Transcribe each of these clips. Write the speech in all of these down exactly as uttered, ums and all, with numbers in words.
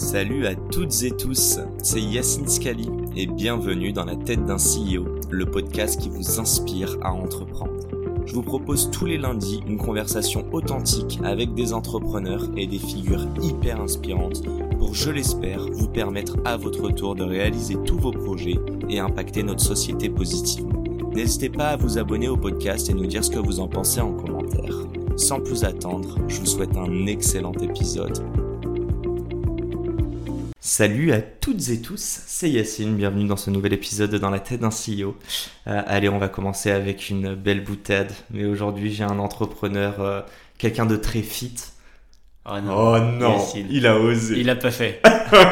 Salut à toutes et tous, c'est Yacine Scali et bienvenue dans la tête d'un C E O, le podcast qui vous inspire à entreprendre. Je vous propose tous les lundis une conversation authentique avec des entrepreneurs et des figures hyper inspirantes pour, je l'espère, vous permettre à votre tour de réaliser tous vos projets et impacter notre société positivement. N'hésitez pas à vous abonner au podcast et nous dire ce que vous en pensez en commentaire. Sans plus attendre, je vous souhaite un excellent épisode. Salut à toutes et tous, c'est Yacine, bienvenue dans ce nouvel épisode de Dans la tête d'un C E O. Euh, allez, on va commencer avec une belle boutade, mais aujourd'hui j'ai un entrepreneur, euh, quelqu'un de très fit. Oh non, oh non Yacine. Il a osé. Il l'a pas fait.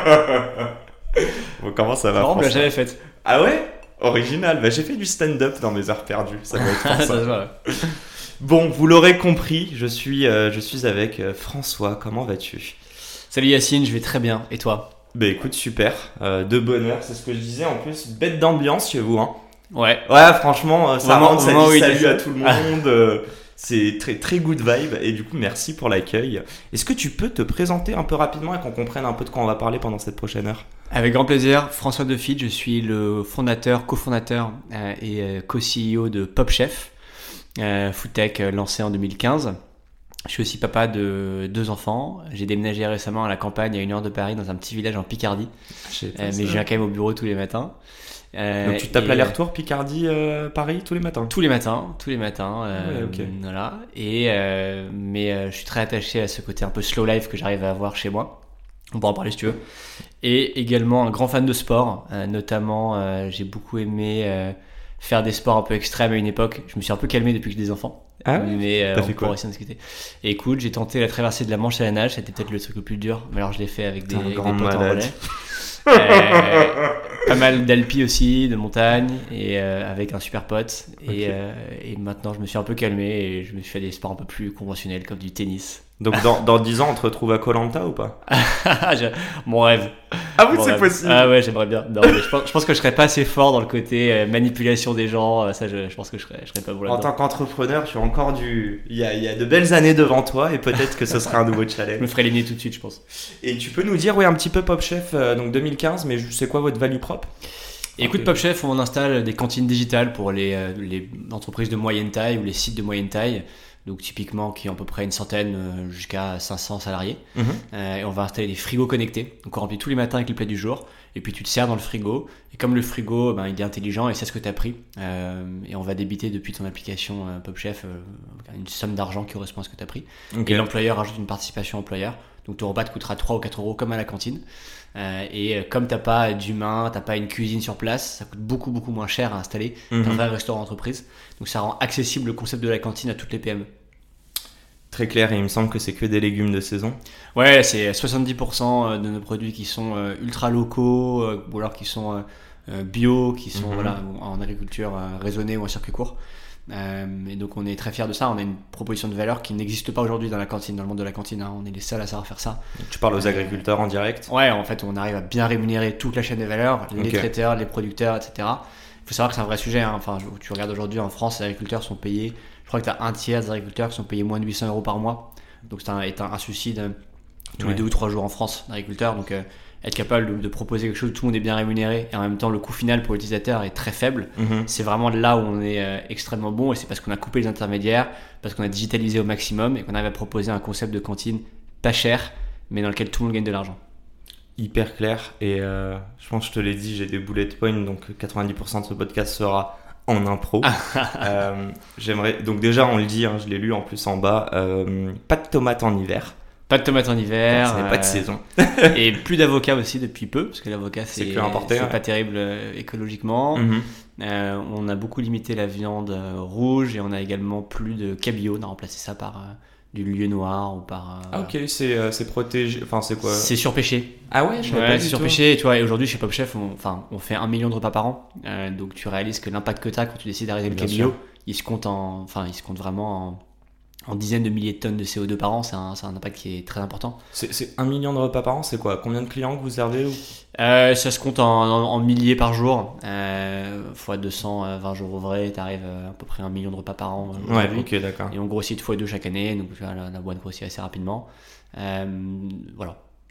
Bon, comment ça va? Non, on l'a jamais fait. Ah ouais? Original, bah, j'ai fait du stand-up dans mes heures perdues, ça doit être pour ça. Ça se voit. Bon, vous l'aurez compris, je suis, euh, je suis avec euh, François, comment vas-tu? Salut Yacine, je vais très bien, et toi? Bah écoute, super, euh, de bonne heure, c'est ce que je disais, en plus, bête d'ambiance chez vous, hein. Ouais. Ouais, franchement, euh, ça Moment- rentre, ça moment où dit il salut est- à tout le monde, euh, c'est très, très good vibe, et du coup, merci pour l'accueil. Est-ce que tu peux te présenter un peu rapidement et qu'on comprenne un peu de quoi on va parler pendant cette prochaine heure? Avec grand plaisir, François Defit, je suis le fondateur, cofondateur euh, et euh, co-C E O de PopChef, euh, food tech euh, lancé en deux mille quinze. Je suis aussi papa de deux enfants. J'ai déménagé récemment à la campagne, à une heure de Paris, dans un petit village en Picardie. Je sais pas Euh, ça. mais je viens quand même au bureau tous les matins. Euh, Donc tu tapes et- l'aller-retour Picardie, euh, Paris tous les matins? Tous les matins, tous les matins. euh, Ouais, ok. Voilà. Et euh, mais euh, je suis très attaché à ce côté un peu slow life que j'arrive à avoir chez moi. On pourra en parler si tu veux. Et également un grand fan de sport. Euh, notamment, euh, j'ai beaucoup aimé euh, faire des sports un peu extrêmes à une époque. Je me suis un peu calmé depuis que j'ai des enfants. Ah ouais? Mais euh, T'as on fait quoi? pourra aussi en discuter. Et écoute, j'ai tenté la traversée de la Manche à la nage. C'était peut-être le truc le plus dur. Mais alors je l'ai fait avec des, T'es un avec des grand potes en malade. relais. Euh, pas mal d'alpi aussi, de montagne, et euh, avec un super pote. Et, Ok. euh, et maintenant, je me suis un peu calmé et je me suis fait des sports un peu plus conventionnels comme du tennis. Donc dans, dans dix ans, on te retrouve à Koh Lanta ou pas? J'ai- Mon rêve. Ah oui, Mon c'est rêve. possible. Ah ouais, j'aimerais bien. Non, mais je, pense, je pense que je serais pas assez fort dans le côté euh, manipulation des gens. Euh, Ça, je, je pense que je serais, je serais pas bon En là-dedans. tant qu'entrepreneur, tu as encore du... Il y a, il y a de belles années devant toi et peut-être que ce sera un nouveau Je challenge. me ferais éliminer tout de suite, je pense. Et tu peux nous dire, oui, un petit peu PopChef, euh, donc deux mille quinze, mais c'est quoi votre value propre? Et écoute, Ok. PopChef, on installe des cantines digitales pour les, euh, les entreprises de moyenne taille ou les sites de moyenne taille. Donc typiquement qui ont à peu près une centaine euh, jusqu'à cinq cents salariés. Mhm. Euh, et on va installer des frigos connectés. Donc on remplit tous les matins avec les plats du jour. Et puis tu te sers dans le frigo. Et comme le frigo, ben, il est intelligent et sait ce que tu as pris. Euh, et on va débiter depuis ton application euh, PopChef euh, une somme d'argent qui correspond à ce que tu as pris. Ok. Et l'employeur rajoute une participation employeur. Donc ton repas te coûtera trois ou quatre euros comme à la cantine. Euh, et euh, comme t'as pas d'humain, t'as pas une cuisine sur place, ça coûte beaucoup beaucoup moins cher à installer Mhm. qu'un vrai restaurant entreprise. Donc ça rend accessible le concept de la cantine à toutes les P M E. Très clair, et il me semble que c'est que des légumes de saison. Ouais, c'est soixante-dix pour cent de nos produits qui sont euh, ultra locaux euh, ou alors qui sont euh, euh, bio, qui sont Mhm. voilà, en agriculture euh, raisonnée ou en circuit court. Euh, et donc on est très fiers de ça. On a une proposition de valeur qui n'existe pas aujourd'hui dans la cantine, dans le monde de la cantine. Hein. On est les seuls à savoir faire ça. Tu parles aux agriculteurs en direct. Ouais, en fait, on arrive à bien rémunérer toute la chaîne de valeur, les Ok. traiteurs, les producteurs, et cetera. Il faut savoir que c'est un vrai sujet. Hein. Enfin, je- tu regardes aujourd'hui en France, les agriculteurs sont payés. Je crois que tu as un tiers des agriculteurs qui sont payés moins de huit cents euros par mois. Donc, c'est un, est un, un souci de, tous Ouais. les deux ou trois jours en France d'agriculteurs. Donc, euh, être capable de, de proposer quelque chose où tout le monde est bien rémunéré et en même temps, le coût final pour l'utilisateur est très faible. Mhm. C'est vraiment là où on est euh, extrêmement bon et c'est parce qu'on a coupé les intermédiaires, parce qu'on a digitalisé au maximum et qu'on arrive à proposer un concept de cantine pas cher, mais dans lequel tout le monde gagne de l'argent. Hyper clair, et euh, je pense que je te l'ai dit, j'ai des bullet points, donc quatre-vingt-dix pour cent de ce podcast sera en impro. Euh, j'aimerais, donc déjà on le dit, hein, je l'ai lu en plus en bas, euh, pas de tomates en hiver. Pas de tomates en hiver. Ce n'est pas de euh, saison. Et plus d'avocat aussi depuis peu, parce que l'avocat c'est, C'est que importé, c'est ouais. pas terrible euh, écologiquement. Mhm. Euh, on a beaucoup limité la viande euh, rouge et on a également plus de cabillaud. On a remplacé ça par euh, du lieu noir ou par. euh, Ah ok, c'est, euh, c'est protégé, enfin c'est quoi? C'est surpêché. Ah ouais, je savais Ouais, pas c'est du tout. surpêché. Et tu vois, et aujourd'hui chez PopChef, on, enfin, on fait un million de repas par an. Euh, donc tu réalises que l'impact que tu as quand tu décides d'arrêter le Bien cabillaud, sûr. il se compte en, enfin, il se compte vraiment en, en dizaines de milliers de tonnes de C O deux par an. C'est un, c'est un impact qui est très important. C'est, c'est un million de repas par an, c'est quoi? Combien de clients que vous servez ou... Euh, ça se compte en, en, en milliers par jour. Euh, fois deux cent vingt jours ouvrés, tu arrives à peu près un million de repas par an. euh, Ouais, aujourd'hui. ok, d'accord. Et on grossit de fois deux chaque année, donc tu vois, la, la boîte grossit assez rapidement. Euh, voilà.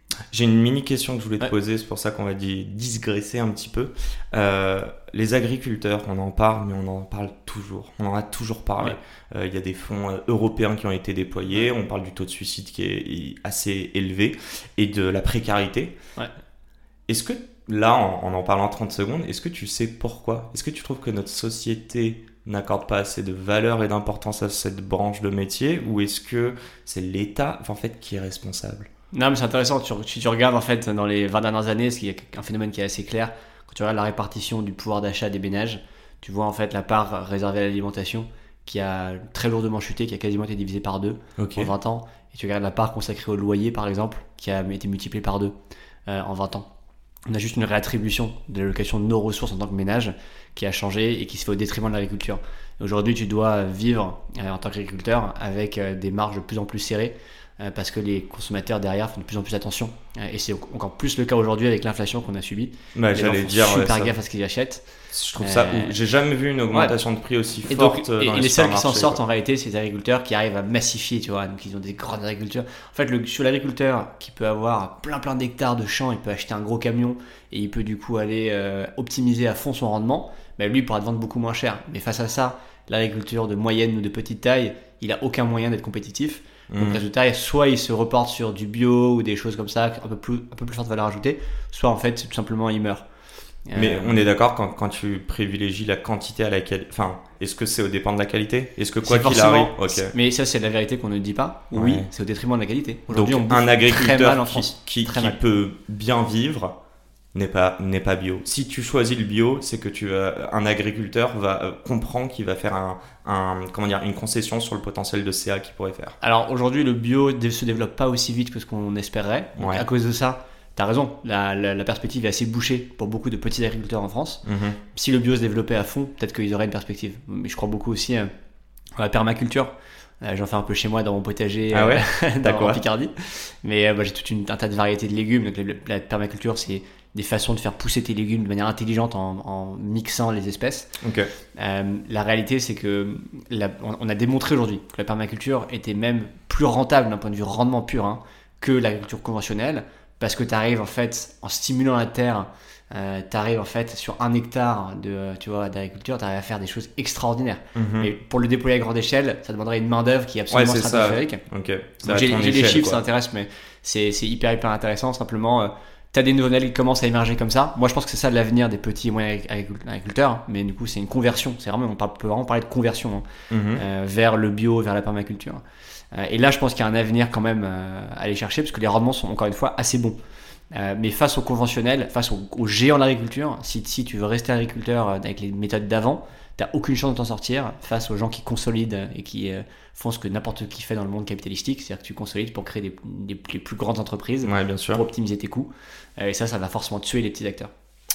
J'ai une mini question que je voulais te Ouais. poser, c'est pour ça qu'on va di- digresser un petit peu. Euh, les agriculteurs, on en parle, mais on en parle toujours. On en a toujours parlé. Il Ouais. y a des fonds euh, européens qui ont été déployés. On parle du taux de suicide qui est assez élevé et de la précarité. Ouais. Est-ce que, là, en, en en parlant trente secondes, est-ce que tu sais pourquoi? Est-ce que tu trouves que notre société n'accorde pas assez de valeur et d'importance à cette branche de métier, ou est-ce que c'est l'État, en fait, qui est responsable? Non, mais c'est intéressant. Tu, si tu regardes en fait dans les vingt dernières années, parce qu'il y a un phénomène qui est assez clair. Quand tu regardes la répartition du pouvoir d'achat des ménages, tu vois en fait la part réservée à l'alimentation qui a très lourdement chuté, qui a quasiment été divisée par deux Ok. en vingt ans. Et tu regardes la part consacrée au loyer, par exemple, qui a été multipliée par deux euh, en vingt ans. On a juste une réattribution de l'allocation de nos ressources en tant que ménage qui a changé et qui se fait au détriment de l'agriculture. Aujourd'hui, tu dois vivre euh, en tant qu'agriculteur avec euh, des marges de plus en plus serrées euh, parce que les consommateurs derrière font de plus en plus attention. Euh, et c'est encore plus le cas aujourd'hui avec l'inflation qu'on a subie. Bah, Les gens j'allais font dire, ouais, super ça. gaffe à ce qu'ils achètent. Je trouve ça Euh, ouf. J'ai jamais vu une augmentation de prix aussi Et, forte donc, euh, et, dans et les, les seuls qui s'en supermarchés, sortent quoi. en réalité, c'est les agriculteurs qui arrivent à massifier, tu vois. Donc ils ont des grandes agricultures. En fait, le, sur l'agriculteur qui peut avoir plein plein d'hectares de champs, il peut acheter un gros camion et il peut du coup aller euh, optimiser à fond son rendement. Bah, lui, il pourra te vendre beaucoup moins cher. Mais face à ça, l'agriculture de moyenne ou de petite taille, il a aucun moyen d'être compétitif. Donc Mm. résultat, soit il se reporte sur du bio ou des choses comme ça, un peu plus, un peu plus forte valeur ajoutée, soit en fait tout simplement il meurt. Mais Euh, on est d'accord quand, quand tu privilégies la quantité à la qualité. Enfin, est-ce que c'est au dépend de la qualité? Est-ce que quoi c'est qu'il forcément- arrive, ok. Mais ça, c'est la vérité qu'on ne dit pas. Oui, Ouais. c'est au détriment de la qualité. Donc Aujourd'hui, on bouffe un très mal agriculteur en qui, France. qui, Très qui mal. peut bien vivre n'est pas n'est pas bio. Si tu choisis le bio, c'est que tu vas- un agriculteur va euh, comprendre qu'il va faire un, un comment dire une concession sur le potentiel de C A qu'il pourrait faire. Alors aujourd'hui, le bio ne se développe pas aussi vite que ce qu'on espérait. Donc, Ouais. à cause de ça, tu as raison, la, la- la perspective est assez bouchée pour beaucoup de petits agriculteurs en France. Mhm. Si le bio se développait à fond, peut-être qu'ils auraient une perspective. Mais je crois beaucoup aussi euh, à la permaculture. Euh, J'en fais un peu chez moi dans mon potager Ah ouais euh, dans, D'accord. en Picardie. Mais euh, bah, j'ai toute une, un tas de variétés de légumes. Donc, la, la permaculture, c'est des façons de faire pousser tes légumes de manière intelligente en, en mixant les espèces. Ok. Euh, la réalité, c'est que la- on, on a démontré aujourd'hui que la permaculture était même plus rentable d'un point de vue rendement pur hein, que l'agriculture conventionnelle, parce que tu arrives en fait, en stimulant la terre, euh, tu arrives en fait sur un hectare de, tu vois, d'agriculture, tu arrives à faire des choses extraordinaires. Mhm. Et pour le déployer à grande échelle, ça demanderait une main d'œuvre qui est Ouais, absolument c'est ça. stratosphérique. Ok. C'est Donc, à J'ai ton j'ai des échelle, chiffres, quoi. ça intéresse, mais c'est c'est hyper hyper intéressant. Simplement, euh, tu as des nouveaux modèles qui commencent à émerger comme ça. Moi, je pense que c'est ça l'avenir des petits et moyens agricul- agriculteurs. Mais du coup, c'est une conversion. C'est vraiment, on parle- peut vraiment parler de conversion hein, Mhm. euh, vers le bio, vers la permaculture. Euh, et là, je pense qu'il y a un avenir quand même euh, à aller chercher parce que les rendements sont encore une fois assez bons. Euh, mais face au conventionnel, face aux, aux géants de l'agriculture, si, si tu veux rester agriculteur euh, avec les méthodes d'avant, t'as aucune chance de t'en sortir face aux gens qui consolident et qui euh, font ce que n'importe qui fait dans le monde capitalistique, c'est-à-dire que tu consolides pour créer des, des- les plus grandes entreprises, Ouais, bien pour sûr. optimiser tes coûts. Euh, et ça, ça va forcément tuer les petits acteurs.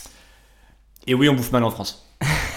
Et oui, on bouffe mal en France.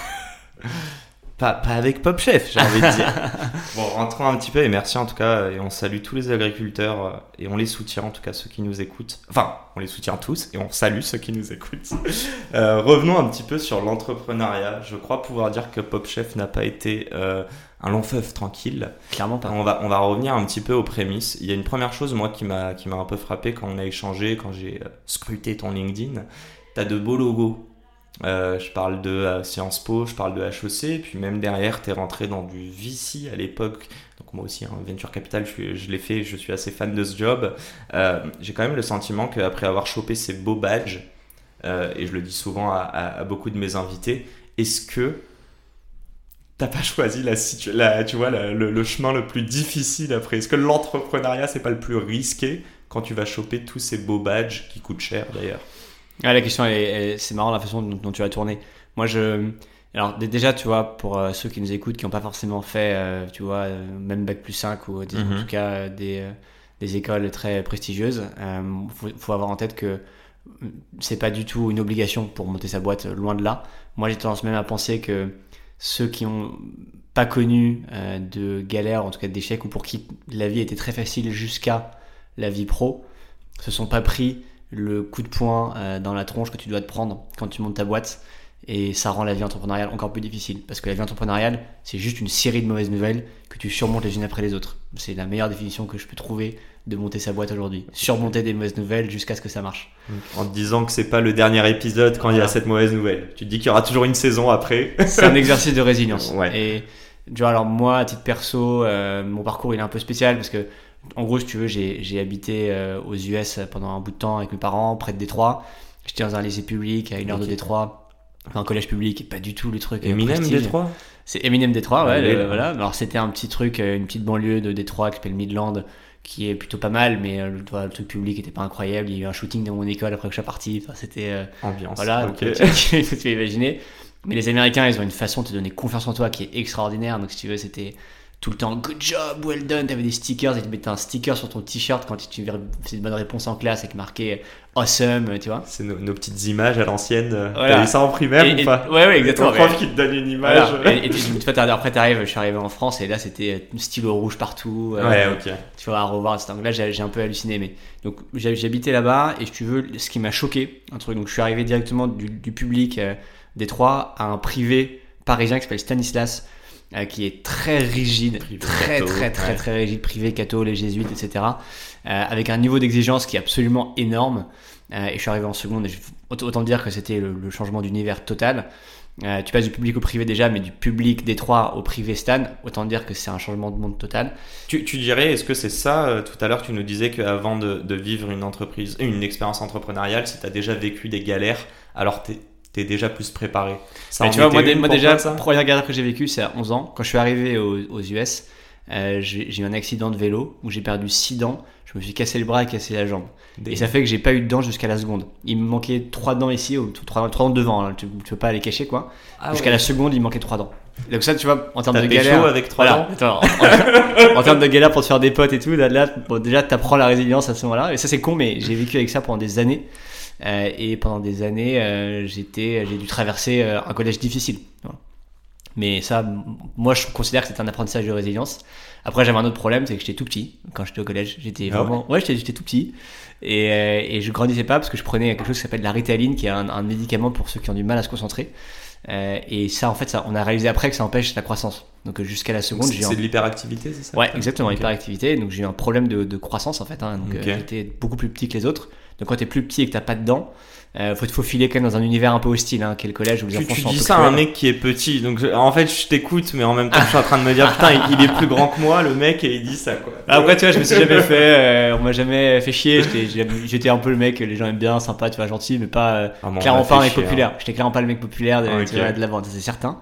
Pas, pas avec Pop Chef, j'ai envie de dire. Bon, rentrons un petit peu et merci en tout cas. Et on salue tous les agriculteurs euh, et on les soutient, en tout cas ceux qui nous écoutent. Enfin, on les soutient tous et on salue ceux qui nous écoutent. Euh, revenons un petit peu sur l'entrepreneuriat. Je crois pouvoir dire que Pop Chef n'a pas été euh, un long fleuve tranquille. Clairement pas. On va, on va revenir un petit peu aux prémices. Il y a une première chose, moi, qui m'a, qui m'a un peu frappé quand on a échangé, quand j'ai euh, scruté ton LinkedIn. T'as de beaux logos. Euh, je parle de euh, Sciences Po, je parle de H E C, et puis même derrière, t'es rentré dans du V C à l'époque. Donc moi aussi, hein, Venture Capital, je, suis- je l'ai fait, je suis assez fan de ce job. Euh, j'ai quand même le sentiment qu'après avoir chopé ces beaux badges, euh, et je le dis souvent à, à- à beaucoup de mes invités, est-ce que t'as pas choisi la, situ- la, tu vois, la- le, le chemin le plus difficile après? Est-ce que l'entrepreneuriat, c'est pas le plus risqué quand tu vas choper tous ces beaux badges qui coûtent cher d'ailleurs? Ah, la question, elle est- elle- c'est marrant la façon dont, dont tu as tourné. Moi, je. Alors, d- déjà, tu vois, pour euh, ceux qui nous écoutent, qui n'ont pas forcément fait, euh, tu vois, euh, même Bac plus cinq ou disons, Mhm. en tout cas euh, des, euh, des écoles très prestigieuses, il faut, faut avoir en tête que euh, c'est pas du tout une obligation pour monter sa boîte, euh, loin de là. Moi, j'ai tendance même à penser que ceux qui ont pas connu euh, de galère, en tout cas d'échecs, ou pour qui la vie était très facile jusqu'à la vie pro, se sont pas pris le coup de poing euh, dans la tronche que tu dois te prendre quand tu montes ta boîte, et ça rend la vie entrepreneuriale encore plus difficile parce que la vie entrepreneuriale, c'est juste une série de mauvaises nouvelles que tu surmontes les unes après les autres. c'est la meilleure définition que je peux trouver de monter sa boîte aujourd'hui. Surmonter des mauvaises nouvelles jusqu'à ce que ça marche. En te disant que c'est pas le dernier épisode quand voilà. il y a cette mauvaise nouvelle. Tu te dis qu'il y aura toujours une saison après. C'est un exercice de résilience. Ouais. Et tu vois, alors moi, à titre perso, euh, mon parcours il est un peu spécial parce que, en gros, si tu veux, j'ai, j'ai habité euh, aux U S pendant un bout de temps avec mes parents, près de Détroit. J'étais dans un lycée public à une heure okay. de Détroit, enfin, un collège public, et pas du tout le truc. Eminem Détroit. C'est Eminem Détroit, ouais. Ah, le, oui, voilà. Alors c'était un petit truc, une petite banlieue de Détroit qui s'appelle Midland, qui est plutôt pas mal, mais euh, le truc public était pas incroyable. Il y a eu un shooting dans mon école après que je sois parti. Enfin, c'était euh, ambiance. Voilà, okay. donc, tu peux imaginer. Mais les Américains, ils ont une façon de te donner confiance en toi qui est extraordinaire. Donc si tu veux, c'était tout le temps good job, well done. T'avais des stickers et tu mettais un sticker sur ton t-shirt quand tu faisais une bonne réponse en classe avec marqué awesome, tu vois. C'est nos, nos petites images à l'ancienne. Voilà. T'as eu ça en primaire et, ou pas? et, Ouais, ouais, exactement. Ton prof qui te donne une image. Voilà. Et, et tu, tu vois, après, t'arrives, je suis arrivé en France et là, c'était stylo rouge partout. Euh, ouais, ok. Tu vois, à revoir, et cetera. Donc là, j'ai, j'ai un peu halluciné. Mais donc, j'ai, j'habitais là-bas et si tu veux, ce qui m'a choqué, un truc. Donc, je suis arrivé directement du, du public euh, Détroit à un privé parisien qui s'appelle Stanislas. Euh, qui est très rigide, privé très, catho, très, très, ouais. très rigide, privé, catho, les jésuites, et cetera. Euh, avec un niveau d'exigence qui est absolument énorme. Euh, et je suis arrivé en seconde, et je, autant dire que c'était le, le changement d'univers total. Euh, tu passes du public au privé déjà, mais du public Détroit au privé Stan, autant dire que c'est un changement de monde total. Tu, tu dirais, est-ce que c'est ça, euh, tout à l'heure, tu nous disais qu'avant de, de vivre une entreprise, une expérience entrepreneuriale, si tu as déjà vécu des galères, alors t'es t'es déjà plus préparé. Ça mais tu vois, moi, moi déjà, la première galère que j'ai vécue, c'est à onze ans. Quand je suis arrivé aux, aux U S, euh, j'ai, j'ai eu un accident de vélo où j'ai perdu six dents. Je me suis cassé le bras et cassé la jambe. Des... Et ça fait que j'ai pas eu de dents jusqu'à la seconde. Il me manquait trois dents ici, ou trois, trois dents devant. Hein. Tu, tu peux pas les cacher, quoi. Ah, jusqu'à ouais. la seconde, il me manquait trois dents. Donc ça, tu vois, en termes T'as de galère... chaud avec trois voilà, dents. Attends, en, en termes de galère pour te faire des potes et tout, là, là bon, déjà, t'apprends la résilience à ce moment-là. Et ça, c'est con, mais j'ai vécu avec ça pendant des années. Euh, et pendant des années, euh, j'étais, j'ai dû traverser euh, un collège difficile. Voilà. Mais ça, moi, je considère que c'est un apprentissage de résilience. Après, j'avais un autre problème, c'est que j'étais tout petit quand j'étais au collège. J'étais ah vraiment, ouais, ouais, j'étais, j'étais tout petit et, euh, et je grandissais pas parce que je prenais quelque chose qui s'appelle la Ritaline, qui est un, un médicament pour ceux qui ont du mal à se concentrer. Euh, et ça, en fait, ça, on a réalisé après que ça empêche la croissance. Donc jusqu'à la seconde, c'est, j'ai c'est un... de l'hyperactivité, c'est ça? Ouais, exactement, okay. Hyperactivité. Donc j'ai eu un problème de, de croissance en fait. Hein. Donc okay. euh, j'étais beaucoup plus petit que les autres. Donc quand t'es plus petit et que t'as pas de dents, euh, faut te faufiler quand même dans un univers un peu hostile, hein, qui est le collège où les tu, enfants tu sont un peu dis ça à un mec qui est petit, donc je, en fait je t'écoute, mais en même temps je suis en train de me dire putain il, il est plus grand que moi le mec et il dit ça quoi. Après tu vois, je me suis jamais fait, euh, on m'a jamais fait chier, j'étais, j'étais un peu le mec que les gens aiment bien, sympa, tu vois, gentil, mais pas euh, ah bon, clairement pas un mec populaire. Hein. J'étais clairement pas le mec populaire de, okay. tu vois, de la vente, c'est certain.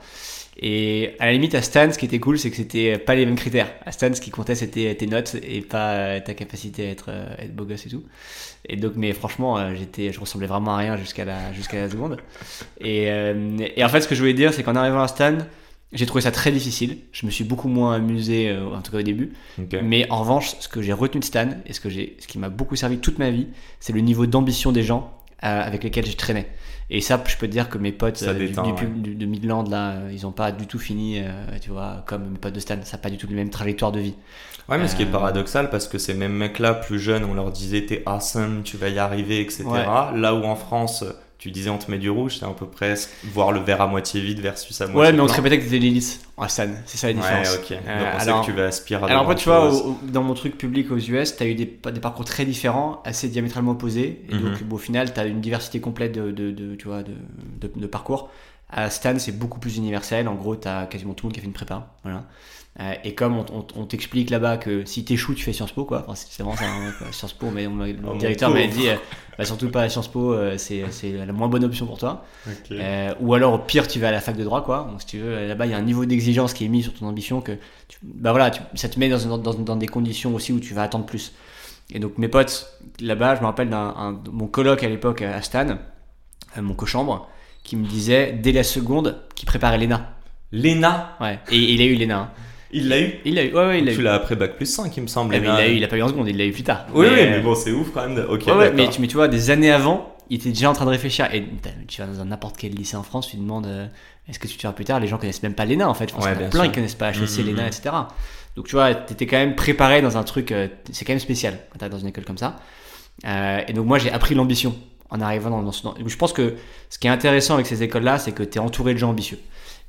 Et à la limite à Stan, ce qui était cool, c'est que c'était pas les mêmes critères. À Stan, ce qui comptait, c'était tes notes et pas ta capacité à être, à être beau gosse et tout. Et donc, mais franchement, j'étais, je ressemblais vraiment à rien jusqu'à la, jusqu'à la seconde. Et, euh, et en fait, ce que je voulais dire, c'est qu'en arrivant à Stan, j'ai trouvé ça très difficile. Je me suis beaucoup moins amusé, euh, en tout cas au début. Okay. Mais en revanche, ce que j'ai retenu de Stan et ce que j'ai, ce qui m'a beaucoup servi toute ma vie, c'est le niveau d'ambition des gens euh, avec lesquels je traînais. Et ça, je peux te dire que mes potes euh, détend, du, du, ouais. du, de Midland, là, ils n'ont pas du tout fini, euh, tu vois, comme mes potes de Stan. Ça n'a pas du tout la même trajectoire de vie. Ouais, mais euh... ce qui est Euh, paradoxal, parce que ces mêmes mecs-là, plus jeunes, on leur disait t'es awesome, tu vas y arriver, et cetera. Ouais. Là où en France, tu disais on te met du rouge, c'est à peu près voir le verre à moitié vide versus à moitié ouais, mais on plein. se répétait que t'étais l'élite à Stan. C'est ça la différence. Ouais, ok. Donc euh, on alors, sait que tu vas aspirer à Alors après, tu vois, au, au, dans mon truc public aux U S, t'as eu des, des parcours très différents, assez diamétralement opposés. Et mm-hmm. donc, bon, au final, t'as une diversité complète de, de, de, tu vois, de, de, de parcours. À Stan, c'est beaucoup plus universel. En gros, t'as quasiment tout le monde qui a fait une prépa. Voilà. Euh, et comme on, on, on t'explique là-bas que si t'échoues, tu fais Sciences Po, quoi. Enfin, c'est vraiment ça, hein, quoi. Sciences Po, mais on m'a, le oh, directeur m'avait dit, euh, bah, surtout pas à Sciences Po, euh, c'est, c'est la moins bonne option pour toi. Okay. Euh, ou alors, au pire, tu vas à la fac de droit, quoi. Donc, si tu veux, là-bas, il y a un niveau d'exigence qui est mis sur ton ambition que, tu, bah voilà, tu, ça te met dans, dans, dans des conditions aussi où tu vas attendre plus. Et donc, mes potes, là-bas, je me rappelle d'un un, mon coloc à l'époque à Stan, euh, mon cochambre, qui me disait, dès la seconde, qu'il préparait l'E N A. L'E N A? Ouais. Et, et il a eu l'E N A. Hein. Il l'a eu? Il l'a eu, ouais, ouais, il l'a tu eu. l'as après bac plus cinq, il me semble. Ah, mais il l'a eu, il l'a pas eu en seconde, il l'a eu plus tard. Oui, mais, oui, mais bon, c'est ouf quand même. Ok, ouais, ouais, mais, tu, mais tu vois, des années avant, il était déjà en train de réfléchir. Et tu vas dans n'importe quel lycée en France, tu demandes euh, est-ce que tu te feras plus tard? Les gens connaissent même pas l'E N A en fait. Je pense ouais, qu'il y en a plein sûr. Qui connaissent pas H E C, mmh, l'E N A, et cetera. Donc tu vois, t'étais quand même préparé dans un truc, euh, c'est quand même spécial quand t'es dans une école comme ça. Euh, et donc moi, j'ai appris l'ambition en arrivant dans, dans ce. Dans, je pense que ce qui est intéressant avec ces écoles-là, c'est que t'es entouré de gens ambitieux.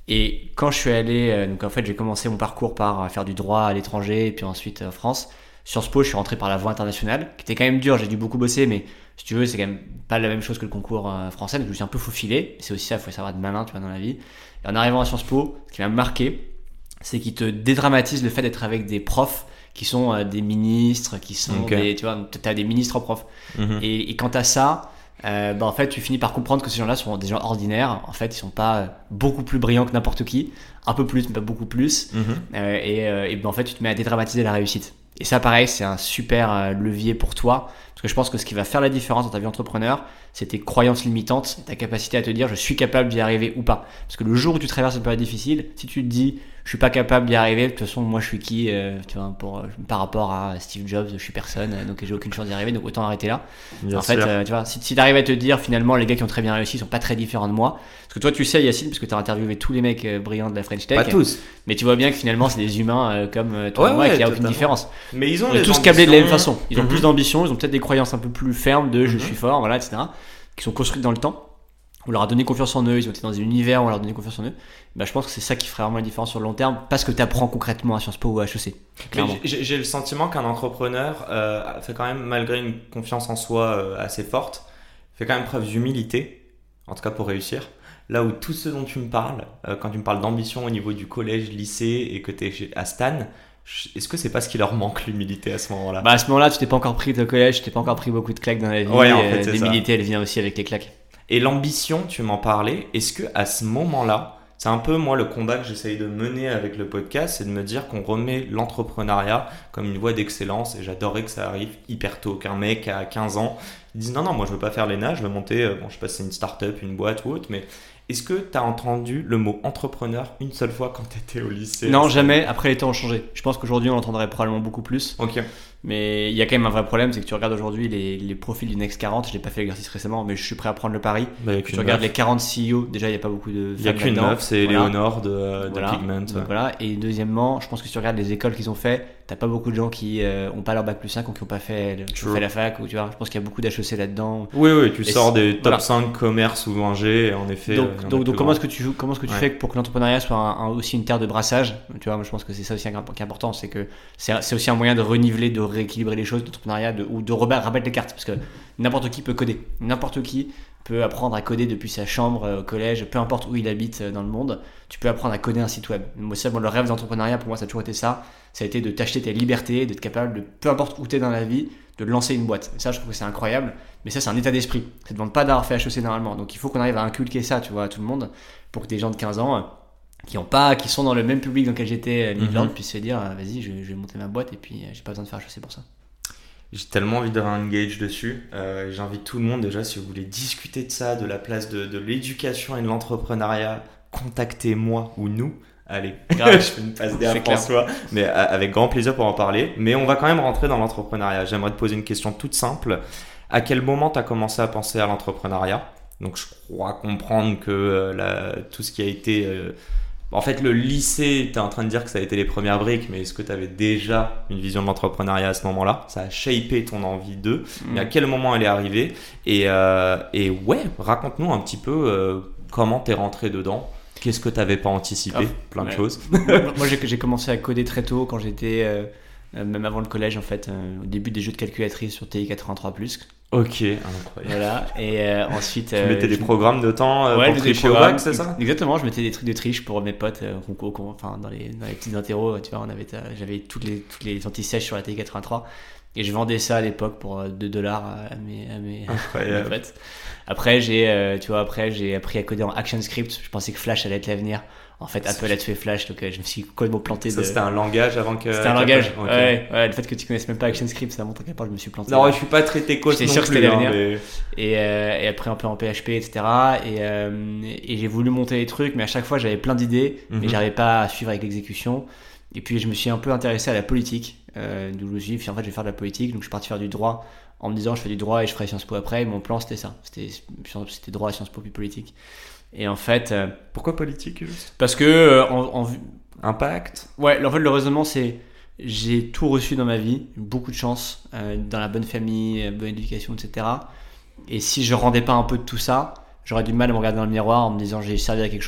Et quand je suis allé, euh, donc en fait, j'ai commencé mon parcours par faire du droit à l'étranger et puis ensuite en France. Sciences Po, je suis rentré par la voie internationale, qui était quand même dur, j'ai dû beaucoup bosser, mais si tu veux, c'est quand même pas la même chose que le concours euh, français, donc je me suis un peu faufilé. C'est aussi ça, il faut savoir être malin, tu vois, dans la vie. Et en arrivant à Sciences Po, ce qui m'a marqué, c'est qu'ils te dédramatisent le fait d'être avec des profs qui sont euh, des ministres, qui sont okay. des, tu vois, t'as des ministres profs. Mm-hmm. Et, et quand t'as ça, euh, bah en fait, tu finis par comprendre que ces gens-là sont des gens ordinaires. En fait, ils sont pas beaucoup plus brillants que n'importe qui, un peu plus, mais pas beaucoup plus. Mm-hmm. Euh, et, euh, et ben en fait, tu te mets à dédramatiser la réussite. Et ça, pareil, c'est un super euh, levier pour toi. Parce que je pense que ce qui va faire la différence dans ta vie entrepreneur, c'est tes croyances limitantes, ta capacité à te dire je suis capable d'y arriver ou pas. Parce que le jour où tu traverses une période difficile, si tu te dis je suis pas capable d'y arriver, de toute façon moi je suis qui euh, tu vois, pour, euh, par rapport à Steve Jobs, je suis personne, euh, donc j'ai aucune chance d'y arriver, donc autant arrêter là. Bien en sûr. fait, euh, tu vois, si, si tu arrives à te dire finalement les gars qui ont très bien réussi sont pas très différents de moi, parce que toi tu sais Yacine, parce que tu as interviewé tous les mecs euh, brillants de la French Tech. Pas tous. Mais tu vois bien que finalement c'est des humains euh, comme euh, toi ouais, et moi ouais, et qu'il n'y a aucune totalement. différence. Mais ils ont On les est tous ambitions... câblés de la même façon. Ils ont mm-hmm. plus d'ambition, ils ont peut-être des croyances un peu plus fermes de je mm-hmm. suis fort, voilà, et cetera. Qui sont construites dans le temps. On leur a donné confiance en eux, ils ont été dans un univers où on leur a donné confiance en eux. Bah, je pense que c'est ça qui ferait vraiment la différence sur le long terme, parce que tu apprends concrètement à Sciences Po ou à H E C. Mais j'ai, j'ai le sentiment qu'un entrepreneur euh, fait quand même, malgré une confiance en soi euh, assez forte, fait quand même preuve d'humilité, en tout cas pour réussir. Là où tout ce dont tu me parles, euh, quand tu me parles d'ambition au niveau du collège, lycée et que tu es à Stan, est-ce que c'est pas ce qui leur manque, l'humilité à ce moment-là? Bah à ce moment-là, tu t'es pas encore pris de collège, tu t'es pas encore pris beaucoup de claques dans la vie. Ouais, en fait, c'est l'humilité, elle vient aussi avec les claques. Et l'ambition, tu m'en parlais, est-ce que à ce moment-là, c'est un peu moi le combat que j'essaye de mener avec le podcast, c'est de me dire qu'on remet l'entrepreneuriat comme une voie d'excellence, et j'adorerais que ça arrive hyper tôt, qu'un mec à quinze ans il dise non, non, moi je veux pas faire l'E N A, je veux monter, bon je sais pas si c'est une start-up, une boîte ou autre, mais est-ce que tu as entendu le mot entrepreneur une seule fois quand tu étais au lycée? Non, jamais, après les temps ont changé. Je pense qu'aujourd'hui on l'entendrait probablement beaucoup plus. Ok. Mais il y a quand même un vrai problème, c'est que tu regardes aujourd'hui les, les profils du Next quarante, je n'ai pas fait l'exercice récemment, mais je suis prêt à prendre le pari. Bah, tu regardes les quarante C E O, déjà il n'y a pas beaucoup de femmes. Il n'y a qu'une là-dedans. meuf, c'est voilà. Léonore de, de voilà. Pigment. Donc, voilà. Et deuxièmement, je pense que si tu regardes les écoles qu'ils ont fait, t'as pas beaucoup de gens qui euh, ont pas leur bac plus cinq ou qui ont pas fait, qui ont fait la fac, ou tu vois, je pense qu'il y a beaucoup d'H E C là-dedans. Oui, oui, tu et sors des top voilà. cinq commerce ou Angers, en effet. Donc, euh, donc, donc comment est-ce que tu, comment est-ce que tu ouais. fais pour que l'entrepreneuriat soit un, un, aussi une terre de brassage? Tu vois, moi je pense que c'est ça aussi qui est important, c'est que c'est, c'est aussi un moyen de reniveler, de rééquilibrer les choses, l'entrepreneuriat, de, ou de rebattre les cartes, parce que n'importe qui peut coder, n'importe qui peut apprendre à coder depuis sa chambre euh, au collège, peu importe où il habite euh, dans le monde, tu peux apprendre à coder un site web. Moi, ça, moi, le rêve d'entrepreneuriat pour moi ça a toujours été ça, ça a été de t'acheter tes libertés, d'être capable de, peu importe où tu es dans la vie, de lancer une boîte. Et ça je trouve que c'est incroyable, mais ça c'est un état d'esprit, ça ne demande pas d'avoir fait H E C normalement, donc il faut qu'on arrive à inculquer ça, tu vois, à tout le monde, pour que des gens de quinze ans euh, qui ont pas, qui sont dans le même public dans lequel j'étais, euh, mm-hmm. puissent se dire euh, vas-y je, je vais monter ma boîte et puis euh, j'ai pas besoin de faire H E C pour ça. J'ai tellement envie de re-engage dessus. Euh, j'invite tout le monde déjà, si vous voulez discuter de ça, de la place de, de l'éducation et de l'entrepreneuriat, contactez-moi ou nous. Allez, je fais une passe D à François, mais avec grand plaisir pour en parler. Mais on va quand même rentrer dans l'entrepreneuriat. J'aimerais te poser une question toute simple. À quel moment tu as commencé à penser à l'entrepreneuriat? Donc je crois comprendre que euh, la, tout ce qui a été... Euh, en fait, le lycée, tu es en train de dire que ça a été les premières briques, mais est-ce que tu avais déjà une vision de l'entrepreneuriat à ce moment-là? Ça a shapé ton envie d'eux. Mmh. Mais à quel moment elle est arrivée? Et, euh, et ouais, raconte-nous un petit peu euh, comment tu es rentré dedans. Qu'est-ce que tu n'avais pas anticipé? oh, Plein ouais. de choses. Moi, j'ai, j'ai commencé à coder très tôt quand j'étais, euh, même avant le collège, en fait, euh, au début des jeux de calculatrice sur T I quatre-vingt-trois plus. Ok, incroyable. Voilà, et euh, ensuite. Tu euh, mettais des je... programmes de temps euh, ouais, pour tricher au bac, c'est ça? Exactement, je mettais des trucs de triche pour mes potes, euh, enfin, dans les, dans les petites interros, tu vois, on avait, j'avais toutes les, toutes les anti-sèches sur la T I quatre-vingt-trois. Et je vendais ça à l'époque pour deux dollars à mes, à mes, à mes potes. Après, j'ai, euh, tu vois, après, j'ai appris à coder en ActionScript. Je pensais que Flash allait être l'avenir. En fait, Apple a tué Flash, donc euh, je me suis complètement planté. Ça, de... c'était un langage avant que. C'était un langage. Okay. Ouais, ouais. Le fait que tu connaisses même pas ActionScript, ça montre à quel point je me suis planté. Non, ouais, je suis pas très techos non J'étais sûr plus, que c'était l'avenir. Hein, mais... et, euh, et après un peu en P H P, et cetera. Et, euh, et j'ai voulu monter les trucs, mais à chaque fois j'avais plein d'idées, mm-hmm. mais j'arrivais pas à suivre avec l'exécution. Et puis je me suis un peu intéressé à la politique, euh, d'où je me suis dit, en fait, je vais faire de la politique, donc je suis parti faire du droit en me disant je fais du droit et je ferai Sciences Po après. Et mon plan c'était ça, c'était, c'était droit, Sciences Po puis politique. Et en fait, euh, pourquoi politique juste? Parce que euh, en, en impact. Ouais, en fait le raisonnement c'est j'ai tout reçu dans ma vie, beaucoup de chance, euh, dans la bonne famille, bonne éducation, et cetera. Et si je rendais pas un peu de tout ça, j'aurais du mal à me regarder dans le miroir en me disant j'ai servi à quelque chose.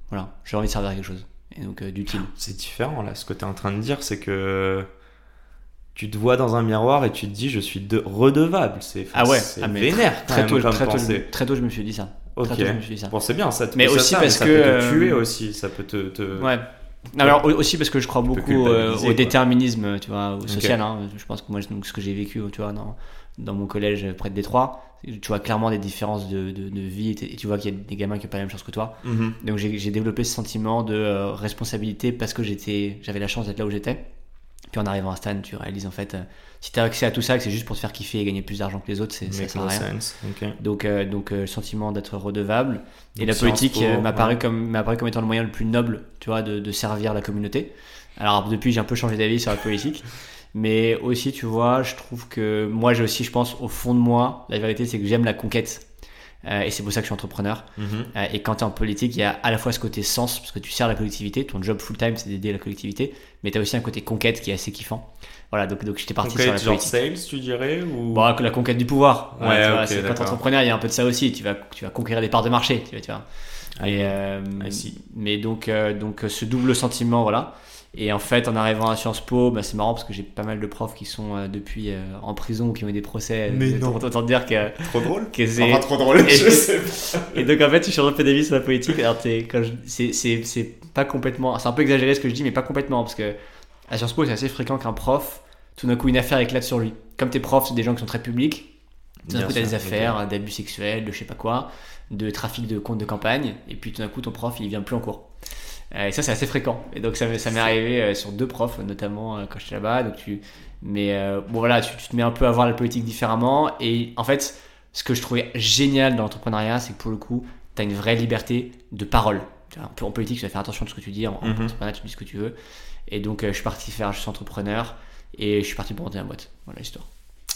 Voilà, j'ai envie de servir à quelque chose. Et donc euh, d'utile. C'est différent là. Ce que tu es en train de dire, c'est que tu te vois dans un miroir et tu te dis je suis de... redevable. C'est, ah ouais, c'est ah, mais vénère. Très tôt, même, très, tôt, très, très tôt, je me suis dit ça. Ok. Très tôt, je me suis dit ça. Bon, c'est bien, ça te mais pousse aussi à ça, parce mais ça que peut te tuer euh... aussi. Ça peut te. te... Ouais. Alors aussi parce que je crois beaucoup euh, au quoi. déterminisme, tu vois, au social. Okay. Hein. Je pense que moi, donc, ce que j'ai vécu, tu vois, dans, dans mon collège près de Détroit, tu vois clairement des différences de, de, de vie et tu vois qu'il y a des gamins qui n'ont pas la même chose que toi. Mm-hmm. Donc j'ai, j'ai développé ce sentiment de euh, responsabilité parce que j'étais, j'avais la chance d'être là où j'étais. Puis en arrivant à Stan, tu réalises en fait, euh, si tu as accès à tout ça, que c'est juste pour te faire kiffer et gagner plus d'argent que les autres, c'est, ça sert à rien. Okay. Donc, euh, donc euh, le sentiment d'être redevable. Et donc, la politique euh, m'a paru ouais. comme, m'a paru comme étant le moyen le plus noble, tu vois, de, de servir la communauté. Alors depuis, j'ai un peu changé d'avis sur la politique. Mais aussi, tu vois, je trouve que moi, j'ai aussi, je pense, au fond de moi, la vérité, c'est que j'aime la conquête. Euh, et c'est pour ça que je suis entrepreneur. Mm-hmm. Euh, et quand tu es en politique, il y a à la fois ce côté sens, parce que tu sers la collectivité, ton job full-time, c'est d'aider la collectivité, mais tu as aussi un côté conquête qui est assez kiffant. Voilà, donc, donc j'étais parti conquête, sur la genre politique. Sales, tu dirais ou... Bon, la conquête du pouvoir. Ouais, ouais, tu vois, okay, c'est, quand tu es entrepreneur, il y a un peu de ça aussi. Tu vas, tu vas conquérir des parts de marché, tu vois. Tu vois. Ah, et, euh, mais donc, euh, donc, ce double sentiment, voilà. Et en fait, en arrivant à Sciences Po, bah, c'est marrant parce que j'ai pas mal de profs qui sont euh, depuis euh, en prison ou qui ont eu des procès. Mais non. On t'entend dire que. Trop drôle. Que c'est... Enfin, trop drôle, et, je sais pas. Et donc, en fait, je suis en d'avis sur la politique. Alors, quand je... c'est, c'est, c'est pas complètement. C'est un peu exagéré ce que je dis, mais pas complètement. Parce que à Sciences Po, c'est assez fréquent qu'un prof, tout d'un coup, une affaire éclate sur lui. Comme tes profs, c'est des gens qui sont très publics. Tout d'un coup, t'as des affaires okay. d'abus sexuels, de je sais pas quoi, de trafic de comptes de campagne. Et puis, tout d'un coup, ton prof, il vient plus en cours. Et ça c'est assez fréquent et donc ça, ça m'est arrivé sur deux profs notamment quand j'étais là-bas donc tu mais euh, bon voilà tu, tu te mets un peu à voir la politique différemment et en fait ce que je trouvais génial dans l'entrepreneuriat c'est que pour le coup tu as une vraie liberté de parole. Un peu en politique tu dois faire attention à ce que tu dis en, mm-hmm. en entrepreneuriat tu dis ce que tu veux et donc euh, je suis parti faire je suis entrepreneur et je suis parti pour monter la boîte. Voilà l'histoire.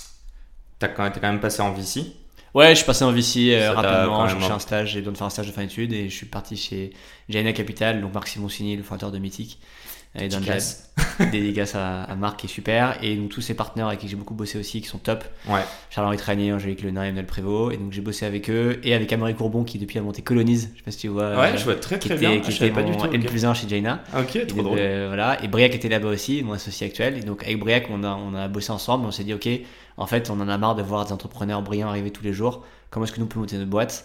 T'as quand même, t'es quand même passé en V C? Ouais, je suis passé en V C euh, rapidement, j'ai cherché un stage, j'ai besoin de faire un stage de fin d'études et je suis parti chez Jaina Capital, donc Marc Simoncini, le fondateur de Mythic. Et dans le dédicace à, à Marc qui est super et donc tous ces partenaires avec qui j'ai beaucoup bossé aussi qui sont top. Ouais. Charles-Henri Tranier, Angélique Lenain et Emmanuel Prévost et donc j'ai bossé avec eux et avec Amaury Courbon qui depuis a monté Colonise, je sais pas si tu vois. Ouais, euh, je vois très très qui bien. Était, qui était pas du tout N plus un chez Jaina. Ok, et trop donc, drôle. Euh, voilà. Et Briac était là-bas aussi, mon associé actuel. Et donc avec Briac on a, on a bossé ensemble, on s'est dit ok, en fait on en a marre de voir des entrepreneurs brillants arriver tous les jours. Comment est-ce que nous pouvons monter notre boîte?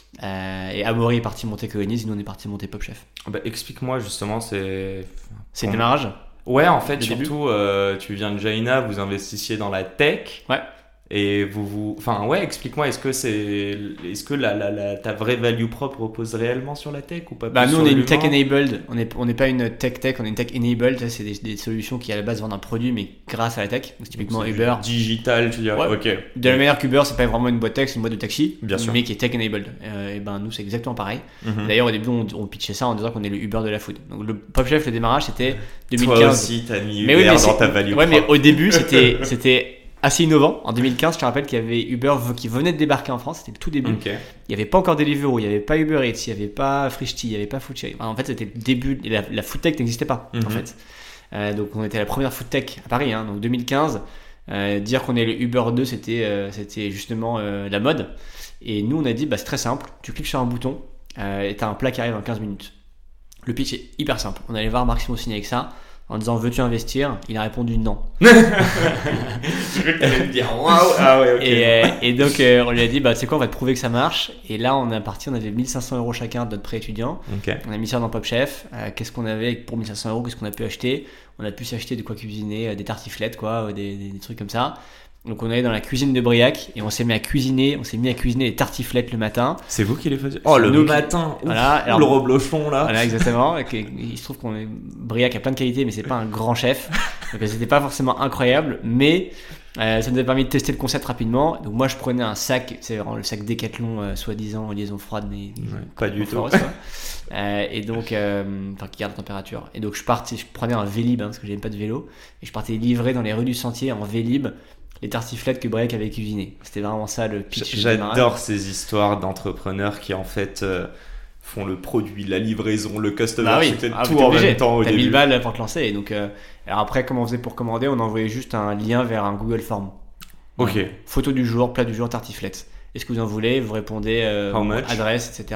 euh, Et Amaury est parti monter Colonise, nous on est parti monter Pop Chef. Bah, explique-moi justement, c'est. C'est le démarrage. Ouais, en fait, surtout, euh, tu viens de Jaina, vous investissiez dans la tech. Ouais. Et vous, vous, enfin, ouais, explique-moi, est-ce que c'est, est-ce que la, la, la, ta vraie value propre repose réellement sur la tech ou pas? Bah, nous, on est une tech enabled. On est, on n'est pas une tech tech, on est une tech enabled. C'est des, des solutions qui à la base vendent un produit, mais grâce à la tech. Donc, typiquement c'est Uber. Digital, tu dirais. Ouais. Ok. De la manière qu'Uber, c'est pas vraiment une boîte tech, c'est une boîte de taxi. Bien sûr. Mais qui est tech enabled. Euh, et ben, nous, c'est exactement pareil. Mm-hmm. D'ailleurs, au début, on, on pitchait ça en disant qu'on est le Uber de la food. Donc, le Pop Chef, le démarrage, c'était deux mille quinze. Toi aussi, t'as mis Uber mais oui, mais dans ta value ouais, propre. mais au début, c'était, c'était assez innovant. En deux mille quinze, je te rappelle qu'il y avait Uber qui venait de débarquer en France, c'était le tout début. Okay. Il n'y avait pas encore Deliveroo, il n'y avait pas Uber Eats, il n'y avait pas Frishti, il n'y avait pas Foodshare. Enfin, en fait, c'était le début, la, la food tech n'existait pas mm-hmm. en fait. Euh, donc on était la première food tech à Paris, hein, donc deux mille quinze. Euh, dire qu'on est le Uber deux, c'était, euh, c'était justement euh, la mode. Et nous, on a dit, bah, c'est très simple, tu cliques sur un bouton euh, et tu as un plat qui arrive en quinze minutes. Le pitch est hyper simple. On allait voir Marc Simoncini avec ça. En disant veux-tu investir? Il a répondu non. Je crois que t'allais me dire waouh. Ah ouais, ok. Et, euh, et donc euh, on lui a dit bah tu sais quoi, on va te prouver que ça marche. Et là on est parti, on avait mille cinq cents euros chacun de notre prêt étudiant. Okay. On a mis ça dans Pop Chef. Euh, qu'est-ce qu'on avait pour mille cinq cents euros? Qu'est-ce qu'on a pu acheter? On a pu s'acheter de quoi cuisiner, des tartiflettes quoi, des, des, des trucs comme ça. Donc on est allé dans la cuisine de Briac et on s'est mis à cuisiner, on s'est mis à cuisiner des tartiflettes le matin. C'est vous qui les faisiez? Oh le nous matin. Qui... Voilà, alors, le reblochon là. Voilà exactement. Il se trouve qu'on est Briac a plein de qualités mais c'est pas un grand chef. Donc c'était pas forcément incroyable mais euh, ça nous a permis de tester le concept rapidement. Donc moi je prenais un sac, c'est vraiment le sac Decathlon euh, soi-disant liaison froide mais ouais, pas du tout. euh, et donc euh, enfin qui garde la température. Et donc je partais, je prenais un Vélib hein, parce que j'avais pas de vélo et je partais livrer dans les rues du Sentier en Vélib les tartiflettes que Briac avait cuisinées. C'était vraiment ça le pitch. J'adore ces histoires d'entrepreneurs qui en fait euh, font le produit, la livraison, le customer, bah oui. c'était ah, tout en obligé. Même temps au T'as début. mille balles pour te lancer. Et donc, euh, alors après, comment on faisait pour commander? On envoyait juste un lien vers un Google Form. Ok. Donc, photo du jour, plat du jour, tartiflette. Est-ce que vous en voulez? Vous répondez euh, adresse, et cetera.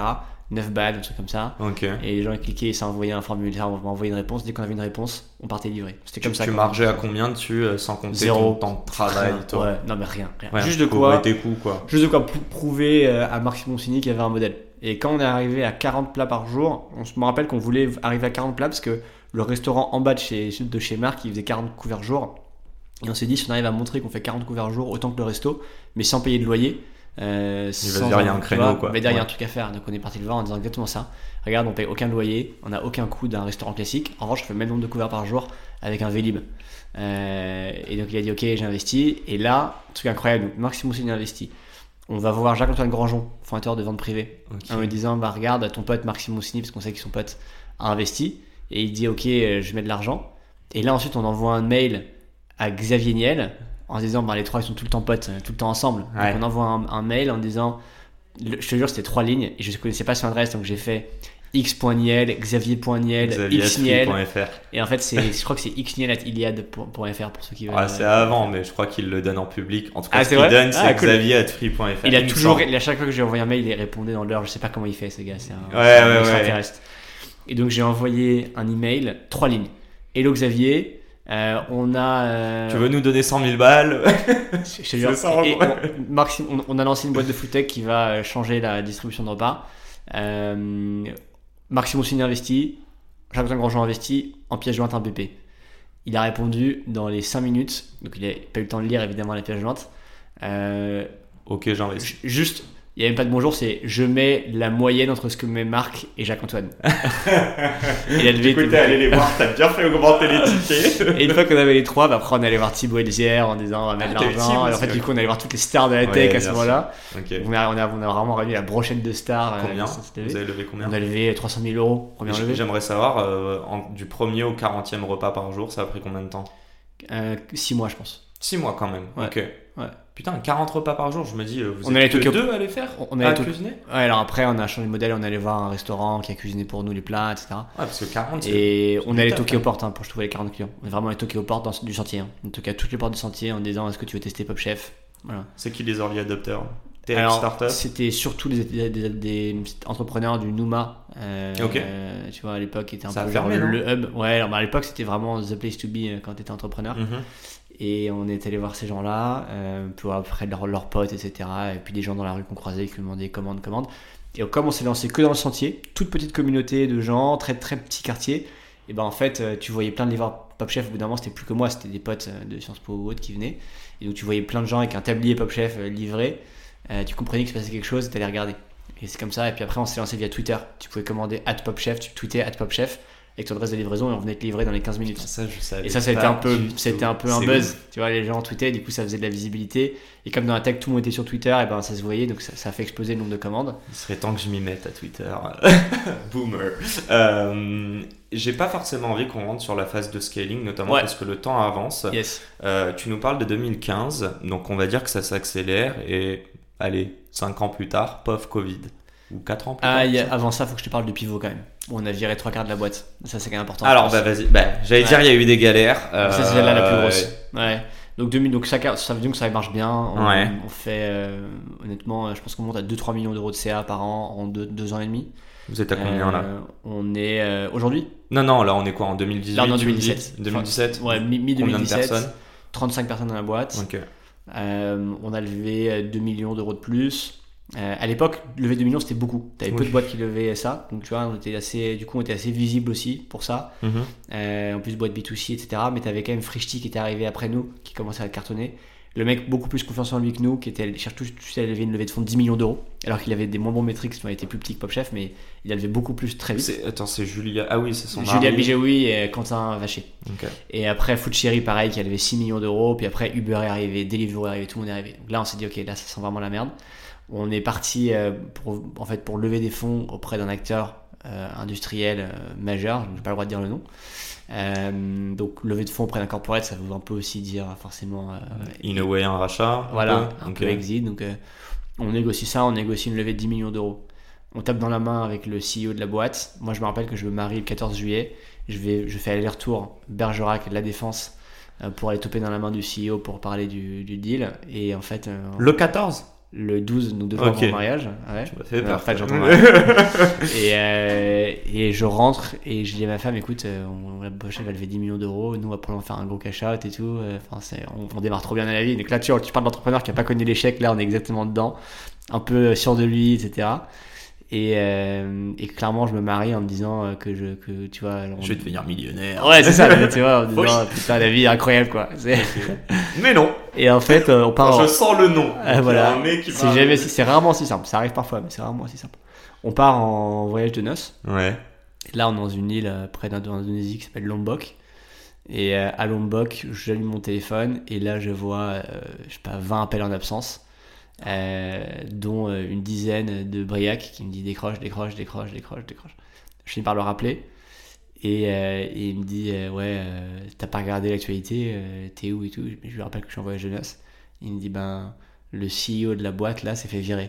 neuf balles, un truc comme ça. Ok. Et les gens cliquaient, ça envoyait un formulaire, on envoyait une réponse. Dès qu'on avait une réponse, on partait livrer. C'était comme tu, ça. Tu margeais à combien dessus euh, sans compter Zéro. ton temps de travail Rien. toi. Ouais, non mais rien. rien. Ouais, juste de faut quoi. tes coups, quoi. Juste de quoi pr- prouver euh, à Marc Simoncini qu'il y avait un modèle. Et quand on est arrivé à quarante plats par jour, on se me rappelle qu'on voulait arriver à quarante plats parce que le restaurant en bas de chez, de chez Marc, il faisait quarante couverts jour. Et on s'est dit, si on arrive à montrer qu'on fait quarante couverts jour, autant que le resto, mais sans payer de loyer. Euh, il va dire, il y a un créneau, vois, quoi. Il va dire, il y a un Ouais. truc à faire. Donc on est parti le voir en disant exactement ça. Regarde, on paye aucun loyer, on n'a aucun coût d'un restaurant classique. En revanche, on fait le même nombre de couverts par jour avec un Vélib. Euh, et donc il a dit, ok, j'ai investi. Et là, truc incroyable, donc Marc Simoncini a investi. On va voir Jacques-Antoine Grandjean, fondateur de Vente Privée, Ok. en lui disant, bah regarde, ton pote Marc Simoncini, parce qu'on sait que son pote a investi. Et il dit, ok, euh, je mets de l'argent. Et là, ensuite, on envoie un mail à Xavier Niel en se disant, bah, les trois, ils sont tout le temps potes, euh, tout le temps ensemble. Ouais. Donc, on envoie un, un mail en disant, le- je te jure, c'était trois lignes et je ne connaissais pas son adresse, donc j'ai fait x.niel, xavier.niel, xniel. Xavier.fr. Et en fait, c'est, je crois que c'est xniel at iliad point f r pour ceux qui veulent. Ah, c'est avant, mais je crois qu'il le donne en public. En tout cas, Ah, ce c'est qu'il vrai donne, c'est Ah, cool. xavier at free point f r. Il a me toujours, semble. il- à chaque fois que j'ai envoyé un mail, il répondait dans l'heure. Je sais pas comment il fait, ce gars. C'est un, Ouais, c'est un ouais, extraterrestre. Et donc j'ai envoyé un email, trois lignes. Hello Xavier, euh, on a. euh, Tu veux nous donner cent mille balles? je te jure, C'est ça, et- et ouais. on, Maxime- on- on a lancé une boîte de foodtech qui va euh, changer la distribution de repas. Euh, Marc Simoncini investi, Jacques-Antoine Grandjean investi, en pièce jointe un B P. Il a répondu dans les cinq minutes, donc il n'a pas eu le temps de lire évidemment la pièce jointe. Euh, Ok, j'investis. Ju- Juste, il n'y a même pas de bonjour, c'est je mets la moyenne entre ce que met Marc et Jacques-Antoine. Et la levée Du coup, était- t'es allé les voir, t'as bien fait augmenter les tickets. Et une fois qu'on avait les trois, bah après on allait voir Thibaut Elzière en disant on va mettre Ah, de t'avais l'argent. Thibaut Et en fait, aussi, du coup, on allait voir toutes les stars de la Ouais, tech à bien ce sûr. moment-là. Ok. On a, on, a, on a vraiment réuni la brochette de stars. euh, Combien? qui s'est levée. Vous avez levé combien? On a levé trois cent mille euros, première J- levée. J'aimerais savoir, euh, en- du premier au quarantième repas par jour, ça a pris combien de temps? Euh, six mois, je pense. six mois quand même. Ouais. Ok. Ouais. Putain, quarante repas par jour, je me dis, euh, vous On êtes allait que tout- deux à les faire? On à allait tout- cuisiner? Ouais, alors après, on a changé de modèle, on allait voir un restaurant qui a cuisiné pour nous les plats, et cetera. Ouais, parce que quarante, c'est... Et on du allait taf, toquer hein. aux portes hein, pour trouver les quarante clients. On est vraiment allé toquer aux portes dans- du sentier. Hein. On toquait à toutes les portes du sentier en disant est-ce que tu veux tester Pop Chef. Voilà. C'est qui les early adopters? T X Alors, Startup? c'était surtout des, des- des- des entrepreneurs du Nouma. Euh, Ok. euh, tu vois, à l'époque, qui était un Ça a peu fermé, genre non le hub. Ouais, alors bah, à l'époque, c'était vraiment the place to be euh, quand tu étais entrepreneur. Mhm. Et on est allé voir ces gens-là, euh, pour après leurs leurs potes, et cetera. Et puis des gens dans la rue qu'on croisait qui nous demandaient commande, commande. Et comme on s'est lancé que dans le sentier, toute petite communauté de gens, très très petit quartier, et ben en fait, euh, tu voyais plein de livreurs Pop Chef. Au bout d'un moment, c'était plus que moi, c'était des potes euh, de Sciences Po ou autres qui venaient. Et donc tu voyais plein de gens avec un tablier Pop Chef euh, livré. Euh, tu comprenais qu'il se passait quelque chose, tu allais regarder. Et c'est comme ça. Et puis après, on s'est lancé via Twitter. Tu pouvais commander at Pop Chef, tu tweetais at Pop Chef avec ton adresse de livraison et on venait te livrer dans les quinze minutes. Ça, je savais Et ça, ça a été pas un peu, du c'était tout. un peu un C'est buzz. ouf. Tu vois, les gens tweetaient, du coup, ça faisait de la visibilité. Et comme dans la tech, tout le monde était sur Twitter, et ben ça se voyait, donc ça, ça a fait exploser le nombre de commandes. Il serait temps que je m'y mette à Twitter. Boomer. Euh, j'ai pas forcément envie qu'on rentre sur la phase de scaling, notamment Ouais. parce que le temps avance. Yes. Euh, tu nous parles de deux mille quinze, donc on va dire que ça s'accélère et allez, cinq ans plus tard, pof, Covid. Ou quatre ans plus Ah, tard. il y a- ça avant ça, faut que je te parle du pivot quand même. Où on a viré trois quarts de la boîte. Ça, c'est quand même important. Alors, je bah pense. vas-y. Bah, j'allais Ouais. dire, il y a eu des galères. Ça, c'est euh, celle-là la plus grosse. Ouais. Donc, deux mille, donc ça, ça veut dire que ça marche bien. On, Ouais. on fait, euh, honnêtement, euh, je pense qu'on monte à deux trois millions d'euros de C A par an en deux, deux ans et demi. Vous êtes à combien là? Euh, On est euh, aujourd'hui. Non, non, là on est quoi en deux mille dix-huit? Là, on est en tu me dis deux mille dix-sept. deux mille dix-sept Ouais, mi- Combien de mi-deux mille dix-sept. personnes? trente-cinq personnes dans la boîte. Ok. Euh, on a levé euh, deux millions d'euros de plus. Euh, à l'époque, lever deux millions c'était beaucoup. T'avais peu Oui. de boîtes qui levaient ça, donc tu vois, on était assez, du coup, on était assez visible aussi pour ça. Mhm. Euh, en plus, boîte B deux C, et cetera. Mais t'avais quand même Frishti qui était arrivé après nous, qui commençait à cartonner. Le mec beaucoup plus confiance en lui que nous, qui était allé- cherche tout de suite à lever une levée de fonds de dix millions d'euros, alors qu'il avait des moins bons métriques, qui été plus petit que Pop Chef, mais il a levé beaucoup plus très vite. C'est- Attends, c'est Julia. Ah oui, c'est son Julia mari. Bigeoui et Quentin Vacher. Ok. Et après, Food Cherry, pareil, qui a levé six millions d'euros. Puis après, Uber est arrivé, Deliveroo est arrivé, tout le monde est arrivé. Donc là, on s'est dit, ok, là, ça sent vraiment la merde. On est parti euh, pour, en fait, pour lever des fonds auprès d'un acteur euh, industriel euh, majeur, je n'ai pas le droit de dire le nom. Euh, donc, lever de fonds auprès d'un corporate, ça veut un peu aussi dire forcément. Euh, In a way, un rachat. voilà, un Ok. peu exit. Donc, euh, on négocie ça, on négocie une levée de dix millions d'euros. On tape dans la main avec le C E O de la boîte. Moi, je me rappelle que je me marie le quatorze juillet. Je, vais, je fais aller-retour Bergerac, La Défense, euh, pour aller toper dans la main du C E O pour parler du, du deal. Et en fait, euh, Le quatorze? le douze, donc deux jours Ok. avant mon mariage. Ouais. Tu m'as fait Euh, peur. En fait, j'entends mal. et, euh, et je rentre et je dis à ma femme, écoute, euh, on, la Bosch elle va lever dix millions d'euros, nous on va probablement faire un gros cash out et tout. Enfin, c'est, on, on démarre trop bien dans la vie. Donc là, tu, tu parles d'entrepreneur qui a pas connu l'échec, là on est exactement dedans, un peu sûr de lui, et cetera. Et, euh, et clairement, je me marie en me disant euh, que je, que tu vois. on- Je vais devenir millionnaire. Ouais, c'est ça, mais tu vois, en disant, Oui. putain, la vie est incroyable quoi. C'est- Mais non, Et en fait, euh, on part. je en- sens le nom. Ah, Donc, voilà. il y a un mec qui C'est va- jamais si, c'est rarement si simple. Ça arrive parfois, mais c'est rarement si simple. On part en voyage de noces. Ouais. Là, on est dans une île euh, près d'Indonésie qui s'appelle Lombok. Et euh, à Lombok, j'allume mon téléphone et là, je vois, euh, je sais pas, vingt appels en absence, euh, dont euh, une dizaine de Briac qui me dit décroche, décroche, décroche, décroche, décroche. Je finis par le rappeler et, euh, et il me dit euh, ouais, euh, t'as pas regardé l'actualité, euh, t'es où et tout. Je lui rappelle que je suis en voyage de noces. Il me dit ben le C E O de la boîte là s'est fait virer.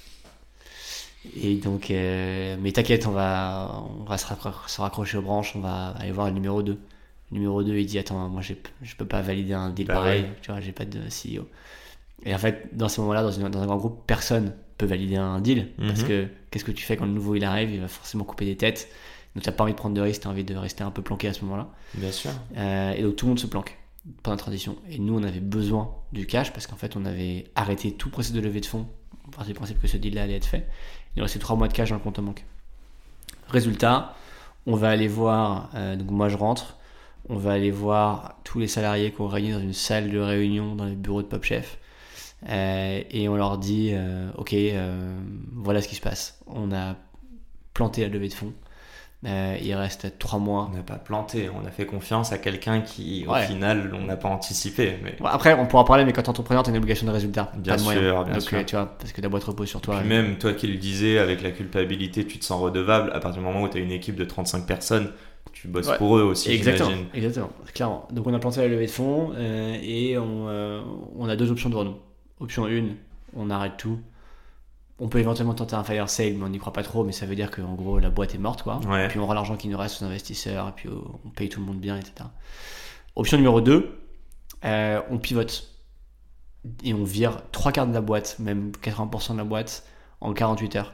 Et donc, euh, mais t'inquiète, on va, on va se, raccro- se raccrocher aux branches, on va aller voir le numéro deux. Le numéro deux, il dit attends, moi j'ai, je peux pas valider un deal Bah pareil, ouais. tu vois, j'ai pas de C E O. Et en fait, dans ces moments-là, dans, une- dans un grand groupe, personne peut valider un deal parce Mhm. que qu'est-ce que tu fais quand le nouveau il arrive, il va forcément couper des têtes. Donc t'as pas envie de prendre de risques, t'as envie de rester un peu planqué à ce moment-là. Bien sûr. Euh, et donc tout le monde se planque pendant la transition. Et nous, on avait besoin du cash parce qu'en fait, on avait arrêté tout processus de levée de fonds. On partait du principe que ce deal-là allait être fait. Il nous restait trois mois de cash dans le compte en banque. Résultat, on va aller voir, euh, donc moi je rentre, on va aller voir tous les salariés qui ont réuni dans une salle de réunion dans les bureaux de Pop Chef. Euh, et on leur dit, euh, ok, euh, voilà ce qui se passe. On a planté la levée de fonds. Euh, il reste trois mois. On n'a pas planté, on a fait confiance à quelqu'un qui, au Ouais. final, on n'a pas anticipé. Mais... Bon, après, on pourra parler, mais quand t'es entrepreneur, t'as une obligation de résultat. Bien pas de sûr, moyens. bien Donc, sûr. euh, tu vois, parce que la boîte repose sur toi. Puis même toi qui le disais, avec la culpabilité, tu te sens redevable. À partir du moment où tu as une équipe de trente-cinq personnes, tu bosses Ouais. pour eux aussi, Exactement, j'imagine. exactement, clairement. Donc on a planté la levée de fonds euh, et on, euh, on a deux options devant nous. Option un, on arrête tout. On peut éventuellement tenter un fire sale, mais on n'y croit pas trop, mais ça veut dire qu'en gros la boîte est morte, quoi. Ouais. Puis on rend l'argent qui nous reste aux investisseurs, et puis euh, on paye tout le monde bien, et cetera. Option numéro deux, euh, on pivote. Et on vire trois quarts de la boîte, même quatre-vingts pour cent de la boîte, en quarante-huit heures.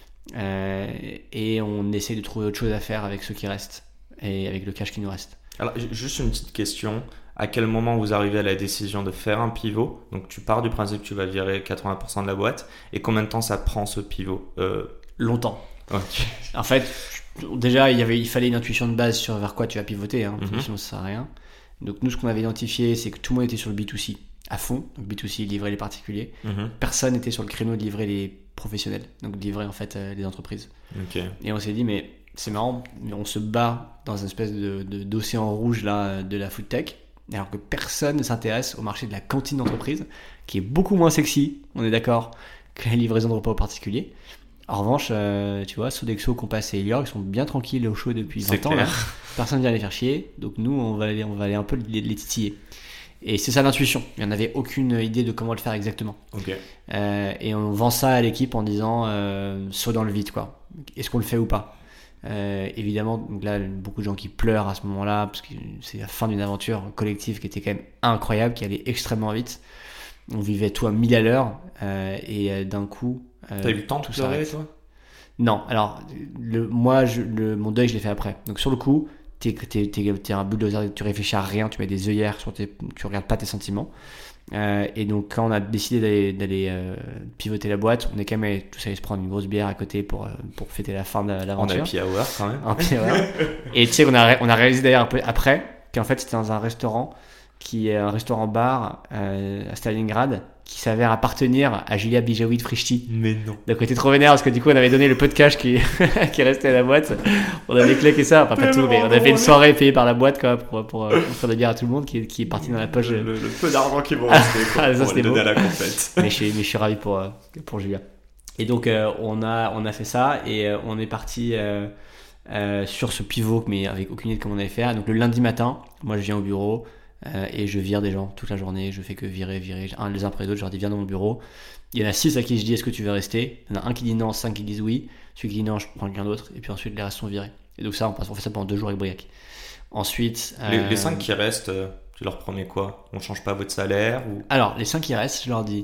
Euh, et on essaie de trouver autre chose à faire avec ceux qui restent, et avec le cash qui nous reste. Alors, j- juste une petite question. À quel moment vous arrivez à la décision de faire un pivot? Donc, tu pars du principe que tu vas virer quatre-vingts pour cent de la boîte. Et combien de temps ça prend ce pivot? euh... Longtemps. Ok. En fait, déjà, il, y avait, il fallait une intuition de base sur vers quoi tu vas pivoter, hein, Mhm. sinon ça sert à rien. Donc nous, ce qu'on avait identifié, c'est que tout le monde était sur le B deux C à fond. Donc B deux C, livrer les particuliers. Mhm. Personne n'était sur le créneau de livrer les professionnels, donc de livrer en fait euh, les entreprises. Ok. Et on s'est dit, mais c'est marrant, mais on se bat dans une espèce de, de, d'océan rouge là, de la food tech, alors que personne ne s'intéresse au marché de la cantine d'entreprise, qui est beaucoup moins sexy, on est d'accord, que la livraison de repas aux particuliers. En revanche, euh, tu vois, Sodexo, Compass et Elior, ils sont bien tranquilles au chaud depuis vingt C'est ans. clair. Là. Personne ne vient les faire chier, donc nous, on va aller, on va aller un peu les, les titiller. Et c'est ça l'intuition. Il n'y en avait aucune idée de comment le faire exactement. Ok. Euh, et on vend ça à l'équipe en disant euh, saut dans le vide, quoi. Est-ce qu'on le fait ou pas? Euh, évidemment, donc là, beaucoup de gens qui pleurent à ce moment-là, parce que c'est la fin d'une aventure collective qui était quand même incroyable, qui allait extrêmement vite. On vivait tout à mille à l'heure, euh, et euh, d'un coup. Euh, T'as eu le temps de tout pleurer, s'arrête. toi? Non, alors, le, moi, je, le, mon deuil, je l'ai fait après. Donc, sur le coup, t'es, t'es, t'es, t'es un bulldozer, tu réfléchis à rien, tu mets des œillères sur tes. Tu regardes pas tes sentiments. Euh, et donc, quand on a décidé d'aller, d'aller euh, pivoter la boîte, on est quand même tous allés se prendre une grosse bière à côté pour, euh, pour fêter la fin de En l'aventure. happy hour, quand même. En happy hour. Et tu sais qu'on a, on a réalisé d'ailleurs un peu après qu'en fait, c'était dans un restaurant qui est un restaurant-bar euh, à Stalingrad qui s'avère appartenir à Julia Bijawi de Frischti. Mais non. Donc on était trop vénère parce que du coup on avait donné le peu de cash qui, qui restait à la boîte. On avait claqué ça, enfin pas tout, mais on a fait une soirée payée par la boîte quoi, pour, pour, pour faire des bières à tout le monde qui, qui est parti dans la poche. Le, De... le, le peu d'argent qui vous restait, quoi, Ah, ça, pour c'était le donner beau. à la compète. mais, je suis, mais je suis ravi pour, euh, pour Julia. Et donc euh, on, a, on a fait ça et euh, on est parti euh, euh, sur ce pivot mais avec aucune idée de comment on allait faire. Donc le lundi matin, moi je viens au bureau. Euh, et je vire des gens toute la journée, je fais que virer, virer, un les uns après les autres, je leur dis viens dans mon bureau. Il y en a six à qui je dis est-ce que tu veux rester, il y en a un qui dit non, cinq qui disent oui, celui qui dit non je prends quelqu'un d'autre, et puis ensuite les restes sont virés. Et donc ça on, passe, on fait ça pendant deux jours avec Briac. Ensuite... Les, euh... les cinq qui restent, euh, tu leur promets quoi? On change pas votre salaire ou... Alors les cinq qui restent, je leur dis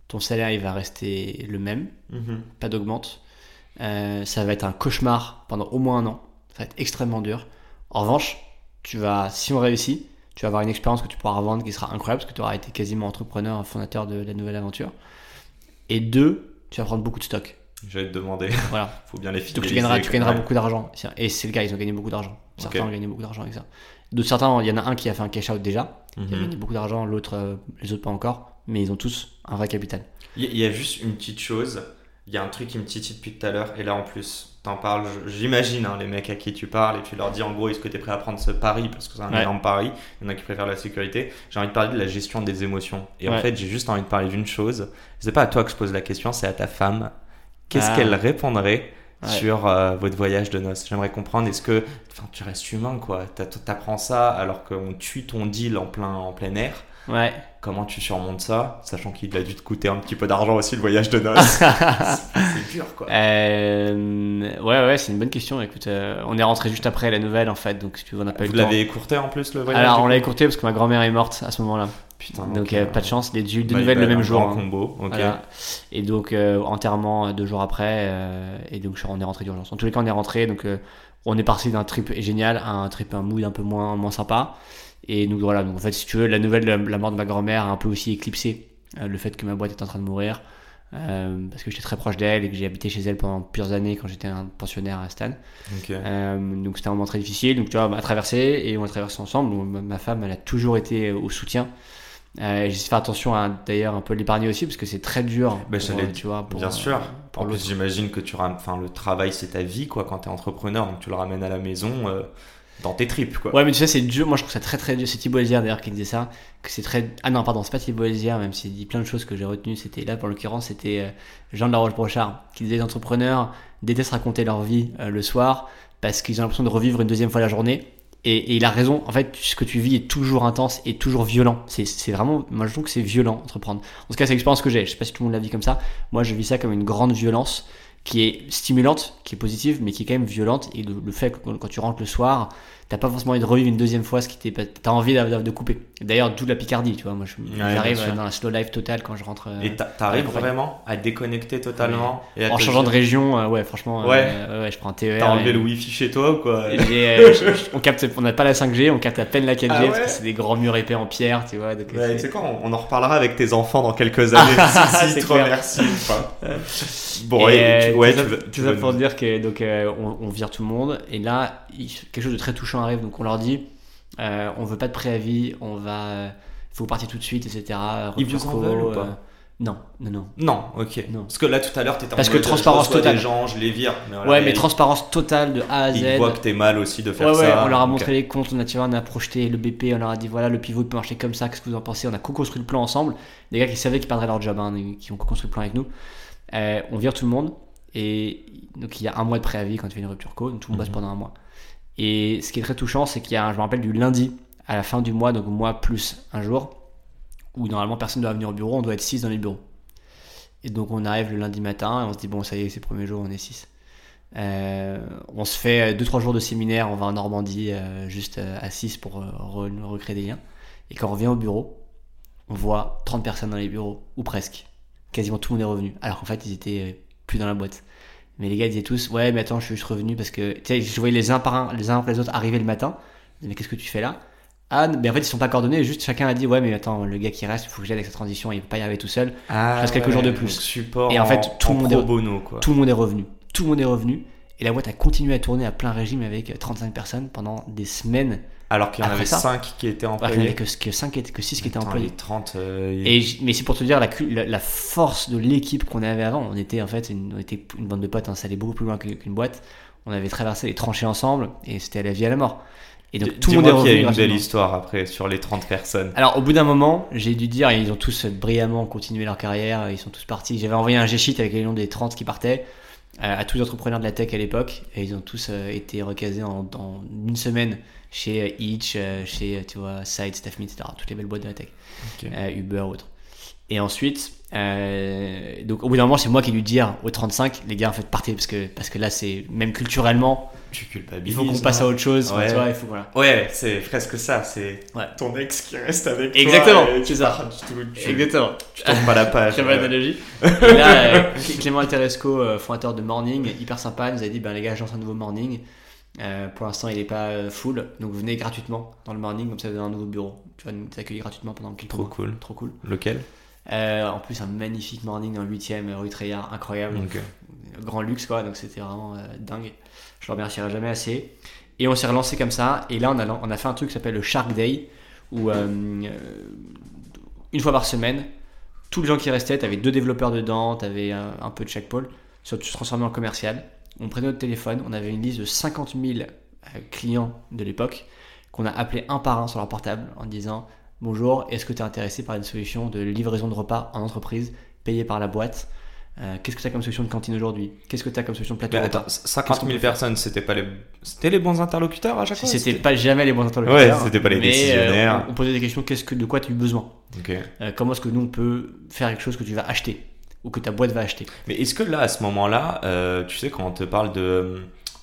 ton salaire il va rester le même, Mhm. pas d'augmente. Euh, ça va être un cauchemar pendant au moins un an. Ça va être extrêmement dur. En revanche, tu vas, si on réussit, tu vas avoir une expérience que tu pourras revendre qui sera incroyable parce que tu auras été quasiment entrepreneur, fondateur de la nouvelle aventure. Et deux, tu vas prendre beaucoup de stock. J'allais te demander. Voilà. Faut bien les fidéliser. Donc tu gagneras, tu gagneras ouais. beaucoup d'argent. Et c'est le cas, ils ont gagné beaucoup d'argent. Certains Ok. ont gagné beaucoup d'argent avec ça. De certains, il y en a un qui a fait un cash out déjà. Mhm. Il a gagné beaucoup d'argent, l'autre, euh, les autres pas encore. Mais ils ont tous un vrai capital. Il y- il y a juste une petite chose. Il y a un truc qui me titille depuis tout à l'heure. Et là, en plus, t'en parles. je- J'imagine hein, les mecs à qui tu parles et tu leur dis en gros, est-ce que t'es prêt à prendre ce pari? Parce que c'est un Ouais. énorme pari. Il y en a qui préfèrent la sécurité. J'ai envie de parler de la gestion des émotions. Et en Ouais. fait, j'ai juste envie de parler d'une chose. C'est pas à toi que je pose la question, c'est à ta femme. Qu'est-ce Ah. qu'elle répondrait Ouais. sur euh, votre voyage de noces? J'aimerais comprendre, est-ce que enfin, tu restes humain quoi? T'a- T'apprends ça alors qu'on tue ton deal en plein, en plein air. Ouais. Comment tu surmontes ça, sachant qu'il a dû te coûter un petit peu d'argent aussi le voyage de noces? C'est dur quoi. Euh, ouais, ouais, c'est une bonne question. Écoute, euh, on est rentré juste après la nouvelle en fait, donc si tu veux, on n'a pas eu Vous le temps. l'avez écourté en plus le voyage? Alors, du on coup l'a écourté parce que ma grand-mère est morte à ce moment-là. Putain, Donc, ok, euh, pas de chance. Les j'ai eu deux Bye nouvelles bye, le même un jour. grand hein. combo, ok. Voilà. Et donc, euh, enterrement euh, deux jours après. euh, et donc, on est rentré d'urgence. En tous les cas, on est rentré. Donc, euh, on est parti d'un trip génial à un trip, un mood un peu moins, moins sympa. Et donc, voilà. Donc, en fait, si tu veux, la nouvelle de la, la mort de ma grand-mère a un peu aussi éclipsé euh, le fait que ma boîte est en train de mourir. Euh, parce que j'étais très proche d'elle et que j'ai habité chez elle pendant plusieurs années quand j'étais un pensionnaire à Stan. Ok. Euh, donc c'était un moment très difficile. Donc tu vois, on a traversé et on a traversé ensemble. Donc, ma, ma femme, elle a toujours été au soutien. Euh, J'essaie de faire attention à d'ailleurs un peu l'épargner aussi parce que c'est très dur. Ben, pour, j'allais euh, dire, tu vois, pour, Bien euh, sûr. pour En plus, l'autre. j'imagine que tu ram... enfin, le travail, c'est ta vie quoi quand t'es entrepreneur, donc tu le ramènes à la maison euh, dans tes tripes quoi. Ouais, mais tu sais, c'est dur. Moi, je trouve ça très très dur. C'est Thibaut Elzière d'ailleurs qui disait ça. Que c'est très. Ah non, pardon, c'est pas Thibaut Elzière, même s'il dit plein de choses que j'ai retenues. C'était là, pour l'occurrence, c'était euh, Jean de la Roche-Brochard qui disait les entrepreneurs détestent raconter leur vie euh, le soir parce qu'ils ont l'impression de revivre une deuxième fois la journée. Et, et il a raison. En fait, ce que tu vis est toujours intense et toujours violent. C'est c'est vraiment. Moi, je trouve que c'est violent, entreprendre. En tout cas, c'est l'expérience que j'ai. Je sais pas si tout le monde la vit comme ça. Moi, je vis ça comme une grande violence qui est stimulante, qui est positive, mais qui est quand même violente. Et le, le fait que quand tu rentres le soir, t'as pas forcément envie de revivre une deuxième fois ce qui t'est pas. T'as envie de, de couper. D'ailleurs, d'où la Picardie, tu vois. Moi, je- Ouais, j'arrive bien sûr. dans la slow life totale quand je rentre. euh, Et t'a- t'arrives ouais, ouais. vraiment à déconnecter totalement et à en te changeant de dire- région, euh, ouais, franchement, Ouais. euh, ouais, je prends un T E R. T'as enlevé et- le wifi chez toi ou quoi? et j'ai, euh, je- je- on capte, on n'a pas la cinq G, on capte à peine la quatre G Ah ouais parce que c'est des grands murs épais en pierre, tu vois. Donc, Ouais, c'est- tu sais quoi, on, on en reparlera avec tes enfants dans quelques années. si si, C'est te clair. remercient ou pas. Bon, Et, et, euh, tu, ouais, tout tu ça- veux, tout tu ça veux pour nous- dire que donc euh, on, on vire tout le monde et là il- quelque chose de très touchant arrive, donc on leur dit euh, on veut pas de préavis, on va euh, faut vous partir tout de suite, etc. Ils vous en Rupture veulent co, ou pas euh, non non non Non, ok. Non. Parce que là, tout à l'heure, t'étais en Parce que mode, transparence je reçois totale. des gens, je les vire. Mais voilà, ouais mais mais transparence totale de A à Z. ils voient que t'es mal aussi de faire Ouais, ouais, ça. on leur a Ok. montré les comptes, on a, tu vois, on a projeté le B P, on leur a dit voilà, le pivot peut marcher comme ça, qu'est-ce que vous en pensez? On a co-construit le plan ensemble. Des gars qui savaient qu'ils perdraient leur job, hein, qui ont co-construit le plan avec nous. Euh, on vire tout le monde et donc il y a un mois de préavis quand tu fais une rupture co, donc tout le monde bosse Mhm. pendant un mois. Et ce qui est très touchant, c'est qu'il y a, un- je me rappelle du lundi à la fin du mois, donc mois plus un jour, où normalement personne ne doit venir au bureau, on doit être six dans les bureaux. Et donc on arrive le lundi matin et on se dit bon, ça y est, c'est le premier jour, on est six. Euh, on se fait deux trois jours de séminaire, on va en Normandie euh, juste euh, à six pour euh, re- recréer des liens. Et quand on revient au bureau, on voit trente personnes dans les bureaux, ou presque. Quasiment tout le monde est revenu, alors qu'en fait ils étaient euh, plus dans la boîte. Mais les gars disaient tous ouais mais attends, je suis juste revenu parce que tu sais, je voyais les uns par un, les uns après les autres arriver le matin. Je disais, mais qu'est-ce que tu fais là? Ah mais en fait ils sont pas coordonnés, juste chacun a dit ouais mais attends, le gars qui reste, il faut que j'aide avec sa transition, il peut pas y arriver tout seul. Ah, Je reste quelques ouais, jours de donc plus. Support Et en fait, tout en le monde pro est- bono, quoi. Tout le monde est revenu. Tout le monde est revenu. Et la boîte a continué à tourner à plein régime avec trente-cinq personnes pendant des semaines. Alors qu'il y en Après avait ça- cinq qui étaient Alors qu'il n'y en avait employés. que, que cinq, que six qui étaient Attends, employés. les trente. euh, Et j- mais c'est pour te dire la, cu- la, la force de l'équipe qu'on avait avant. On était en fait une, on était une bande de potes, hein, ça allait beaucoup plus loin que- qu'une boîte. On avait traversé les tranchées ensemble et c'était à la vie à la mort. Et donc D- tout le monde est dis-moi qu'il revenu. y a une belle rapidement. histoire après sur les trente personnes. Alors au bout d'un moment, j'ai dû dire, ils ont tous brillamment continué leur carrière, ils sont tous partis. J'avais envoyé un G-sheet avec les noms des trente qui partaient euh, à tous les entrepreneurs de la tech à l'époque et ils ont tous euh, été recasés en, en une semaine chez euh, Itch, euh, chez euh, tu vois, Site, Staffme, et cetera. Toutes les belles boîtes de la tech, Ok. euh, Uber ou autre. Et ensuite, euh, donc au bout d'un moment, c'est moi qui ai dû dire aux trente-cinq, les gars, en fait, partez parce que, parce que là, c'est même culturellement, Tu il culpabilises. faut qu'on passe à autre chose. Ouais. Tu vois, il faut, voilà. Ouais, c'est presque ça. C'est Ouais. ton ex qui reste avec Exactement, toi. et c'est tu ça. pars, Tu, tu, Exactement. tu tournes pas la page. Très bonne ouais. analogie. Et là, euh, Clément Alteresco, euh, fondateur de Morning, hyper sympa, nous a dit ben, les gars, je lance un nouveau Morning. Euh, pour l'instant, il n'est pas euh, full, donc venez gratuitement dans le Morning, comme ça vous avez un nouveau bureau. Tu vas nous accueillir gratuitement pendant quelques Trop mois. cool. Trop cool. Lequel? Euh, en plus, un magnifique Morning dans le huitième rue Treillard, incroyable. Ok. Grand luxe, quoi, donc c'était vraiment euh, dingue. Je le remercierai jamais assez. Et on s'est relancé comme ça, et là, on a, on a fait un truc qui s'appelle le Shark Day, où euh, euh, une fois par semaine, tous les gens qui restaient, tu avais deux développeurs dedans, tu avais un, un peu de chaque pôle, tu te transformais en commercial. On prenait notre téléphone, on avait une liste de cinquante mille euh, clients de l'époque qu'on a appelés un par un sur leur portable en disant « Bonjour, est-ce que tu es intéressé par une solution de livraison de repas en entreprise payée par la boîte euh, Qu'est-ce que tu as comme solution de cantine aujourd'hui? Qu'est-ce que tu as comme solution de plateau Mais repas ?» attends, cinquante mille personnes, c'était pas les, c'était les bons interlocuteurs à chaque fois? C'était pas jamais les bons interlocuteurs. Ouais, c'était pas les mais, décisionnaires. euh, on, on posait des questions, qu'est-ce que, de quoi tu as eu besoin? Ok. Euh, comment est-ce que nous on peut faire quelque chose que tu vas acheter ou que ta boîte va acheter? Mais est-ce que là, à ce moment-là, euh, tu sais, quand on te parle de,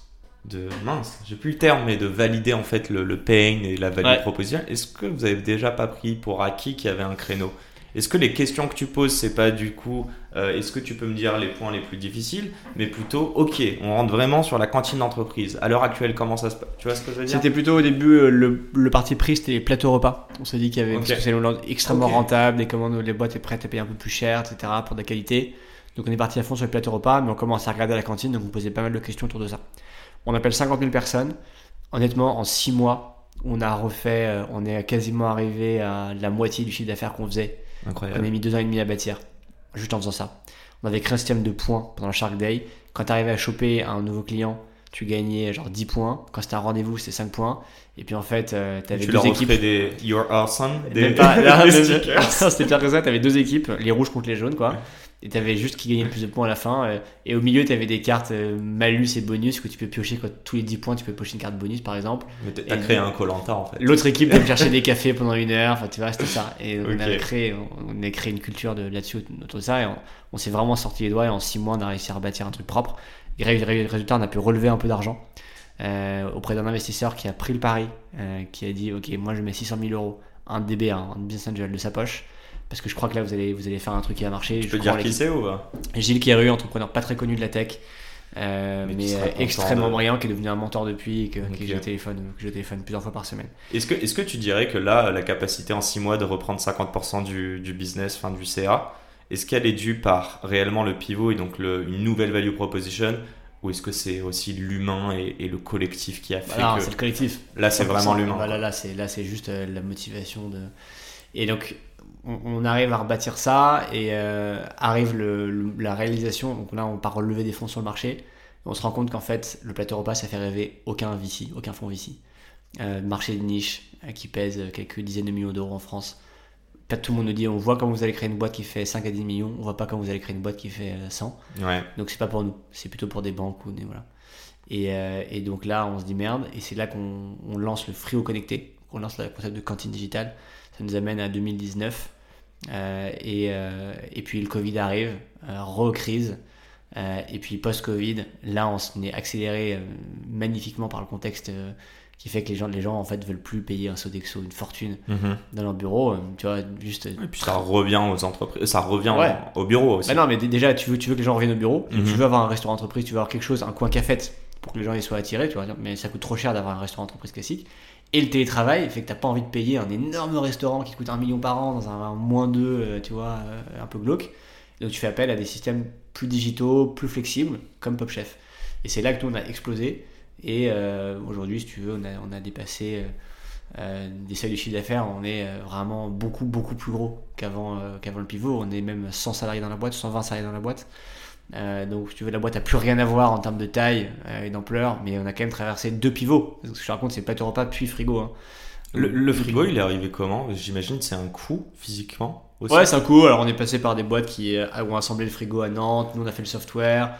de mince, j'ai plus le terme, mais de valider en fait le, le pain et la value Ouais. proposition, est-ce que vous avez déjà pas pris pour acquis qu'il y avait un créneau? Est-ce que les questions que tu poses, c'est pas du coup, euh, est-ce que tu peux me dire les points les plus difficiles, mais plutôt, ok, on rentre vraiment sur la cantine d'entreprise. À l'heure actuelle, comment ça se passe? Tu vois ce que je veux dire? C'était plutôt au début euh, le, le parti pris, c'était les plateaux repas. On s'est dit qu'il y avait Ok. parce que c'est le- extrêmement Ok. rentable et comment nous, les boîtes étaient prêtes à payer un peu plus cher, et cetera pour de la qualité. Donc on est parti à fond sur les plateaux repas, mais on commence à regarder à la cantine, donc on posait pas mal de questions autour de ça. On appelle cinquante mille personnes. Honnêtement, en six mois, on a refait, euh, on est quasiment arrivé à la moitié du chiffre d'affaires qu'on faisait. On Incroyable. a mis deux ans et demi à bâtir, juste en faisant ça. On avait créé un système de points pendant le Shark Day. Quand tu arrivais à choper un nouveau client, tu gagnais genre dix points. Quand c'était un rendez-vous, c'était cinq points. Et puis en fait, euh, tu avais Tu deux leur équipes. offrais des You're Awesome, des, Même pas, là, des même- stickers. non, c'était pire que ça, t'avais deux équipes, les rouges contre les jaunes, quoi. Et t'avais juste qui gagnait le plus de points à la fin. euh, Et au milieu, t'avais des cartes euh, malus et bonus que tu peux piocher. Quoi. Tous les dix points, tu peux piocher une carte bonus, par exemple. Mais t'as Et- créé un Koh-Lanta en fait. L'autre équipe doit me chercher des cafés pendant une heure. Enfin, tu vois, c'était ça. Et on Ok. a créé, on a créé une culture de là-dessus autour de ça. Et on, on s'est vraiment sorti les doigts. Et en six mois, on a réussi à rebâtir un truc propre. Et ré- ré- résultat, on a pu relever un peu d'argent euh, auprès d'un investisseur qui a pris le pari, euh, qui a dit, ok, moi, je mets six cent mille euros, un D B, un business angel de sa poche. Parce que je crois que là, vous allez, vous allez faire un truc qui va marcher. Tu Je peux crois en dire qui l'équipe. c'est ou pas? Gilles Quéru, entrepreneur pas très connu de la tech, euh, Mais mais, qui sera euh, content extrêmement de- brillant, qui est devenu un mentor depuis et que, Ok. que je téléphone, que je téléphone plusieurs fois par semaine. Est-ce que, est-ce que tu dirais que là, la capacité en six mois de reprendre cinquante pour cent du, du business, enfin du C A, est-ce qu'elle est due par réellement le pivot et donc le, une nouvelle value proposition, ou est-ce que c'est aussi l'humain et, et le collectif qui a fait Voilà, que c'est le collectif. là c'est vraiment l'humain? Voilà, là, c'est, là, c'est juste euh, la motivation de. Et donc, on, on arrive à rebâtir ça et euh, arrive le, le- la réalisation. Donc là, on part relever des fonds sur le marché. Et on se rend compte qu'en fait, le plateau repas, ça fait rêver aucun V C, aucun fonds V C. Euh, marché de niche euh, qui pèse quelques dizaines de millions d'euros en France. Pas tout le monde nous dit on voit comment vous allez créer une boîte qui fait cinq à dix millions, on voit pas comment vous allez créer une boîte qui fait euh, cent. Ouais. Donc c'est pas pour nous, c'est plutôt pour des banques ou des voilà. Et, euh, et donc là on se dit merde et c'est là qu'on on lance le Frigo connecté, on lance le concept de cantine digitale. Ça nous amène à deux mille dix-neuf euh, et, euh, et puis le Covid arrive, euh, re-crise euh, et puis post-Covid, là on s'en est accéléré euh, magnifiquement par le contexte euh, qui fait que les gens, les gens en fait veulent plus payer un Sodexo, une fortune Mhm. dans leur bureau, euh, tu vois juste. Et puis ça revient aux entreprises, ça revient Ouais. au bureau aussi. Bah non, mais d- déjà, tu veux, tu veux que les gens reviennent au bureau, Mhm. tu veux avoir un restaurant entreprise, tu veux avoir quelque chose, un coin cafette pour que les gens y soient attirés, tu vois, mais ça coûte trop cher d'avoir un restaurant entreprise classique. Et le télétravail fait que t'as pas envie de payer un énorme restaurant qui coûte un million par an dans un, un moins deux, euh, tu vois, euh, un peu glauque. Et donc tu fais appel à des systèmes plus digitaux, plus flexibles, comme Pop Chef. Et c'est là que nous on a explosé. Et euh, aujourd'hui, si tu veux, on a, on a dépassé euh, euh, des seuils de chiffre d'affaires. On est euh, vraiment beaucoup, beaucoup plus gros qu'avant, euh, qu'avant le pivot. On est même cent salariés dans la boîte, cent vingt salariés dans la boîte. Euh, donc, si tu veux, la boîte n'a plus rien à voir en termes de taille euh, et d'ampleur, mais on a quand même traversé deux pivots. Ce que je te raconte, c'est plateau repas puis frigo. Hein. Le, le frigo, il est arrivé comment? J'imagine que c'est un coût physiquement aussi. Ouais, c'est un coup. Alors, on est passé par des boîtes qui euh, ont assemblé le frigo à Nantes. Nous, on a fait le software.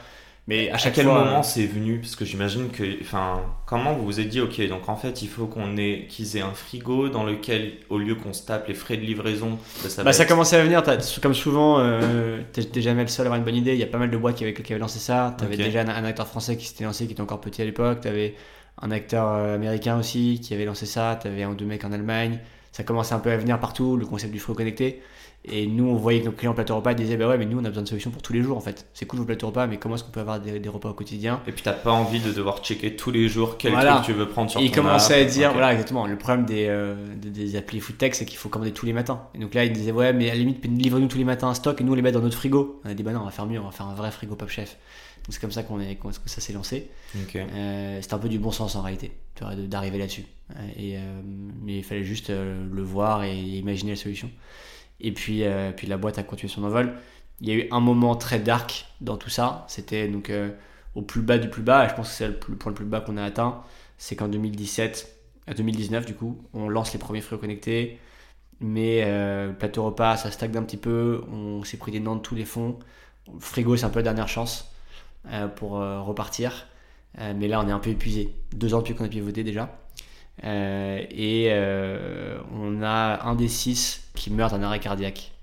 Mais à À chaque quel fois, moment euh, c'est venu? Parce que j'imagine que, enfin, comment vous vous êtes dit, ok, donc en fait, il faut qu'on ait, qu'ils aient un frigo dans lequel, au lieu qu'on se tape les frais de livraison, bah, ça bah, va ça être- commençait à venir. t'as- Comme souvent, euh, t'es t'es jamais le seul à avoir une bonne idée. Il y a pas mal de boîtes qui avaient, qui avaient lancé ça. T'avais Ok. déjà un, un acteur français qui s'était lancé, qui était encore petit à l'époque. T'avais un acteur euh, américain aussi qui avait lancé ça. T'avais un ou deux mecs en Allemagne. Ça commençait un peu à venir partout, le concept du frigo connecté. Et nous, on voyait que nos clients plateau repas disaient, bah ouais, mais nous, on a besoin de solutions pour tous les jours en fait. C'est cool vos plateau repas, mais comment est-ce qu'on peut avoir des, des repas au quotidien? Et puis t'as pas envie de devoir checker tous les jours quel Voilà. truc tu veux prendre sur Et ton ils commençaient app. à dire, Ok. voilà, exactement, le problème des, euh, des, des applis food tech, c'est qu'il faut commander tous les matins. Et donc là, ils disaient, ouais, mais à la limite, livrez-nous tous les matins un stock et nous, on les met dans notre frigo. On a dit, bah non, on va faire mieux, on va faire un vrai frigo Pop Chef. Donc c'est comme ça qu'on est, qu'on- que ça s'est lancé. Ok. Euh, c'était un peu du bon sens en réalité, tu vois, de- d'arriver là-dessus. Euh, Et, euh, mais il fallait juste euh, le voir et imaginer la solution. Et puis, euh, puis la boîte a continué son envol. Il y a eu un moment très dark dans tout ça. C'était donc euh, au plus bas du plus bas, et je pense que c'est le, plus- le point le plus bas qu'on a atteint. C'est qu'en deux mille dix-sept, euh, deux mille dix-neuf du coup, on lance les premiers frigos connectés. Mais euh, le plateau repas, ça stagne un petit peu. On s'est pris des dents de tous les fonds. Le frigo, c'est un peu la dernière chance euh, pour euh, repartir. Euh, mais là, on est un peu épuisé. Deux ans depuis qu'on a pivoté déjà. Euh, et euh, on a un des six qui meurt d'un arrêt cardiaque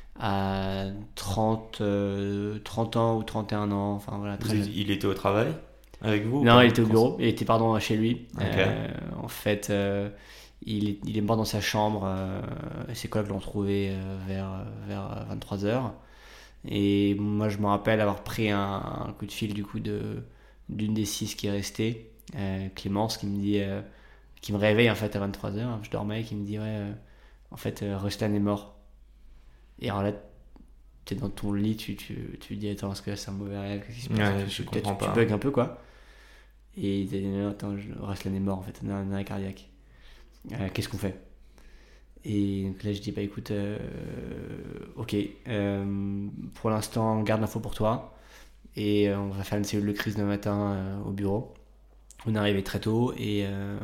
à trente, euh, trente ans ou trente et un ans. Enfin, voilà, Vous très êtes- jeune. il était au travail avec vous ou Non, pas? il était au bureau. Il était pardon chez lui. Ok. Euh, en fait, euh, il, est, il est mort dans sa chambre. Euh, et ses collègues l'ont trouvé euh, vers, vers vingt-trois heures. Et moi, je me rappelle avoir pris un, un coup de fil du coup de d'une des six qui est restée, euh, Clémence, qui me dit, euh, qui me réveille en fait à vingt-trois heures. Je dormais, qui me dit ouais, euh, en fait, euh, Ruslan est mort. Et alors là, t'es dans ton lit, tu tu tu dis attends, est-ce que là, c'est un mauvais rêve? Qu'est-ce qui se passe? Ouais, Tu- je peut-être comprends tu pas. bugs un peu quoi. Et il dit non, attends, je- Ruslan est mort en fait, d'un un arrêt cardiaque. Euh, qu'est-ce qu'on fait? Et donc là, je dis, bah écoute, euh, ok, euh, pour l'instant, on garde l'info pour toi. Et euh, on va faire une cellule de crise demain matin euh, au bureau. On est arrivé très tôt et euh,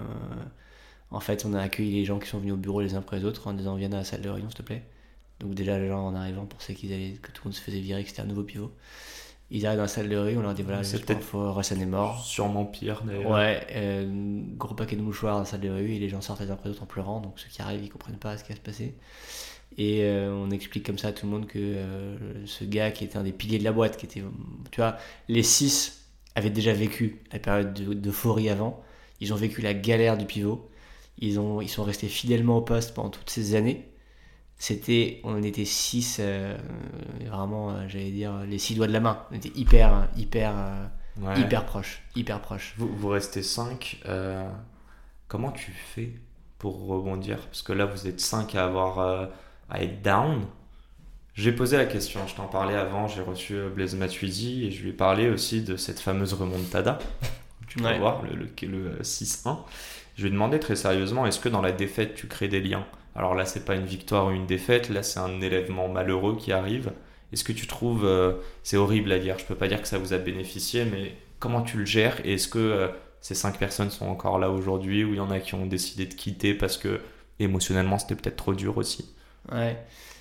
en fait, on a accueilli les gens qui sont venus au bureau les uns après les autres en disant, viens dans la salle de réunion, s'il te plaît. Donc déjà, les gens en arrivant pensaient qu'ils allaient, que tout le monde se faisait virer, que c'était un nouveau pivot. Ils arrivent dans la salle de réunion, on leur dit, voilà, C'est juste peut-être- pour info, Ruslan est mort. Sûrement pire d'ailleurs. Ouais, euh, gros paquet de mouchoirs dans la salle de rue et les gens sortent les uns après les autres en pleurant, donc ceux qui arrivent ils comprennent pas ce qui va se passer. Et euh, on explique comme ça à tout le monde que euh, ce gars qui était un des piliers de la boîte, qui était, tu vois, les six avaient déjà vécu la période de- d'euphorie avant, ils ont vécu la galère du pivot, ils, ont, ils sont restés fidèlement au poste pendant toutes ces années. C'était, on était six, euh, vraiment, euh, j'allais dire, les six doigts de la main. On était hyper, hyper, euh, Ouais. hyper proches, hyper proches. Vous, vous restez cinq. Comment tu fais pour rebondir? Parce que là, vous êtes cinq à avoir euh, à être down. J'ai posé la question, je t'en parlais avant, j'ai reçu euh, Blaise Matuidi et je lui ai parlé aussi de cette fameuse remontada. Tu peux Ouais. voir, le, le, le six un. Je lui ai demandé très sérieusement, est-ce que dans la défaite, tu crées des liens? Alors là, c'est pas une victoire ou une défaite, là, c'est un élèvement malheureux qui arrive. Est-ce que tu trouves, euh, c'est horrible à dire, je peux pas dire que ça vous a bénéficié, mais comment tu le gères? Et est-ce que euh, ces cinq personnes sont encore là aujourd'hui, ou il y en a qui ont décidé de quitter parce que émotionnellement, c'était peut-être trop dur aussi? Ouais.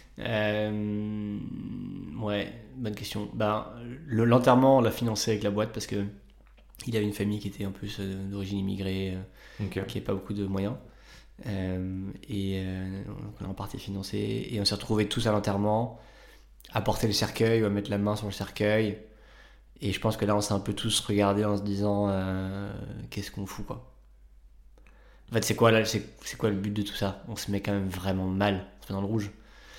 Euh, ouais, bonne question. Ben, le, l'enterrement, on l'a financé avec la boîte parce que il avait une famille qui était en plus euh, d'origine immigrée, euh, Ok. qui n'avait pas beaucoup de moyens. Euh, et euh, on a en partie financé. Et on s'est retrouvés tous à l'enterrement, à porter le cercueil ou à mettre la main sur le cercueil. Et je pense que là, on s'est un peu tous regardés en se disant euh, qu'est-ce qu'on fout, quoi. En fait, c'est quoi, là, c'est, c'est quoi le but de tout ça? On se met quand même vraiment mal, on se met dans le rouge.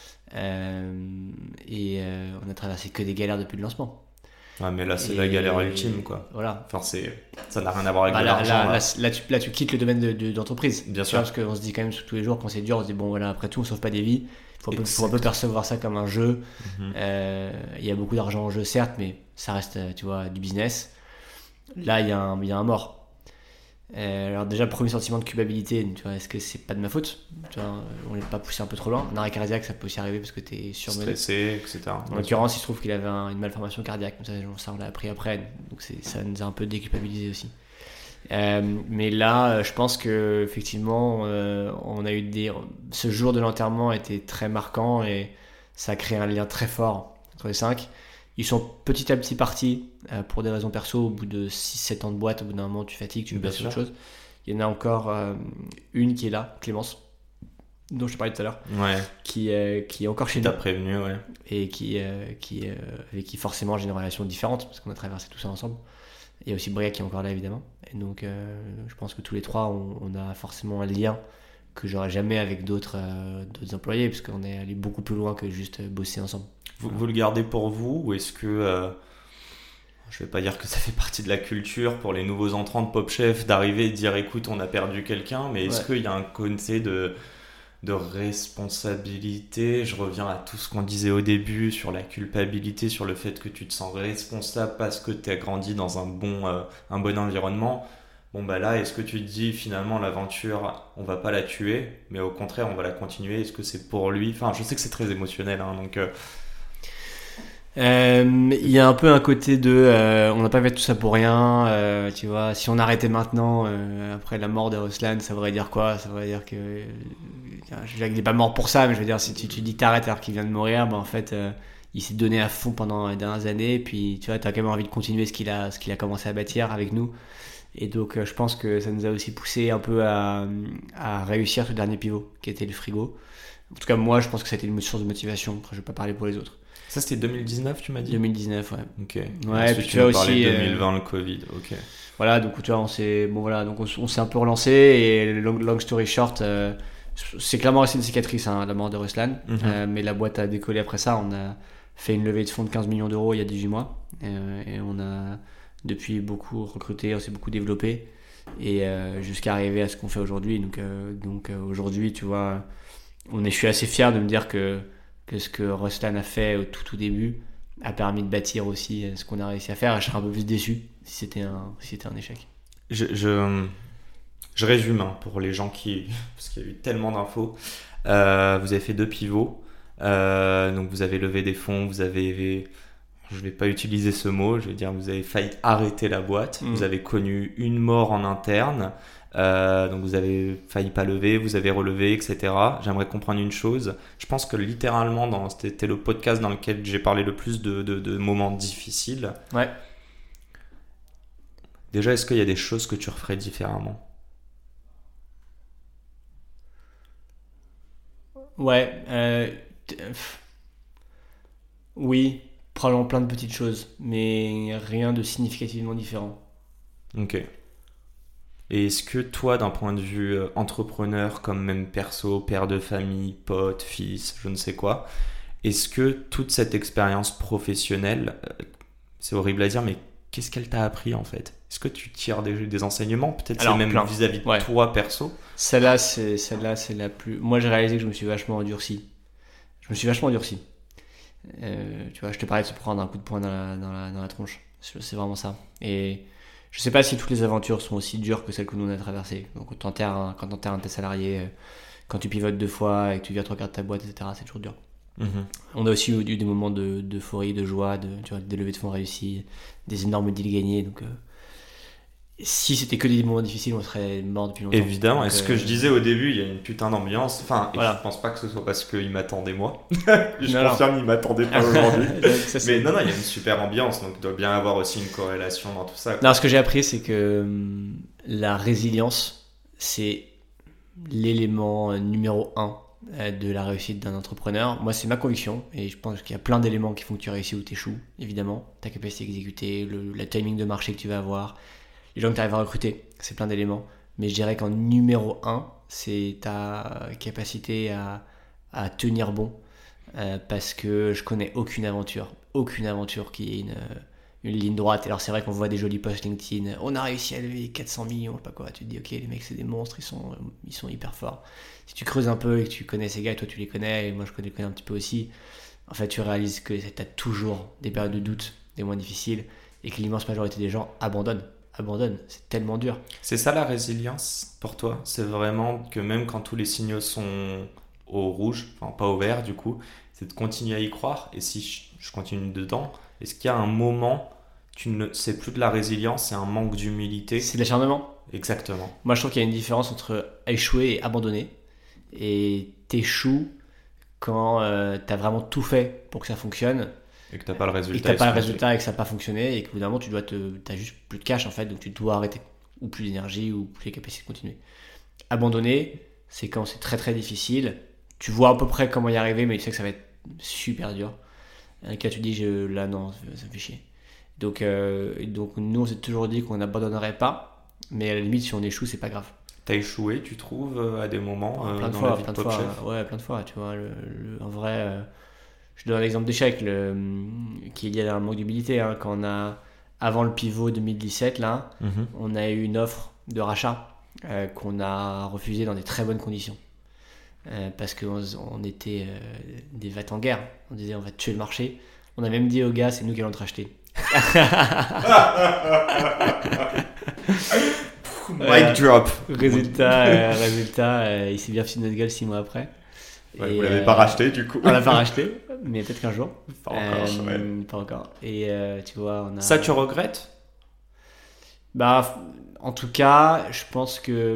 Euh, et euh, on a traversé que des galères depuis le lancement. Ouais, mais là, c'est Et- la galère ultime, quoi. Voilà. Enfin, c'est, ça n'a rien à voir avec Bah, de là, l'argent. là, là. là, là, tu, là, tu quittes le domaine de, de- d'entreprise. Bien Tu sûr. vois, parce qu'on se dit quand même tous les jours quand c'est dur, on se dit bon voilà, après tout, on sauve pas des vies. Il faut un peu, faut un peu Exact. percevoir ça comme un jeu. Mhm. Euh, Il y a beaucoup d'argent en jeu, certes, mais ça reste, euh, tu vois, du business. Là, il y, a un- il y a un mort. Euh, alors déjà, le premier sentiment de culpabilité, tu vois, est-ce que c'est pas de ma faute? Tu vois, on n'est pas poussé un peu trop loin. Un arrêt cardiaque, ça peut aussi arriver parce que t'es surmené. Stressé, et cetera. En l'occurrence, il se trouve qu'il avait un- une malformation cardiaque, comme ça, ça on l'a appris après, donc c'est, ça nous a un peu déculpabilisé aussi. Euh, mais là, euh, je pense que effectivement, euh, on a eu des. Ce jour de l'enterrement était très marquant et ça a créé un lien très fort entre les cinq. Ils sont petit à petit partis euh, pour des raisons perso. Au bout de six sept ans de boîte, au bout d'un moment, tu fatigues, tu veux Bien passer à autre sûr. chose. Il y en a encore euh, une qui est là, Clémence, dont je te parlais tout à l'heure, Ouais, qui, euh, qui est encore chez qui nous t'a prévenu, ouais. et qui, euh, qui, euh, avec qui forcément j'ai une relation différente parce qu'on a traversé tout ça ensemble. Il y a aussi Bria qui est encore là évidemment. Et donc euh, je pense que tous les trois, on, on a forcément un lien que j'aurais jamais avec d'autres, euh, d'autres employés parce qu'on est allé beaucoup plus loin que juste bosser ensemble. Vous, vous le gardez pour vous ou est-ce que, euh, je vais pas dire que ça fait partie de la culture pour les nouveaux entrants de Pop Chef d'arriver et de dire écoute on a perdu quelqu'un, mais est-ce Ouais. qu'il y a un côté de, de responsabilité? Je reviens à tout ce qu'on disait au début sur la culpabilité, sur le fait que tu te sens responsable parce que tu as grandi dans un bon, euh, un bon environnement. Bon bah là, est-ce que tu te dis finalement l'aventure, on va pas la tuer, mais au contraire on va la continuer? Est-ce que c'est pour lui? Enfin, je sais que c'est très émotionnel, hein, donc... Euh... Euh, Il y a un peu un côté de euh, on n'a pas fait tout ça pour rien, euh, tu vois. Si on arrêtait maintenant, euh, après la mort de Ruslan, ça voudrait dire quoi? Ça voudrait dire que. Euh, je veux dire qu'il n'est pas mort pour ça, mais je veux dire, si tu, tu dis que t'arrêtes alors qu'il vient de mourir, bah en fait, euh, il s'est donné à fond pendant les dernières années, puis tu vois, t'as quand même envie de continuer ce qu'il a, ce qu'il a commencé à bâtir avec nous. Et donc, euh, je pense que ça nous a aussi poussé un peu à, à réussir ce dernier pivot, qui était le frigo. En tout cas, moi, je pense que ça a été une source de motivation. Après, je ne vais pas parler pour les autres. Ça c'était deux mille dix-neuf, tu m'as dit? deux mille dix-neuf, ouais. Ok. Ouais, Ensuite, puis tu tu vois nous parlais aussi, de euh, deux mille vingt, le Covid. Ok. Voilà, donc tu vois, on s'est, bon voilà, donc on, s- on s'est un peu relancé et long, long story short, euh, c'est clairement resté une cicatrice, hein, la mort de Ruslan. Mhm. Euh, mais la boîte a décollé après ça. On a fait une levée de fonds de quinze millions d'euros il y a dix-huit mois euh, et on a depuis beaucoup recruté, on s'est beaucoup développé et euh, jusqu'à arriver à ce qu'on fait aujourd'hui. Donc, euh, donc euh, aujourd'hui, tu vois, on est, je suis assez fier de me dire que, que ce que Ruslan a fait au tout tout début a permis de bâtir aussi euh, ce qu'on a réussi à faire. Et je serais un peu plus déçu si c'était un, si c'était un échec. Je, je, je résume hein, pour les gens qui... Parce qu'il y a eu tellement d'infos. Euh, vous avez fait deux pivots. Euh, donc vous avez levé des fonds, vous avez... Je ne vais pas utiliser ce mot, je vais dire vous avez failli arrêter la boîte. Mmh. Vous avez connu une mort en interne. Euh, donc vous avez failli pas lever, vous avez relevé, et cetera. J'aimerais comprendre une chose. Je pense que littéralement, dans, c'était le podcast dans lequel j'ai parlé le plus de, de, de moments difficiles. Ouais. Déjà, est-ce qu'il y a des choses que tu referais différemment? Ouais. Euh, t- pff. Oui, probablement plein de petites choses, mais rien de significativement différent. Ok. Et est-ce que toi, d'un point de vue euh, entrepreneur, comme même perso, père de famille, pote, fils, je ne sais quoi, est-ce que toute cette expérience professionnelle, euh, c'est horrible à dire, mais qu'est-ce qu'elle t'a appris en fait? Est-ce que tu tires des, des enseignements? Peut-être Alors, c'est même plein. vis-à-vis de Ouais. toi perso. Celle-là, c'est, celle-là, c'est la plus. Moi, j'ai réalisé que je me suis vachement endurci. Je me suis vachement endurci. Euh, tu vois, je te parlais de se prendre un coup de poing dans la, dans la, dans la tronche. C'est c'est vraiment ça. Et je sais pas si toutes les aventures sont aussi dures que celles que nous on a traversées. Donc, quand t'enterres un, quand t'enterres un de tes salariés, euh, quand tu pivotes deux fois et que tu vires trois quarts de ta boîte, et cetera, c'est toujours dur. Mhm. On a aussi eu, eu des moments de, d'euphorie, de joie, de, tu vois, des levées de fonds réussies, des énormes deals gagnés. Donc, euh, si c'était que des moments difficiles, on serait mort depuis longtemps. Évidemment, Donc, et ce euh, que je disais au début, il y a une putain d'ambiance. Enfin, et Voilà. je pense pas que ce soit parce qu'il m'attendait moi. je Non, non. confirme, il m'attendait pas aujourd'hui. Ça, c'est- Mais non, non, il y a une super ambiance, donc il doit bien avoir aussi une corrélation dans tout ça. quoi. Non, ce que j'ai appris, c'est que hum, la résilience, c'est l'élément euh, numéro un euh, de la réussite d'un entrepreneur. Moi, c'est ma conviction, et je pense qu'il y a plein d'éléments qui font que tu réussis ou t'échoues, évidemment. Ta capacité à exécuter, le, le timing de marché que tu vas avoir, les gens que tu arrives à recruter, c'est plein d'éléments. Mais je dirais qu'en numéro un, c'est ta capacité à, à tenir bon, euh, parce que je connais aucune aventure, aucune aventure qui ait une... euh, une ligne droite. Alors c'est vrai qu'on voit des jolis posts LinkedIn, on a réussi à lever quatre cents millions, je sais pas quoi, tu te dis ok, les mecs c'est des monstres, ils sont, ils sont hyper forts. Si tu creuses un peu et que tu connais ces gars, et toi tu les connais, et moi je connais, connais un petit peu aussi, en fait tu réalises que tu as toujours des périodes de doute, des mois difficiles, et que l'immense majorité des gens abandonnent. Abandonnent, c'est tellement dur. C'est ça la résilience pour toi? C'est vraiment que même quand tous les signaux sont au rouge, enfin pas au vert du coup, c'est de continuer à y croire. Et si je, je continue dedans, est-ce qu'il y a un moment, tu ne, c'est plus de la résilience, c'est un manque d'humilité? C'est de l'acharnement. Exactement. Moi je trouve qu'il y a une différence entre échouer et abandonner. Et t'échoues quand euh, t'as vraiment tout fait pour que ça fonctionne. Et que t'as pas le résultat. Et que t'as pas le résultat et que ça n'a pas fonctionné et qu'au bout d'un moment, tu dois te, t'as juste plus de cash en fait, donc tu dois arrêter. Ou plus d'énergie ou plus les capacités de continuer. Abandonner, c'est quand c'est très très difficile. Tu vois à peu près comment y arriver, mais tu sais que ça va être super dur. Et là, tu dis, je, là non, ça me fait chier. Donc, euh, donc nous, on s'est toujours dit qu'on n'abandonnerait pas, mais à la limite, si on échoue, c'est pas grave. T'as échoué, tu trouves, à des moments euh, plein de dans fois, la vie plein de de Pop fois, Chef? ouais, plein de fois, tu vois. Le, le, en vrai, euh, je donne l'exemple d'échec, le, qui est lié à un manque d'humilité. Hein, quand on a, avant le pivot deux mille dix-sept, là, mm-hmm. on a eu une offre de rachat euh, qu'on a refusée dans des très bonnes conditions. Euh, parce qu'on on était euh, des vats en guerre. On disait, on va tuer le marché. On a même dit aux gars, c'est nous qui allons te racheter. Mic drop. Résultat, euh, résultat euh, il s'est bien fini de notre gueule six mois après. Ouais, et vous l'avez euh, pas racheté du coup. On l'a pas racheté, mais peut-être qu'un jour. Pas encore. Euh, ouais. Pas encore. Et euh, tu vois, on a. Ça, tu regrettes? Bah, en tout cas, je pense que.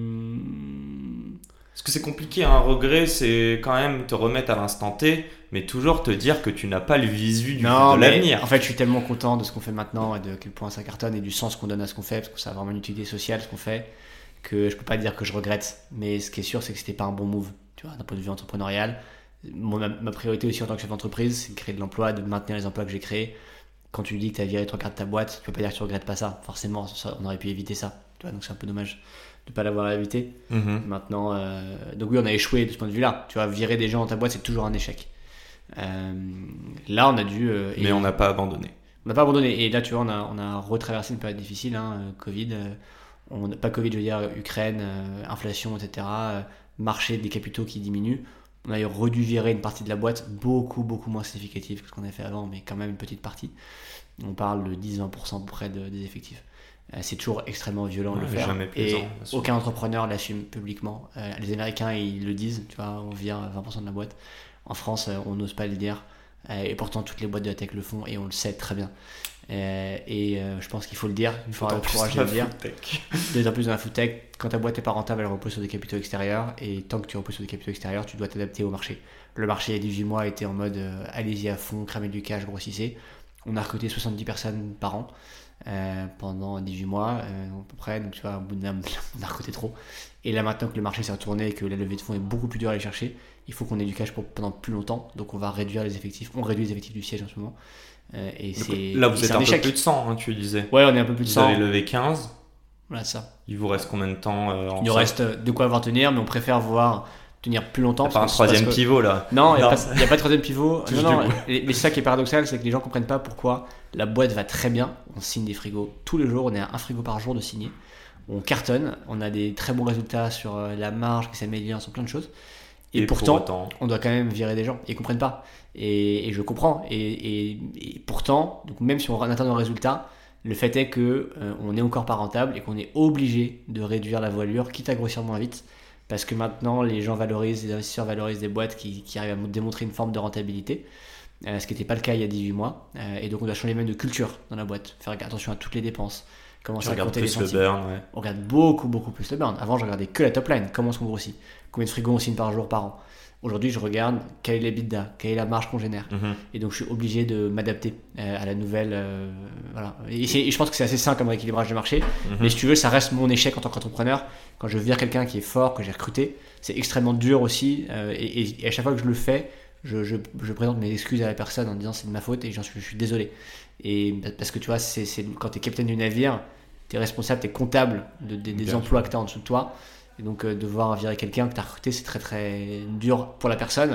Hum... Parce que c'est compliqué, un regret, c'est quand même te remettre à l'instant T, mais toujours te dire que tu n'as pas le visu du, non, de mais l'avenir. En fait, je suis tellement content de ce qu'on fait maintenant et de quel point ça cartonne et du sens qu'on donne à ce qu'on fait, parce que ça a vraiment une utilité sociale ce qu'on fait, que je peux pas dire que je regrette. Mais ce qui est sûr, c'est que c'était pas un bon move, tu vois, d'un point de vue entrepreneurial. Mon, ma, ma priorité aussi en tant que chef d'entreprise, c'est de créer de l'emploi, de maintenir les emplois que j'ai créés. Quand tu dis que tu as viré trois quarts de ta boîte, tu peux pas dire que tu regrettes pas ça. Forcément, ça, on aurait pu éviter ça. Tu vois, donc c'est un peu dommage de pas l'avoir évité. Mm-hmm. Maintenant, euh, donc oui, on a échoué de ce point de vue-là. Tu vois, virer des gens dans ta boîte, c'est toujours un échec. Euh, là, on a dû. Euh, Mais on n'a pas abandonné. On n'a pas abandonné. Et là, tu vois, on a, on a retraversé une période difficile, hein, Covid. Euh, on, pas Covid, je veux dire, Ukraine, euh, inflation, et cetera. Euh, marché des capitaux qui diminue. On a redû virer une partie de la boîte, beaucoup, beaucoup moins significative que ce qu'on avait fait avant, mais quand même une petite partie. On parle de dix à vingt pour cent à peu près de, des effectifs. Euh, c'est toujours extrêmement violent de ouais, le faire. Plaisant, et aucun entrepreneur l'assume publiquement. Euh, les Américains, ils le disent, tu vois, on vire vingt pour cent de la boîte. En France, euh, on n'ose pas le dire. Euh, et pourtant, toutes les boîtes de la tech le font et on le sait très bien. Euh, et euh, je pense qu'il faut le dire, il faut avoir le courage de le dire. D'autant plus dans la food tech, quand ta boîte n'est pas rentable, elle repose sur des capitaux extérieurs. Et tant que tu reposes sur des capitaux extérieurs, tu dois t'adapter au marché. Le marché, il y a dix-huit mois, était en mode euh, allez-y à fond, cramez du cash, grossissez. On a recruté soixante-dix personnes par an euh, pendant dix-huit mois, euh, à peu près. Donc tu vois, au bout d'un on a recruté trop. Et là, maintenant que le marché s'est retourné et que la levée de fonds est beaucoup plus dure à aller chercher, il faut qu'on ait du cash pour, pendant plus longtemps. Donc on va réduire les effectifs. On réduit les effectifs du siège en ce moment. Euh, et donc, c'est, là, vous et êtes un, un peu plus de cent, hein, tu disais. Ouais, on est un peu plus de cent. Vous avez levé quinze. Voilà, ça. Il vous reste combien de temps euh, Il nous reste de quoi avoir tenir, mais on préfère voir tenir plus longtemps. Il n'y a pas un troisième que... pivot là. Non, il n'y a, a pas de troisième pivot. non, non, mais c'est ça qui est paradoxal, c'est que les gens ne comprennent pas pourquoi la boîte va très bien. On signe des frigos tous les jours, on est à un frigo par jour de signer. On cartonne, on a des très bons résultats sur la marge qui s'améliore, sur plein de choses. Et, et pourtant, pour autant... on doit quand même virer des gens. Ils ne comprennent pas. Et, et je comprends. Et, et, et pourtant, donc même si on atteint nos résultats, le fait est qu'on euh, n'est encore pas rentable et qu'on est obligé de réduire la voilure, quitte à grossir moins vite. Parce que maintenant, les gens valorisent, les investisseurs valorisent des boîtes qui, qui arrivent à démontrer une forme de rentabilité, euh, ce qui n'était pas le cas il y a dix-huit mois. Euh, et donc, on doit changer même de culture dans la boîte, faire attention à toutes les dépenses, commencer à compter les centimes. Le burn, ouais. On regarde beaucoup, beaucoup plus le burn. Avant, je regardais que la top line, comment est-ce qu'on grossit, combien de frigos on signe par jour, par an. Aujourd'hui, je regarde quelle est l'EBITDA, quelle est la marge qu'on génère. Mm-hmm. Et donc, je suis obligé de m'adapter euh, à la nouvelle. Euh, voilà. Et, et je pense que c'est assez sain comme rééquilibrage de marché. Mm-hmm. Mais si tu veux, ça reste mon échec en tant qu'entrepreneur. Quand je vire quelqu'un qui est fort, que j'ai recruté, c'est extrêmement dur aussi. Euh, et, et, et à chaque fois que je le fais, je, je, je présente mes excuses à la personne en disant c'est de ma faute et j'en suis, je suis désolé. Et parce que tu vois, c'est, c'est, quand tu es capitaine du navire, tu es responsable, tu es comptable de, de, des emplois que tu as en dessous de toi. Et donc, euh, devoir virer quelqu'un que tu as recruté, c'est très très dur pour la personne.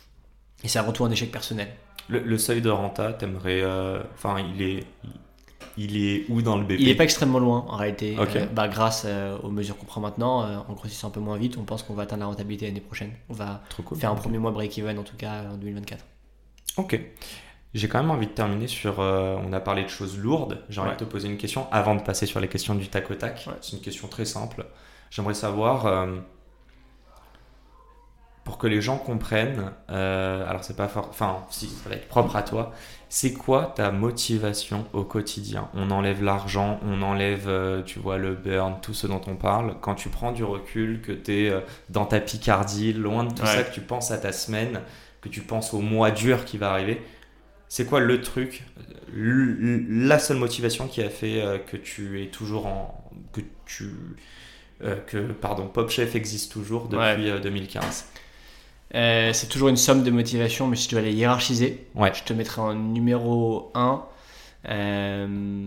Et c'est avant tout un échec personnel. Le, le seuil de renta, t'aimerais. Enfin, euh, il est. Il est où dans le B P ? Il n'est pas extrêmement loin en réalité. Okay. Euh, bah, grâce euh, aux mesures qu'on prend maintenant, euh, en grossissant un peu moins vite, on pense qu'on va atteindre la rentabilité l'année prochaine. On va cool, faire un okay. premier mois break-even en tout cas en deux mille vingt-quatre. Ok. J'ai quand même envie de terminer sur. Euh, on a parlé de choses lourdes. J'ai envie ouais. de te poser une question avant de passer sur les questions du tac au tac. Ouais. C'est une question très simple. J'aimerais savoir, euh, pour que les gens comprennent, euh, alors c'est pas fort, enfin si ça va être propre à toi, c'est quoi ta motivation au quotidien ? On enlève l'argent, on enlève, euh, tu vois, le burn, tout ce dont on parle. Quand tu prends du recul, que tu es euh, dans ta Picardie, loin de tout ouais. ça, que tu penses à ta semaine, que tu penses au mois dur qui va arriver, c'est quoi le truc, l- la seule motivation qui a fait euh, que tu es toujours en... que tu... Euh, que, pardon, Popchef existe toujours depuis Ouais. euh, deux mille quinze. Euh, c'est toujours une somme de motivation, mais si tu dois les hiérarchiser, Ouais. je te mettrai en numéro un. Euh...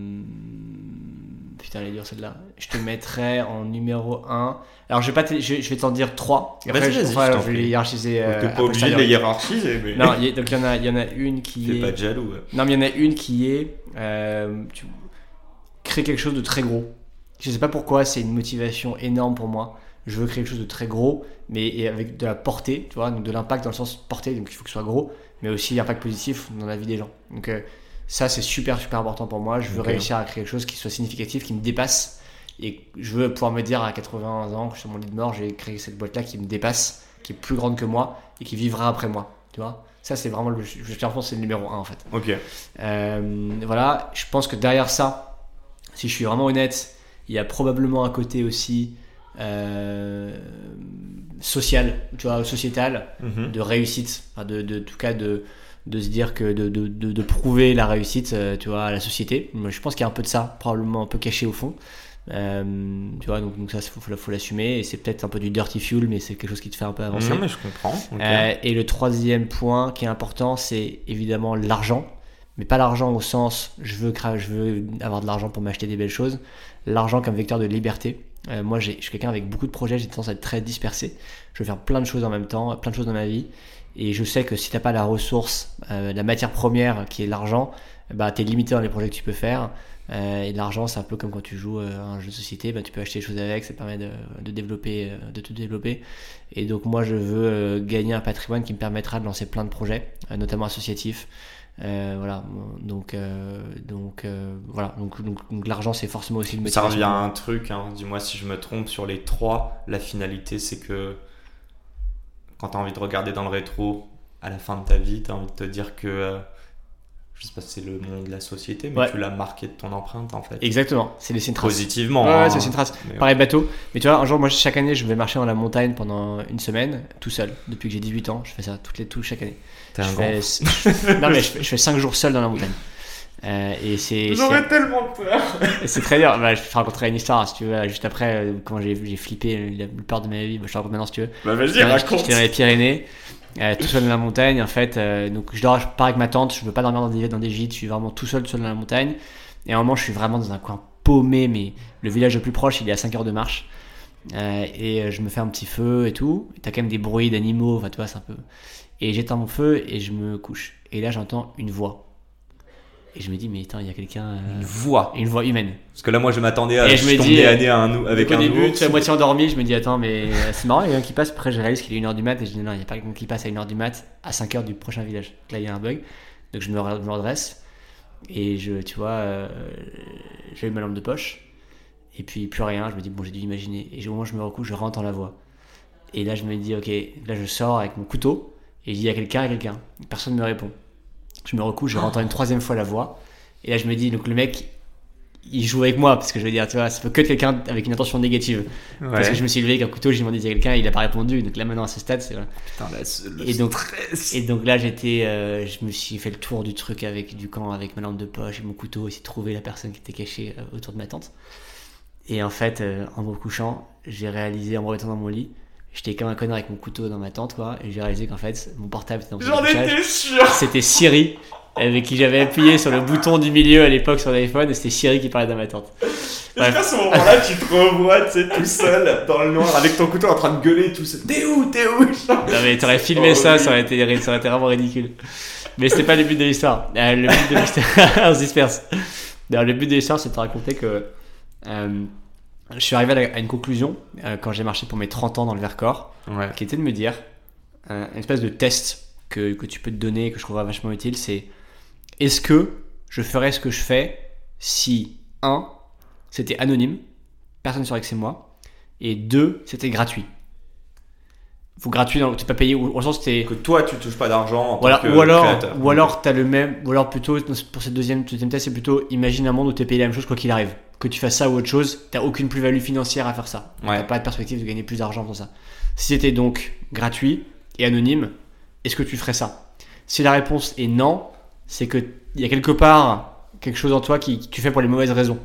Putain, elle est dure celle-là. Je te mettrai en numéro un. Alors, je vais, pas te- je, je vais t'en dire trois. Et après, Vas-y, je, vas-y, enfin, je t'en je vais prie. les hiérarchiser. Donc, Euh, t'es pas après, obligé ça de ira. les hiérarchiser, mais Non, il y a- donc il y en a, il y en a une qui t'es est. pas jaloux. ouais. Non, mais il y en a une qui est euh, tu... créer quelque chose de très gros. Je sais pas pourquoi, c'est une motivation énorme pour moi. Je veux créer quelque chose de très gros, mais et avec de la portée, tu vois, donc de l'impact dans le sens portée, donc il faut que ce soit gros, mais aussi l'impact positif dans la vie des gens. Donc euh, ça, c'est super, super important pour moi. Je veux Ok. réussir à créer quelque chose qui soit significatif, qui me dépasse. Et je veux pouvoir me dire à quatre-vingts ans, que je suis sur mon lit de mort, j'ai créé cette boîte-là qui me dépasse, qui est plus grande que moi et qui vivra après moi. Tu vois, ça, c'est vraiment le. Je je pense que c'est le numéro un en fait. Ok. Euh, voilà, je pense que derrière ça, si je suis vraiment honnête, il y a probablement un côté aussi euh, social, tu vois, sociétal, Mhm. de réussite, enfin de, de, en tout cas de, de se dire que de, de, de, de prouver la réussite, euh, tu vois, à la société. Moi, je pense qu'il y a un peu de ça, probablement un peu caché au fond. Euh, tu vois, donc, donc ça, faut, faut, faut l'assumer, et c'est peut-être un peu du dirty fuel, mais c'est quelque chose qui te fait un peu avancer. Non, mais je comprends. Ok. Euh, et le troisième point qui est important, c'est évidemment l'argent. Mais pas l'argent au sens je veux, cra- je veux avoir de l'argent pour m'acheter des belles choses. L'argent comme vecteur de liberté. Euh, moi, j'ai, je suis quelqu'un avec beaucoup de projets, j'ai tendance à être très dispersé. Je veux faire plein de choses en même temps, plein de choses dans ma vie. Et je sais que si t'as pas la ressource, euh, la matière première qui est l'argent, bah, t'es limité dans les projets que tu peux faire. Euh, et l'argent, c'est un peu comme quand tu joues euh, à un jeu de société, bah, tu peux acheter des choses avec, ça permet de, de développer, euh, de tout développer. Et donc moi, je veux euh, gagner un patrimoine qui me permettra de lancer plein de projets, euh, notamment associatifs. Euh, voilà, donc euh, donc euh, voilà, donc, donc, donc l'argent, c'est forcément aussi une Ça motivation. revient à un truc, hein. Dis-moi si je me trompe, sur les trois, la finalité c'est que quand tu as envie de regarder dans le rétro à la fin de ta vie, tu as envie de te dire que euh, je sais pas si c'est le monde de la société, mais Ouais. tu l'as marqué de ton empreinte en fait. Exactement, c'est laisser une trace. Positivement. Ouais, ouais, hein. c'est laisser une trace. Mais- Pareil bateau, mais tu vois, un jour, moi, chaque année, je vais marcher dans la montagne pendant une semaine, tout seul. Depuis que j'ai dix-huit ans, je fais ça toutes les, tout, chaque année. T'es Je un fais, grand. non, mais je fais, je fais cinq jours seul dans la montagne. Euh, et c'est, J'aurais tellement peur. c'est, c'est très dur. Bah, je te raconterai une histoire, si tu veux, juste après, euh, quand j'ai, j'ai flippé la plupart de ma vie. Bah, je te raconte maintenant, si tu veux. Bah vas-y, J'étais raconte. j'étais dans les Pyrénées, euh, tout seul dans la montagne, en fait. Euh, donc je dors, je pars avec ma tante, je veux pas dormir dans des, dans des gîtes, je suis vraiment tout seul, tout seul dans la montagne. Et à un moment, je suis vraiment dans un coin paumé, mais le village le plus proche, il est à cinq heures de marche. Euh, et euh, je me fais un petit feu et tout. Et t'as quand même des bruits d'animaux, enfin tu vois, c'est un peu. Et j'éteins mon feu et je me couche. Et là, j'entends une voix. Et je me dis, mais attends, il y a quelqu'un. euh, Une voix. Une voix humaine. Parce que là, moi, je m'attendais à Et je me tomber dis, euh, année à un ou- avec Donc, un au début, ours. tu es à moitié endormi, je me dis attends, mais euh, c'est marrant, il y a quelqu'un qui passe. Après, je réalise qu'il est une heure du mat et je dis non, il n'y a pas quelqu'un qui passe à une heure du mat à cinq heures du prochain village. Donc là, il y a un bug. Donc je me, re- je me redresse et je, tu vois, euh, j'ai eu ma lampe de poche et puis plus rien. Je me dis bon, j'ai dû l'imaginer. Et au moment où je me recouche, je rentre dans la voix. Et là, je me dis ok, là, je sors avec mon couteau et je dis il y a quelqu'un, il y a quelqu'un. Personne ne me répond. Je me recouche, je rentre une troisième fois la voix. Et là, je me dis donc le mec. Il joue avec moi parce que je veux dire, tu vois, ça peut que être quelqu'un avec une intention négative. Ouais. Parce que je me suis levé avec un couteau, j'ai demandé si quelqu'un, il a pas répondu. Donc là maintenant à ce stade, c'est voilà. Putain, là, ce- le Et donc, stress. et donc là j'étais, euh, je me suis fait le tour du truc avec du camp, avec ma lampe de poche et mon couteau, essayer de trouver la personne qui était cachée euh, autour de ma tente. Et en fait, euh, en me couchant, j'ai réalisé en me remettant dans mon lit, j'étais comme un connard avec mon couteau dans ma tente, quoi. Et j'ai réalisé qu'en fait, mon portable était dans mon J'en couchage. étais sûr. C'était Siri, avec qui j'avais appuyé sur le bouton du milieu à l'époque sur l'iPhone, et c'était Siri qui parlait dans ma tente. Est-ce qu'à ce moment-là, tu te revois, tu sais, tout seul, dans le noir, avec ton couteau en train de gueuler, tout seul. T'es où, t'es où? Non mais t'aurais filmé Oh, ça, oui. ça aurait, été, ça aurait été vraiment ridicule. Mais c'était pas le but de l'histoire. Euh, le but de l'histoire, on se disperse. D'ailleurs, le but de l'histoire, c'est de te raconter que euh, je suis arrivé à, la- à une conclusion euh, quand j'ai marché pour mes trente ans dans le Vercors, Ouais. qui était de me dire, euh, une espèce de test que, que tu peux te donner, que je trouverais vachement utile, c'est est-ce que je ferais ce que je fais si, un, c'était anonyme, personne ne saurait que c'est moi, et deux, c'était gratuit. Faut gratuit, dans, t'es pas payé, ou au sens t'es... Que toi, tu touches pas d'argent en Voilà, tant que ou alors, créateur. ou alors t'as le même, ou alors plutôt pour cette deuxième, deuxième test, c'est plutôt imagine un monde où t'es payé la même chose quoi qu'il arrive. Que tu fasses ça ou autre chose, t'as aucune plus-value financière à faire ça. Ouais. T'as pas de perspective de gagner plus d'argent pour ça. Si c'était donc gratuit et anonyme, est-ce que tu ferais ça? Si la réponse est non, c'est qu'il y a quelque part quelque chose en toi qui, que tu fais pour les mauvaises raisons.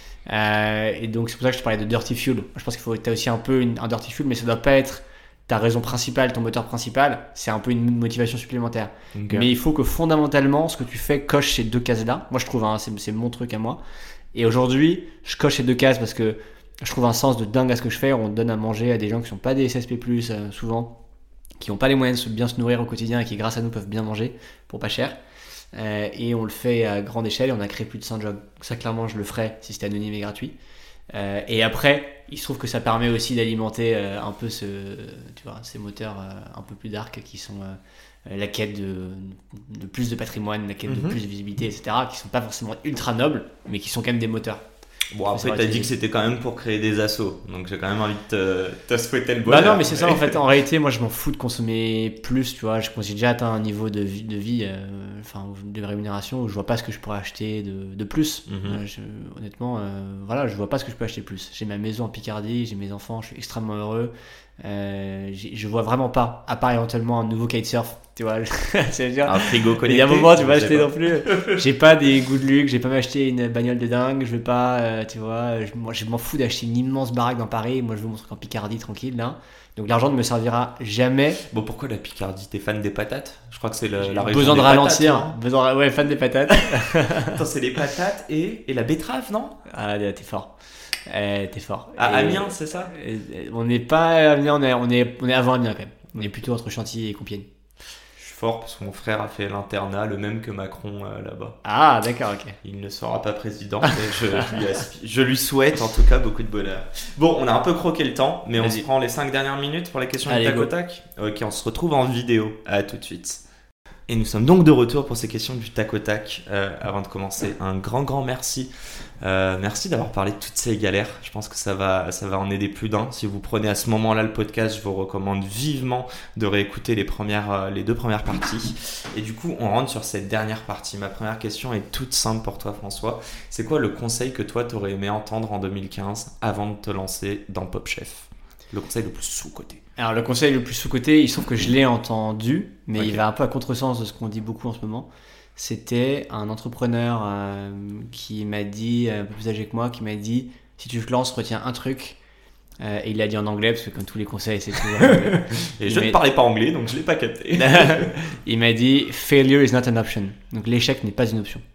Euh, et donc c'est pour ça que je te parlais de dirty fuel. Je pense qu'il faut, t'as aussi un peu une, un dirty fuel, mais ça doit pas être ta raison principale, ton moteur principal. C'est un peu une motivation supplémentaire. Okay. Mais il faut que fondamentalement, ce que tu fais coche ces deux cases-là. Moi, je trouve, hein, c'est, c'est mon truc à moi. Et aujourd'hui, je coche ces deux cases parce que je trouve un sens de dingue à ce que je fais. On donne à manger à des gens qui sont pas des S S P plus, euh, souvent, qui n'ont pas les moyens de bien se nourrir au quotidien et qui, grâce à nous, peuvent bien manger pour pas cher. Euh, et on le fait à grande échelle et on a créé plus de cent jobs. Ça, clairement, je le ferais si c'était anonyme et gratuit. Euh, et après, il se trouve que ça permet aussi d'alimenter euh, un peu ce, tu vois, ces moteurs euh, un peu plus dark qui sont euh, la quête de, de plus de patrimoine, la quête mm-hmm. de plus de visibilité, et cetera, qui sont pas forcément ultra nobles, mais qui sont quand même des moteurs. Bon, après, t'as dit que c'était quand même pour créer des assos, donc j'ai quand même envie de te, te souhaiter le bonheur. Bah non, mais c'est ça, en fait, en réalité, moi je m'en fous de consommer plus, tu vois, j'ai déjà atteint un niveau de vie, de, vie euh, enfin, de rémunération où je vois pas ce que je pourrais acheter de, de plus. Mm-hmm. Euh, je, honnêtement, euh, voilà, je vois pas ce que je peux acheter plus. J'ai ma maison en Picardie, j'ai mes enfants, je suis extrêmement heureux. Euh, je vois vraiment pas, à part éventuellement un nouveau kitesurf, tu vois, c'est dire, un frigo connecté. Il y a un moment, tu vas acheter non plus. J'ai pas des goûts de luxe, j'ai pas m'acheter une bagnole de dingue, je vais pas, euh, tu vois, je, moi je m'en fous d'acheter une immense baraque dans Paris. Moi je veux mon truc en Picardie tranquille là. Donc l'argent ne me servira jamais. Bon, pourquoi la Picardie? T'es fan des patates? Je crois que c'est la, j'ai la région besoin des de ralentir. Patates, besoin, ouais, fan des patates. Attends, c'est les patates et, et la betterave, non? Ah, t'es fort. Euh, t'es fort. À Amiens, c'est ça? euh, On n'est pas à Amiens, on est, on, est, on est avant Amiens quand même. On est plutôt entre Chantilly et Compiègne. Je suis fort parce que mon frère a fait l'internat, le même que Macron euh, là-bas. Ah, d'accord, ok. Il ne sera pas président, mais je, je, lui aspi- je lui souhaite en tout cas beaucoup de bonheur. Bon, on a un peu croqué le temps, mais Vas-y. On se prend les cinq dernières minutes pour les questions Allez, du tac au tac. Ok, on se retrouve en vidéo. À tout de suite. Et nous sommes donc de retour pour ces questions du tac au tac. Euh, avant de commencer, un grand grand merci. Euh, merci d'avoir parlé de toutes ces galères. Je pense que ça va, ça va en aider plus d'un. Si vous prenez à ce moment-là le podcast, je vous recommande vivement de réécouter les, premières, euh, les deux premières parties. Et du coup, on rentre sur cette dernière partie. Ma première question est toute simple pour toi, François. C'est quoi le conseil que toi, t'aurais aimé entendre en deux mille quinze avant de te lancer dans Pop Chef? Le conseil le plus sous-coté. Alors, le conseil le plus sous-coté, il se trouve que je l'ai entendu, mais okay. il va un peu à contresens de ce qu'on dit beaucoup en ce moment. C'était un entrepreneur euh, qui m'a dit, un peu plus âgé que moi, qui m'a dit si tu te lances, retiens un truc. Euh, et il l'a dit en anglais, parce que comme tous les conseils, c'est tout. Euh, et je ne parlais pas anglais, donc je ne l'ai pas capté. Il m'a dit failure is not an option. Donc l'échec n'est pas une option.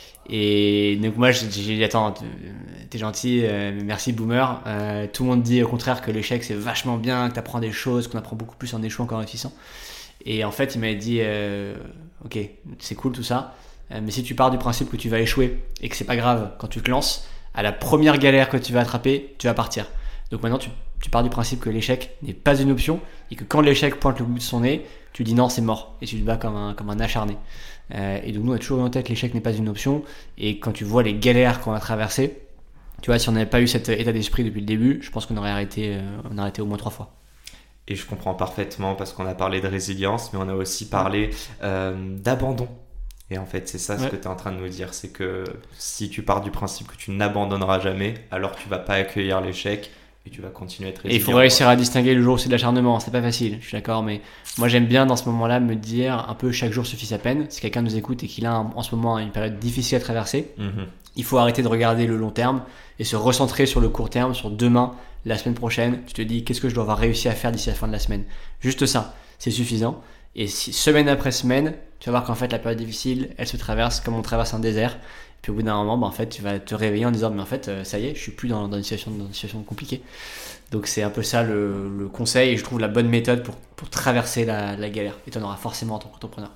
Et donc moi j'ai dit attends, t'es gentil, euh, merci boomer. Euh, tout le monde dit au contraire que l'échec c'est vachement bien, que t'apprends des choses, qu'on apprend beaucoup plus en échouant qu'en réussissant. Et en fait il m'a dit euh, ok c'est cool tout ça, euh, mais si tu pars du principe que tu vas échouer et que c'est pas grave quand tu te lances, à la première galère que tu vas attraper, tu vas partir. Donc maintenant tu, tu pars du principe que l'échec n'est pas une option et que quand l'échec pointe le bout de son nez, tu dis non c'est mort et tu te bats comme un, comme un acharné. Euh, et donc nous on a toujours eu en tête l'échec n'est pas une option, et quand tu vois les galères qu'on a traversées, tu vois, si on n'avait pas eu cet état d'esprit depuis le début, je pense qu'on aurait arrêté, euh, on aurait arrêté au moins trois fois. Et je comprends parfaitement parce qu'on a parlé de résilience, mais on a aussi parlé euh, d'abandon. Et en fait c'est ça ce ouais. que tu es en train de nous dire, c'est que si tu pars du principe que tu n'abandonneras jamais, alors tu vas pas accueillir l'échec et tu vas continuer à être résilient. Et il faut réussir à distinguer le jour où c'est de l'acharnement, c'est pas facile, je suis d'accord, mais moi j'aime bien dans ce moment-là me dire un peu chaque jour suffit sa peine. Si quelqu'un nous écoute et qu'il a un, en ce moment une période difficile à traverser, mm-hmm. il faut arrêter de regarder le long terme et se recentrer sur le court terme, sur demain, la semaine prochaine. Tu te dis qu'est-ce que je dois avoir réussi à faire d'ici la fin de la semaine. Juste ça, c'est suffisant. Et si, semaine après semaine, tu vas voir qu'en fait la période difficile, elle se traverse comme on traverse un désert. Puis au bout d'un moment, bah, en fait, tu vas te réveiller en disant mais en fait, euh, ça y est, je suis plus dans, dans, une situation, dans une situation compliquée. Donc c'est un peu ça le, le conseil, et je trouve la bonne méthode pour, pour traverser la, la galère. Et tu en auras forcément en tant qu'entrepreneur.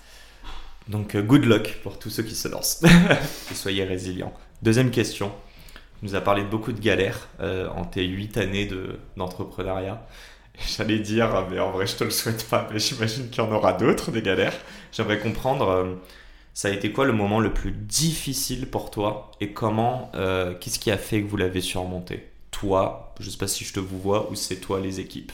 Donc uh, good luck pour tous ceux qui se lancent. Et soyez résilients. Deuxième question. Tu nous as parlé de beaucoup de galères euh, en tes huit années de, d'entrepreneuriat. J'allais dire, mais en vrai je te le souhaite pas, mais j'imagine qu'il y en aura d'autres, des galères. J'aimerais comprendre... Euh, ça a été quoi le moment le plus difficile pour toi et comment, euh, qu'est-ce qui a fait que vous l'avez surmonté? Toi, je ne sais pas si je te vous vois ou c'est toi les équipes.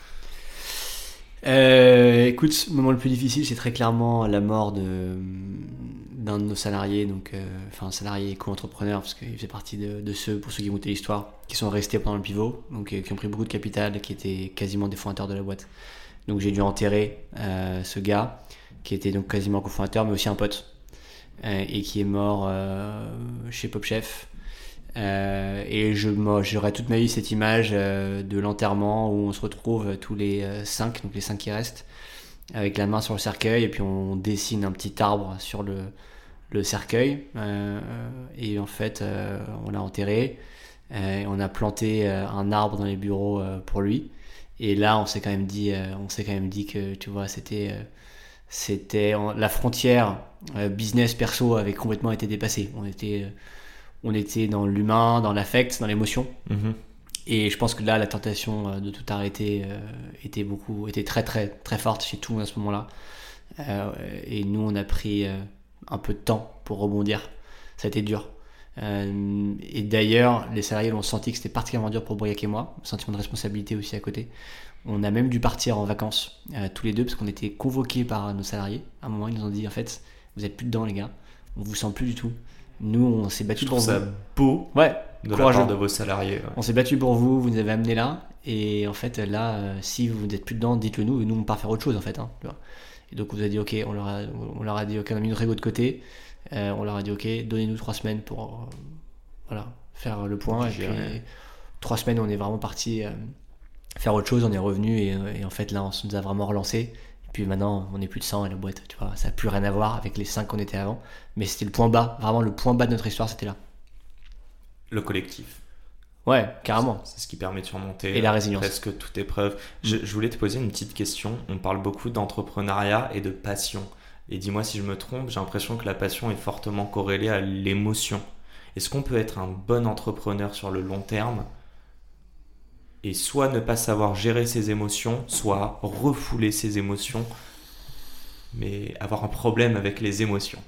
Euh, écoute, le moment le plus difficile, c'est très clairement la mort de, d'un de nos salariés, donc, euh, enfin un salarié co-entrepreneur, parce qu'il faisait partie de, de ceux, pour ceux qui ont écouté l'histoire, qui sont restés pendant le pivot, donc euh, qui ont pris beaucoup de capital, qui étaient quasiment des fondateurs de la boîte. Donc j'ai dû enterrer euh, ce gars, qui était donc quasiment cofondateur, mais aussi un pote. euh, et qui est mort euh, chez Pop Chef. Euh, et je, moi, j'aurai toute ma vie cette image euh, de l'enterrement où on se retrouve tous les euh, cinq, donc les cinq qui restent, avec la main sur le cercueil, et puis on dessine un petit arbre sur le, le cercueil. Euh, et en fait, euh, on l'a enterré. Euh, on a planté euh, un arbre dans les bureaux euh, pour lui. Et là, on s'est quand même dit, euh, on s'est quand même dit que, tu vois, c'était, euh, c'était la frontière euh, business perso avait complètement été dépassée. On était euh, On était dans l'humain, dans l'affect, dans l'émotion. Mmh. Et je pense que là, la tentation de tout arrêter euh, était, beaucoup, était très, très, très forte chez tout le monde à ce moment-là. Euh, et nous, on a pris euh, un peu de temps pour rebondir. Ça a été dur. Euh, et d'ailleurs, les salariés l'ont senti que c'était particulièrement dur pour Briac et moi. Un sentiment de responsabilité aussi à côté. On a même dû partir en vacances euh, tous les deux parce qu'on était convoqués par nos salariés. À un moment, ils nous ont dit, en fait, vous n'êtes plus dedans, les gars. On vous sent plus du tout. Nous, on s'est battu pour vous. Je trouve ça beau ouais, de la part de vos salariés. Ouais. On s'est battu pour vous, vous nous avez amenés là. Et en fait, là, euh, si vous n'êtes plus dedans, dites-le nous. Et nous, on part faire autre chose, en fait. Hein, tu vois. Et donc, on vous a dit, OK, on leur a, on leur a dit, OK, on a mis notre ego de côté. Euh, on leur a dit, OK, donnez-nous trois semaines pour euh, voilà, faire le point. Et puis, et, trois semaines, on est vraiment parti euh, faire autre chose. On est revenu. Et, et en fait, là, on nous a vraiment relancé. Et puis maintenant, on n'est plus de cent et la boîte, tu vois, ça n'a plus rien à voir avec les cinq qu'on était avant. Mais c'était le point bas, vraiment le point bas de notre histoire, c'était là. Le collectif. Ouais, carrément. C'est, c'est ce qui permet de surmonter et la résilience. Presque toute épreuve. Je, je voulais te poser une petite question. On parle beaucoup d'entrepreneuriat et de passion. Et dis-moi si je me trompe, j'ai l'impression que la passion est fortement corrélée à l'émotion. Est-ce qu'on peut être un bon entrepreneur sur le long terme et soit ne pas savoir gérer ses émotions, soit refouler ses émotions, mais avoir un problème avec les émotions?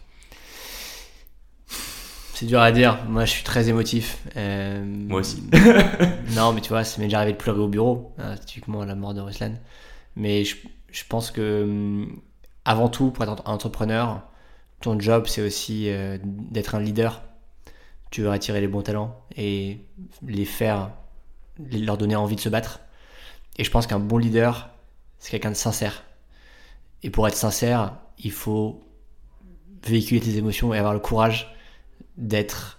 C'est dur à dire. Moi, je suis très émotif. Euh... Moi aussi. Non, mais tu vois, ça m'est déjà arrivé de pleurer au bureau, hein, typiquement à la mort de Ruslan. Mais je, je pense que, avant tout, pour être entrepreneur, ton job, c'est aussi euh, d'être un leader. Tu veux attirer les bons talents et les faire... leur donner envie de se battre. Et je pense qu'un bon leader, c'est quelqu'un de sincère. Et pour être sincère, il faut véhiculer tes émotions et avoir le courage d'être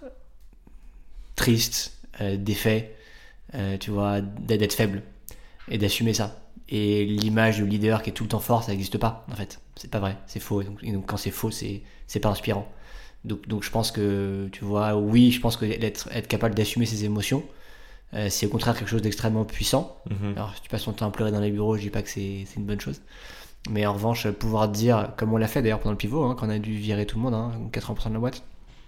triste, euh, défait, euh, tu vois, d'être faible et d'assumer ça. Et l'image du leader qui est tout le temps fort, ça n'existe pas, en fait. C'est pas vrai, c'est faux. Et donc, et donc quand c'est faux, c'est, c'est pas inspirant. Donc, donc je pense que, tu vois, oui, je pense que être, être capable d'assumer ses émotions, Euh, c'est au contraire quelque chose d'extrêmement puissant. Mmh. Alors, si tu passes ton temps à pleurer dans les bureaux, je dis pas que c'est, c'est une bonne chose. Mais en revanche, pouvoir dire, comme on l'a fait d'ailleurs pendant le pivot, hein, quand on a dû virer tout le monde, hein, quatre-vingts pour cent de la boîte,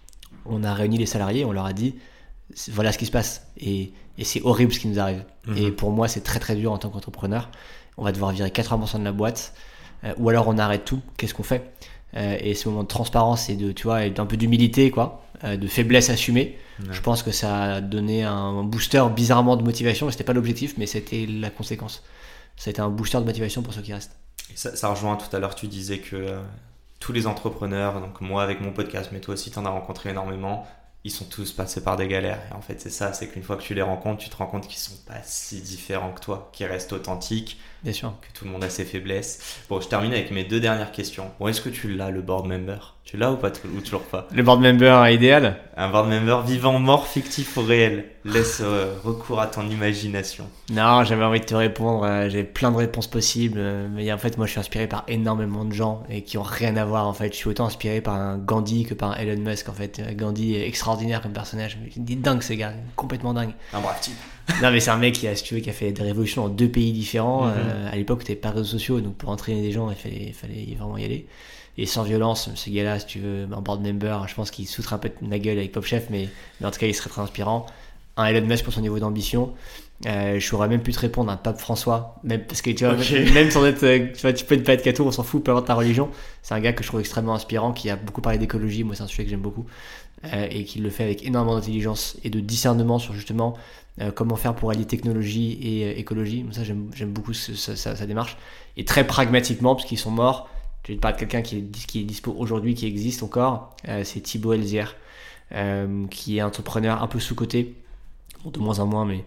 on a réuni les salariés, on leur a dit, voilà ce qui se passe. Et, et c'est horrible ce qui nous arrive. Mmh. Et pour moi, c'est très très dur en tant qu'entrepreneur. On va devoir virer quatre-vingts pour cent de la boîte, euh, ou alors on arrête tout. Qu'est-ce qu'on fait? euh, Et ce moment de transparence et de, tu vois, d'un peu d'humilité, quoi, euh, de faiblesse assumée. Ouais. Je pense que ça a donné un booster bizarrement de motivation. C'était pas l'objectif, mais c'était la conséquence. Ça a été un booster de motivation pour ceux qui restent. Et ça, ça rejoint tout à l'heure, tu disais que euh, tous les entrepreneurs, donc moi avec mon podcast, mais toi aussi tu en as rencontré énormément, ils sont tous passés par des galères. Et en fait, c'est ça, c'est qu'une fois que tu les rencontres, tu te rends compte qu'ils sont pas si différents que toi, qu'ils restent authentiques. Bien sûr. Que tout le monde a ses faiblesses. Bon, je termine avec mes deux dernières questions. Bon, est-ce que tu l'as, le board member? Tu l'as ou pas, ou toujours pas? Le board member idéal? Un board member vivant, mort, fictif ou réel? Laisse euh, recours à ton imagination. Non, j'avais envie de te répondre. Euh, j'avais plein de réponses possibles. Euh, mais en fait, moi, je suis inspiré par énormément de gens et qui ont rien à voir. En fait, je suis autant inspiré par un Gandhi que par un Elon Musk. En fait, Gandhi est extraordinaire comme personnage. Il est dingue, ces gars, complètement dingue. Un brave type. Non, mais c'est un mec qui a, si tu veux, qui a fait des révolutions dans deux pays différents. Mm-hmm. Euh, à l'époque, t'avais pas de réseaux sociaux, donc pour entraîner des gens, il fallait, il fallait vraiment y aller. Et sans violence, ce gars-là, si tu veux, un board member, je pense qu'il soutre un peu de ma gueule avec Pop Chef, mais, mais en tout cas, il serait très inspirant. Un Elon Musk pour son niveau d'ambition. Euh, je saurais même plus te répondre un Pape François, même parce que tu vois, okay. même sans être, tu vois, tu peux ne pas être catho, on s'en fout, peu importe ta religion. C'est un gars que je trouve extrêmement inspirant, qui a beaucoup parlé d'écologie. Moi, c'est un sujet que j'aime beaucoup, euh, et qui le fait avec énormément d'intelligence et de discernement sur justement euh, comment faire pour allier technologie et euh, écologie. Ça, j'aime, j'aime beaucoup ce, sa, sa, sa démarche. Et très pragmatiquement, parce qu'ils sont morts. Je vais te parler de quelqu'un qui est, qui est dispo aujourd'hui, qui existe encore. Euh, c'est Thibaut Elzière, euh, qui est entrepreneur un peu sous-coté, bon, de moins en moins, mais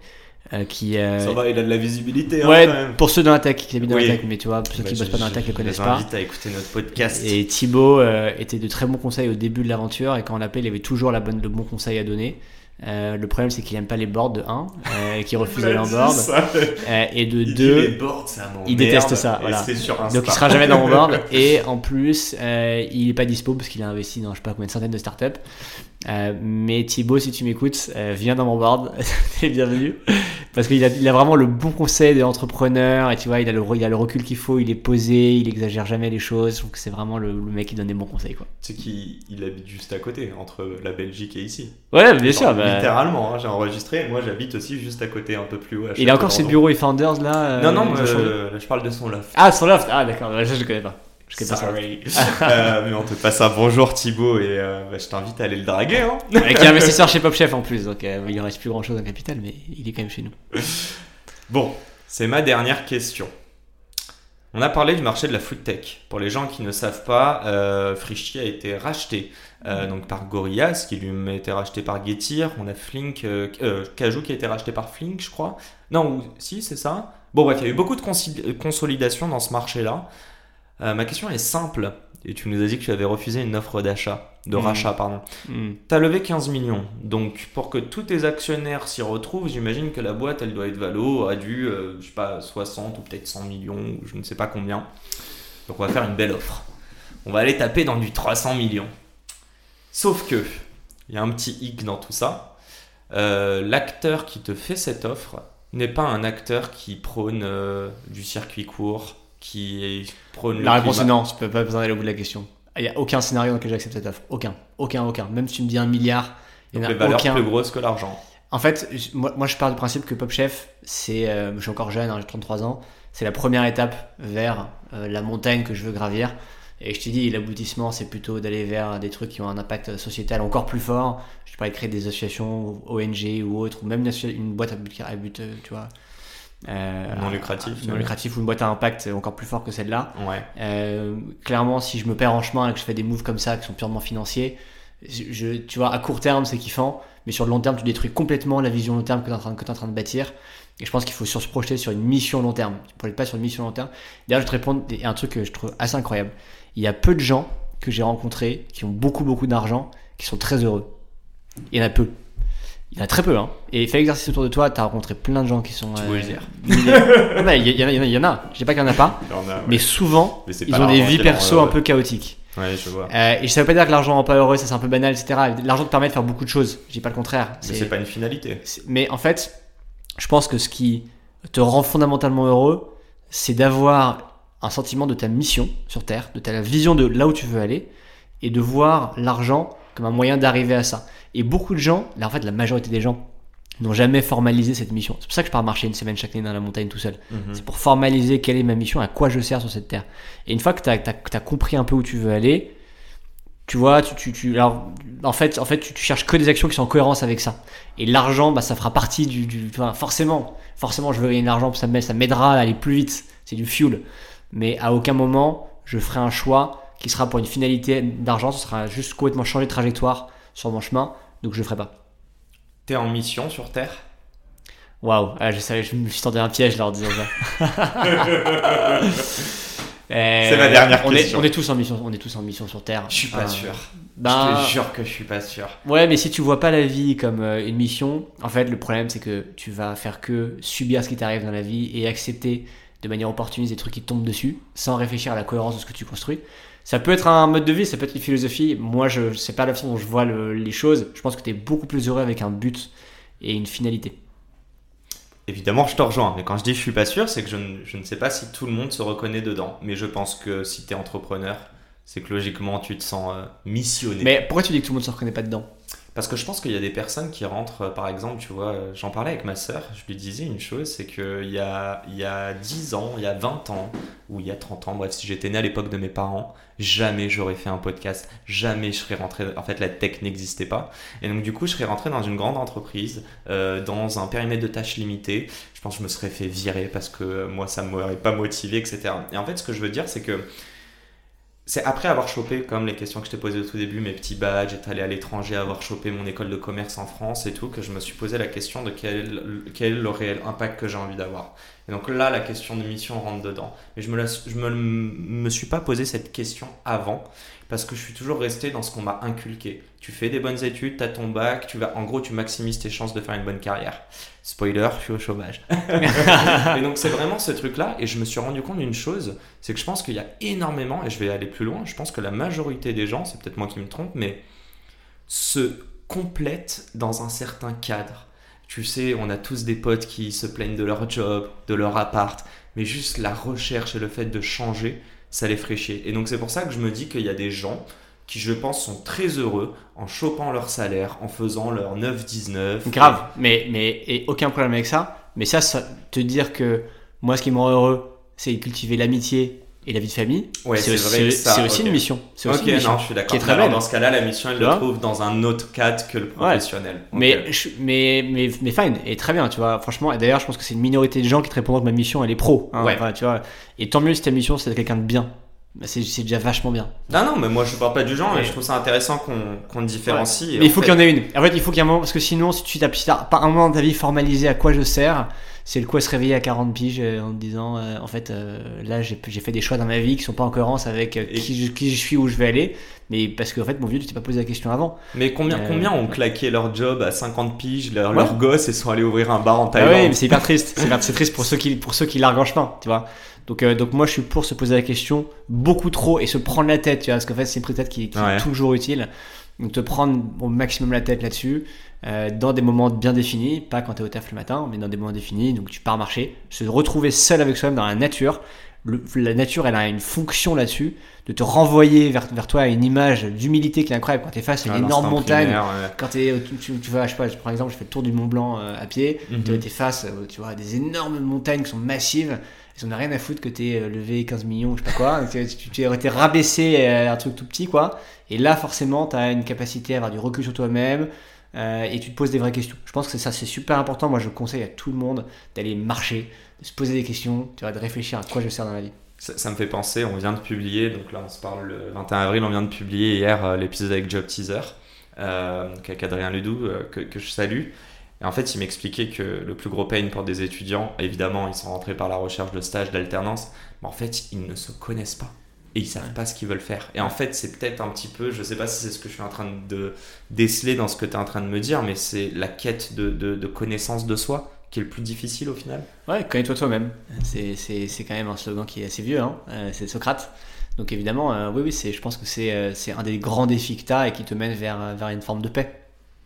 euh, qui. Euh... Ça va, il a de la visibilité. Hein, ouais, quand même. pour ceux dans la tech qui habitent dans oui. la tech, mais tu vois, ceux bah, qui bossent pas dans la tech ne le connaissent pas. Je les invite à écouter notre podcast. Et Thibaut euh, était de très bons conseils au début de l'aventure, et quand on l'appelait, il avait toujours la bonne, le bon conseil à donner. Euh, le problème, c'est qu'il aime pas les boards de un, euh, et qu'il refuse d'aller en board. Euh, et de il deux, dit les boards, ça il déteste ça. Voilà. Donc il sera jamais dans mon board. Et en plus, euh, il est pas dispo parce qu'il a investi dans je sais pas combien de centaines de startups. Euh, mais Thibaut, si tu m'écoutes, euh, viens dans mon board, t'es bienvenu. Parce qu'il a, il a vraiment le bon conseil de l'entrepreneur, et tu vois, il a le, il a le recul qu'il faut, il est posé, il exagère jamais les choses. Je trouve que c'est vraiment le, le mec qui donne des bons conseils, quoi. Tu sais qu'il il habite juste à côté, entre la Belgique et ici. Ouais, bien sûr. Enfin, bah... Littéralement, hein, j'ai enregistré, moi j'habite aussi juste à côté, un peu plus haut. Il a encore ses bureaux et Founders là euh, Non, non, euh, là je parle de son loft. Ah, son loft, ah d'accord, ça je connais pas. Je connais Sorry. pas ça. euh, mais on te passe un bonjour Thibaut, et euh, bah, je t'invite à aller le draguer. Hein. Avec un investisseur chez PopChef en plus, donc euh, il ne reste plus grand chose en capital, mais il est quand même chez nous. Bon, c'est ma dernière question. On a parlé du marché de la food tech. Pour les gens qui ne savent pas, euh, Frishti a été racheté euh, donc par Gorillaz, qui lui a été racheté par Getir. On a Flink, euh, euh, Cajou qui a été racheté par Flink, je crois. Non, ou, si, c'est ça. Bon, bref, il y a eu beaucoup de consi- consolidation dans ce marché-là. Euh, ma question est simple. Et tu nous as dit que tu avais refusé une offre d'achat, de mmh. rachat, pardon. Mmh. Tu as levé quinze millions. Donc, pour que tous tes actionnaires s'y retrouvent, j'imagine que la boîte, elle doit être valo à du, euh, je sais pas, soixante ou peut-être cent millions, ou je ne sais pas combien. Donc, on va faire une belle offre. On va aller taper dans du trois cents millions. Sauf que, il y a un petit hic dans tout ça. Euh, l'acteur qui te fait cette offre n'est pas un acteur qui prône euh, du circuit court, qui prône la réponse est non, tu peux pas besoin d'aller au bout de la question. Il n'y a aucun scénario dans lequel j'accepte cette offre. Aucun, aucun, aucun. Même si tu me dis un milliard, il y en a les valeurs aucun. Plus grosses que l'argent. En fait, moi, moi je pars du principe que PopChef, c'est, euh, je suis encore jeune, hein, j'ai trente-trois ans, c'est la première étape vers euh, la montagne que je veux gravir. Et je te dis, l'aboutissement, c'est plutôt d'aller vers des trucs qui ont un impact sociétal encore plus fort. Je te parlais de créer des associations, O N G ou autres, ou même une, une boîte à but, à but tu vois. Euh, non lucratif, non lucratif ou une boîte à impact encore plus fort que celle-là. Ouais. Euh, clairement, si je me perds en chemin et que je fais des moves comme ça qui sont purement financiers, je, tu vois, à court terme c'est kiffant, mais sur le long terme tu détruis complètement la vision long terme que tu es en train, que tu es en train de bâtir. Et je pense qu'il faut sur se projeter sur une mission long terme. Tu ne projettes pas sur une mission long terme. D'ailleurs, je vais te répondre un truc que je trouve assez incroyable. Il y a peu de gens que j'ai rencontrés qui ont beaucoup beaucoup d'argent, qui sont très heureux. Il y en a peu. Il y en a très peu, hein. Et fais l'exercice autour de toi, tu as rencontré plein de gens qui sont. Tu euh, veux le dire. Ouais, il y, y, y, y en a. Je dis pas qu'il n'y en a pas. Il y en a, ouais. Mais souvent, mais ils ont des vies perso un peu chaotiques. Ouais, je vois. Euh, et ça veut pas dire que l'argent rend pas heureux, ça c'est un peu banal, et cetera. L'argent te permet de faire beaucoup de choses. Je dis pas le contraire. Mais c'est, c'est pas une finalité. Mais en fait, je pense que ce qui te rend fondamentalement heureux, c'est d'avoir un sentiment de ta mission sur Terre, de ta vision de là où tu veux aller, et de voir l'argent comme un moyen d'arriver à ça. Et beaucoup de gens, là en fait la majorité des gens, n'ont jamais formalisé cette mission. C'est pour ça que je pars marcher une semaine chaque année dans la montagne tout seul. Mm-hmm. C'est pour formaliser quelle est ma mission, à quoi je sers sur cette terre. Et une fois que tu as compris un peu où tu veux aller, tu vois, tu, tu, tu, alors, en fait, en fait tu, tu cherches que des actions qui sont en cohérence avec ça. Et l'argent, bah, ça fera partie du... du enfin, forcément, forcément, je veux gagner de l'argent, ça m'aidera à aller plus vite. C'est du fuel. Mais à aucun moment, je ferai un choix qui sera pour une finalité d'argent. Ce sera juste complètement changer de trajectoire sur mon chemin. Donc je le ferai pas. T'es en mission sur Terre ? Waouh, ah, je savais, je me suis tendu un piège là en disant ça. euh, C'est ma dernière on question. Est, on est tous en mission, on est tous en mission sur Terre. Je suis pas euh, sûr. Ben, je te jure que je suis pas sûr. Ouais, mais si tu vois pas la vie comme euh, une mission, en fait, le problème c'est que tu vas faire que subir ce qui t'arrive dans la vie et accepter de manière opportuniste des trucs qui te tombent dessus, sans réfléchir à la cohérence de ce que tu construis. Ça peut être un mode de vie, ça peut être une philosophie. Moi, je sais pas la façon dont je vois le, les choses. Je pense que tu es beaucoup plus heureux avec un but et une finalité. Évidemment, je te rejoins. Mais quand je dis je suis pas sûr, c'est que je ne, je ne sais pas si tout le monde se reconnaît dedans. Mais je pense que si tu es entrepreneur, c'est que logiquement, tu te sens euh, missionné. Mais pourquoi tu dis que tout le monde se reconnaît pas dedans ? Parce que je pense qu'il y a des personnes qui rentrent, par exemple, tu vois, j'en parlais avec ma sœur, je lui disais une chose, c'est qu'il y a, il y a dix ans, il y a vingt ans, ou il y a trente ans, bref, si j'étais né à l'époque de mes parents, jamais j'aurais fait un podcast, jamais je serais rentré, en fait la tech n'existait pas, et donc du coup je serais rentré dans une grande entreprise, euh, dans un périmètre de tâches limité, je pense que je me serais fait virer parce que moi ça ne m'aurait pas motivé, et cetera. Et en fait ce que je veux dire c'est que c'est après avoir chopé, comme les questions que je t'ai posées au tout début, mes petits badges, être allé à l'étranger, avoir chopé mon école de commerce en France et tout, que je me suis posé la question de quel, quel est le réel impact que j'ai envie d'avoir. Et donc là, la question de mission rentre dedans. Mais je me, la, je me, me suis pas posé cette question avant, parce que je suis toujours resté dans ce qu'on m'a inculqué. Tu fais des bonnes études, tu as ton bac, tu vas, en gros, tu maximises tes chances de faire une bonne carrière. Spoiler, je suis au chômage. Et donc, c'est vraiment ce truc-là. Et je me suis rendu compte d'une chose, c'est que je pense qu'il y a énormément, et je vais aller plus loin, je pense que la majorité des gens, c'est peut-être moi qui me trompe, mais se complètent dans un certain cadre. Tu sais, on a tous des potes qui se plaignent de leur job, de leur appart, mais juste la recherche et le fait de changer, ça les ferait chier. Et donc, c'est pour ça que je me dis qu'il y a des gens qui, je pense, sont très heureux en chopant leur salaire, en faisant leur neuf dix-neuf. Grave, mais, mais et aucun problème avec ça. Mais ça, ça, te dire que moi, ce qui me rend heureux, c'est cultiver l'amitié et la vie de famille. Ouais, c'est, c'est vrai. C'est, ça, c'est aussi okay. une mission. C'est aussi ok, une mission non, je suis d'accord. Qui est très Alors, belle. dans ce cas-là, la mission, elle tu le vois trouve dans un autre cadre que le professionnel. Ouais. Okay. Mais, je, mais, mais, mais fine, et très bien, tu vois. Franchement, et d'ailleurs, je pense que c'est une minorité de gens qui te répondront que ma mission, elle est pro. Hein, ouais. Enfin, tu vois. Et tant mieux si ta mission, c'est d'être quelqu'un de bien. C'est, c'est déjà vachement bien. Non, non, mais moi je parle pas du genre, mais mais je trouve ça intéressant qu'on, qu'on différencie. Ouais. Mais il faut fait... qu'il y en ait une. En fait, il faut qu'il y ait un moment, parce que sinon, si tu n'as pas un moment de ta vie formalisé à quoi je sers, c'est le quoi se réveiller à quarante piges en te disant, euh, en fait, euh, là j'ai, j'ai fait des choix dans ma vie qui sont pas en cohérence avec euh, qui, je, qui je suis, où je vais aller. Mais parce que en fait, mon vieux, tu t'es pas posé la question avant. Mais combien, euh, combien ont claqué leur job à cinquante piges, leur, ouais. leur gosse, et sont allés ouvrir un bar en Thaïlande. Ah oui, mais c'est hyper triste. C'est, hyper, c'est triste pour ceux qui, pour ceux qui larguent en chemin, tu vois. Donc, euh, donc moi je suis pour se poser la question beaucoup trop et se prendre la tête, tu vois, parce qu'en fait c'est une prise de tête qui, qui ouais. est toujours utile. Donc te prendre au maximum la tête là-dessus, euh, dans des moments bien définis, pas quand t'es au taf le matin, mais dans des moments définis, donc tu pars marcher, se retrouver seul avec soi-même dans la nature. Le, la nature elle a une fonction là-dessus, de te renvoyer vers, vers toi une image d'humilité qui est incroyable quand t'es face à une ah, énorme montagne, primaire, ouais. quand t'es, tu, tu, tu vois, je sais pas, par exemple je fais le tour du Mont Blanc euh, à pied, mm-hmm. t'es face, euh, tu vois, des énormes montagnes qui sont massives. Ils en ont rien à foutre que t'aies levé quinze millions, je sais pas quoi. tu, tu, tu aurais été rabaissé à un truc tout petit, quoi. Et là, forcément, t'as une capacité à avoir du recul sur toi-même euh, et tu te poses des vraies questions. Je pense que ça, c'est super important. Moi, je conseille à tout le monde d'aller marcher, de se poser des questions, tu vois, de réfléchir à quoi je sers dans la vie. Ça, ça me fait penser, on vient de publier, donc là, on se parle le vingt et un avril, on vient de publier hier euh, l'épisode avec Job Teaser, euh, avec Adrien Ledoux, euh, que, que je salue. Et en fait, il m'expliquait que le plus gros pain pour des étudiants, évidemment, ils sont rentrés par la recherche de stage, d'alternance, mais en fait, ils ne se connaissent pas et ils ne savent pas ce qu'ils veulent faire. Et en fait, c'est peut-être un petit peu, je ne sais pas si c'est ce que je suis en train de déceler dans ce que tu es en train de me dire, mais c'est la quête de, de, de connaissance de soi qui est le plus difficile au final. Ouais, connais-toi toi-même. C'est, c'est, c'est quand même un slogan qui est assez vieux, hein. euh, c'est Socrate. Donc évidemment, euh, oui, oui, c'est, je pense que c'est, euh, c'est un des grands défis que tu as et qui te mène vers, vers une forme de paix.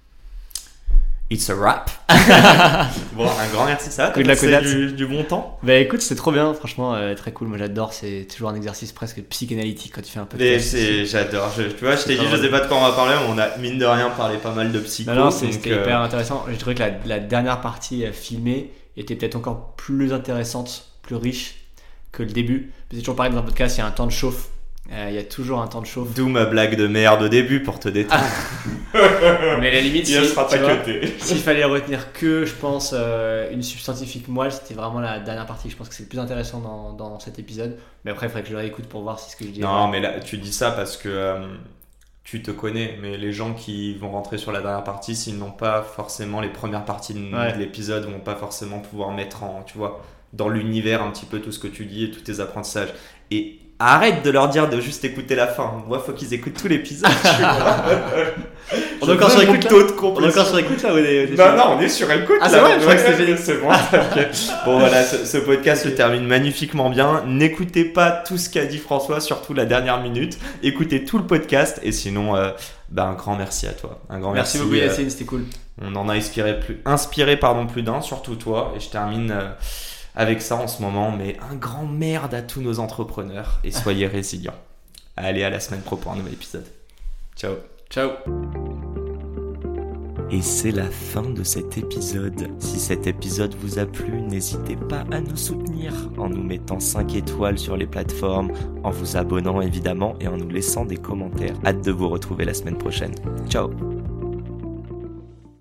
It's a wrap. Bon, un grand merci, ça va, t'as passé du, du bon temps. Bah écoute, c'était trop bien, franchement, euh, très cool. Moi j'adore, c'est toujours un exercice presque psychanalytique quand tu fais un peu de c'est, j'adore, je, tu vois, je t'ai dit, je sais pas de quoi on va parler, mais on a mine de rien parlé pas mal de psycho. Non, non, c'est, donc, c'était euh... hyper intéressant. J'ai trouvé que la, la dernière partie euh, filmée était peut-être encore plus intéressante, plus riche que le début. C'est toujours pareil dans un podcast, il y a un temps de chauffe. Il euh, y a toujours un temps de chauffe. D'où ma blague de merde au début pour te détendre. Mais à la limite, si, sera pas vois, s'il fallait retenir que, je pense, euh, une substantifique moelle, c'était vraiment la dernière partie. Je pense que c'est le plus intéressant dans, dans cet épisode. Mais après, il faudrait que je le réécoute pour voir si ce que je dis. Non, mais là, tu dis ça parce que euh, tu te connais. Mais les gens qui vont rentrer sur la dernière partie, s'ils n'ont pas forcément les premières parties de, ouais. de l'épisode, vont pas forcément pouvoir mettre en, tu vois, dans l'univers un petit peu tout ce que tu dis et tous tes apprentissages. Et arrête de leur dire de juste écouter la fin. Moi, faut qu'ils écoutent tout l'épisode. On est encore sur écoute là. On est encore sur écoute là. Est, non, non, on est sur écoute. Ah, là. C'est vrai, je crois que c'était fini. C'est bon. Okay. Bon, voilà, ce, ce podcast se termine magnifiquement bien. N'écoutez pas tout ce qu'a dit François, surtout la dernière minute. Écoutez tout le podcast. Et sinon, euh, bah, un grand merci à toi. Un grand merci. Merci beaucoup, Yacine, euh, c'était cool. On en a inspiré plus, inspiré, pardon, plus d'un, surtout toi. Et je termine. Euh, avec ça en ce moment, mais un grand merde à tous nos entrepreneurs et soyez résilients. Allez, à la semaine pro pour un nouvel épisode. Ciao. Ciao. Et c'est la fin de cet épisode. Si cet épisode vous a plu, n'hésitez pas à nous soutenir en nous mettant cinq étoiles sur les plateformes, en vous abonnant évidemment et en nous laissant des commentaires. Hâte de vous retrouver la semaine prochaine. Ciao.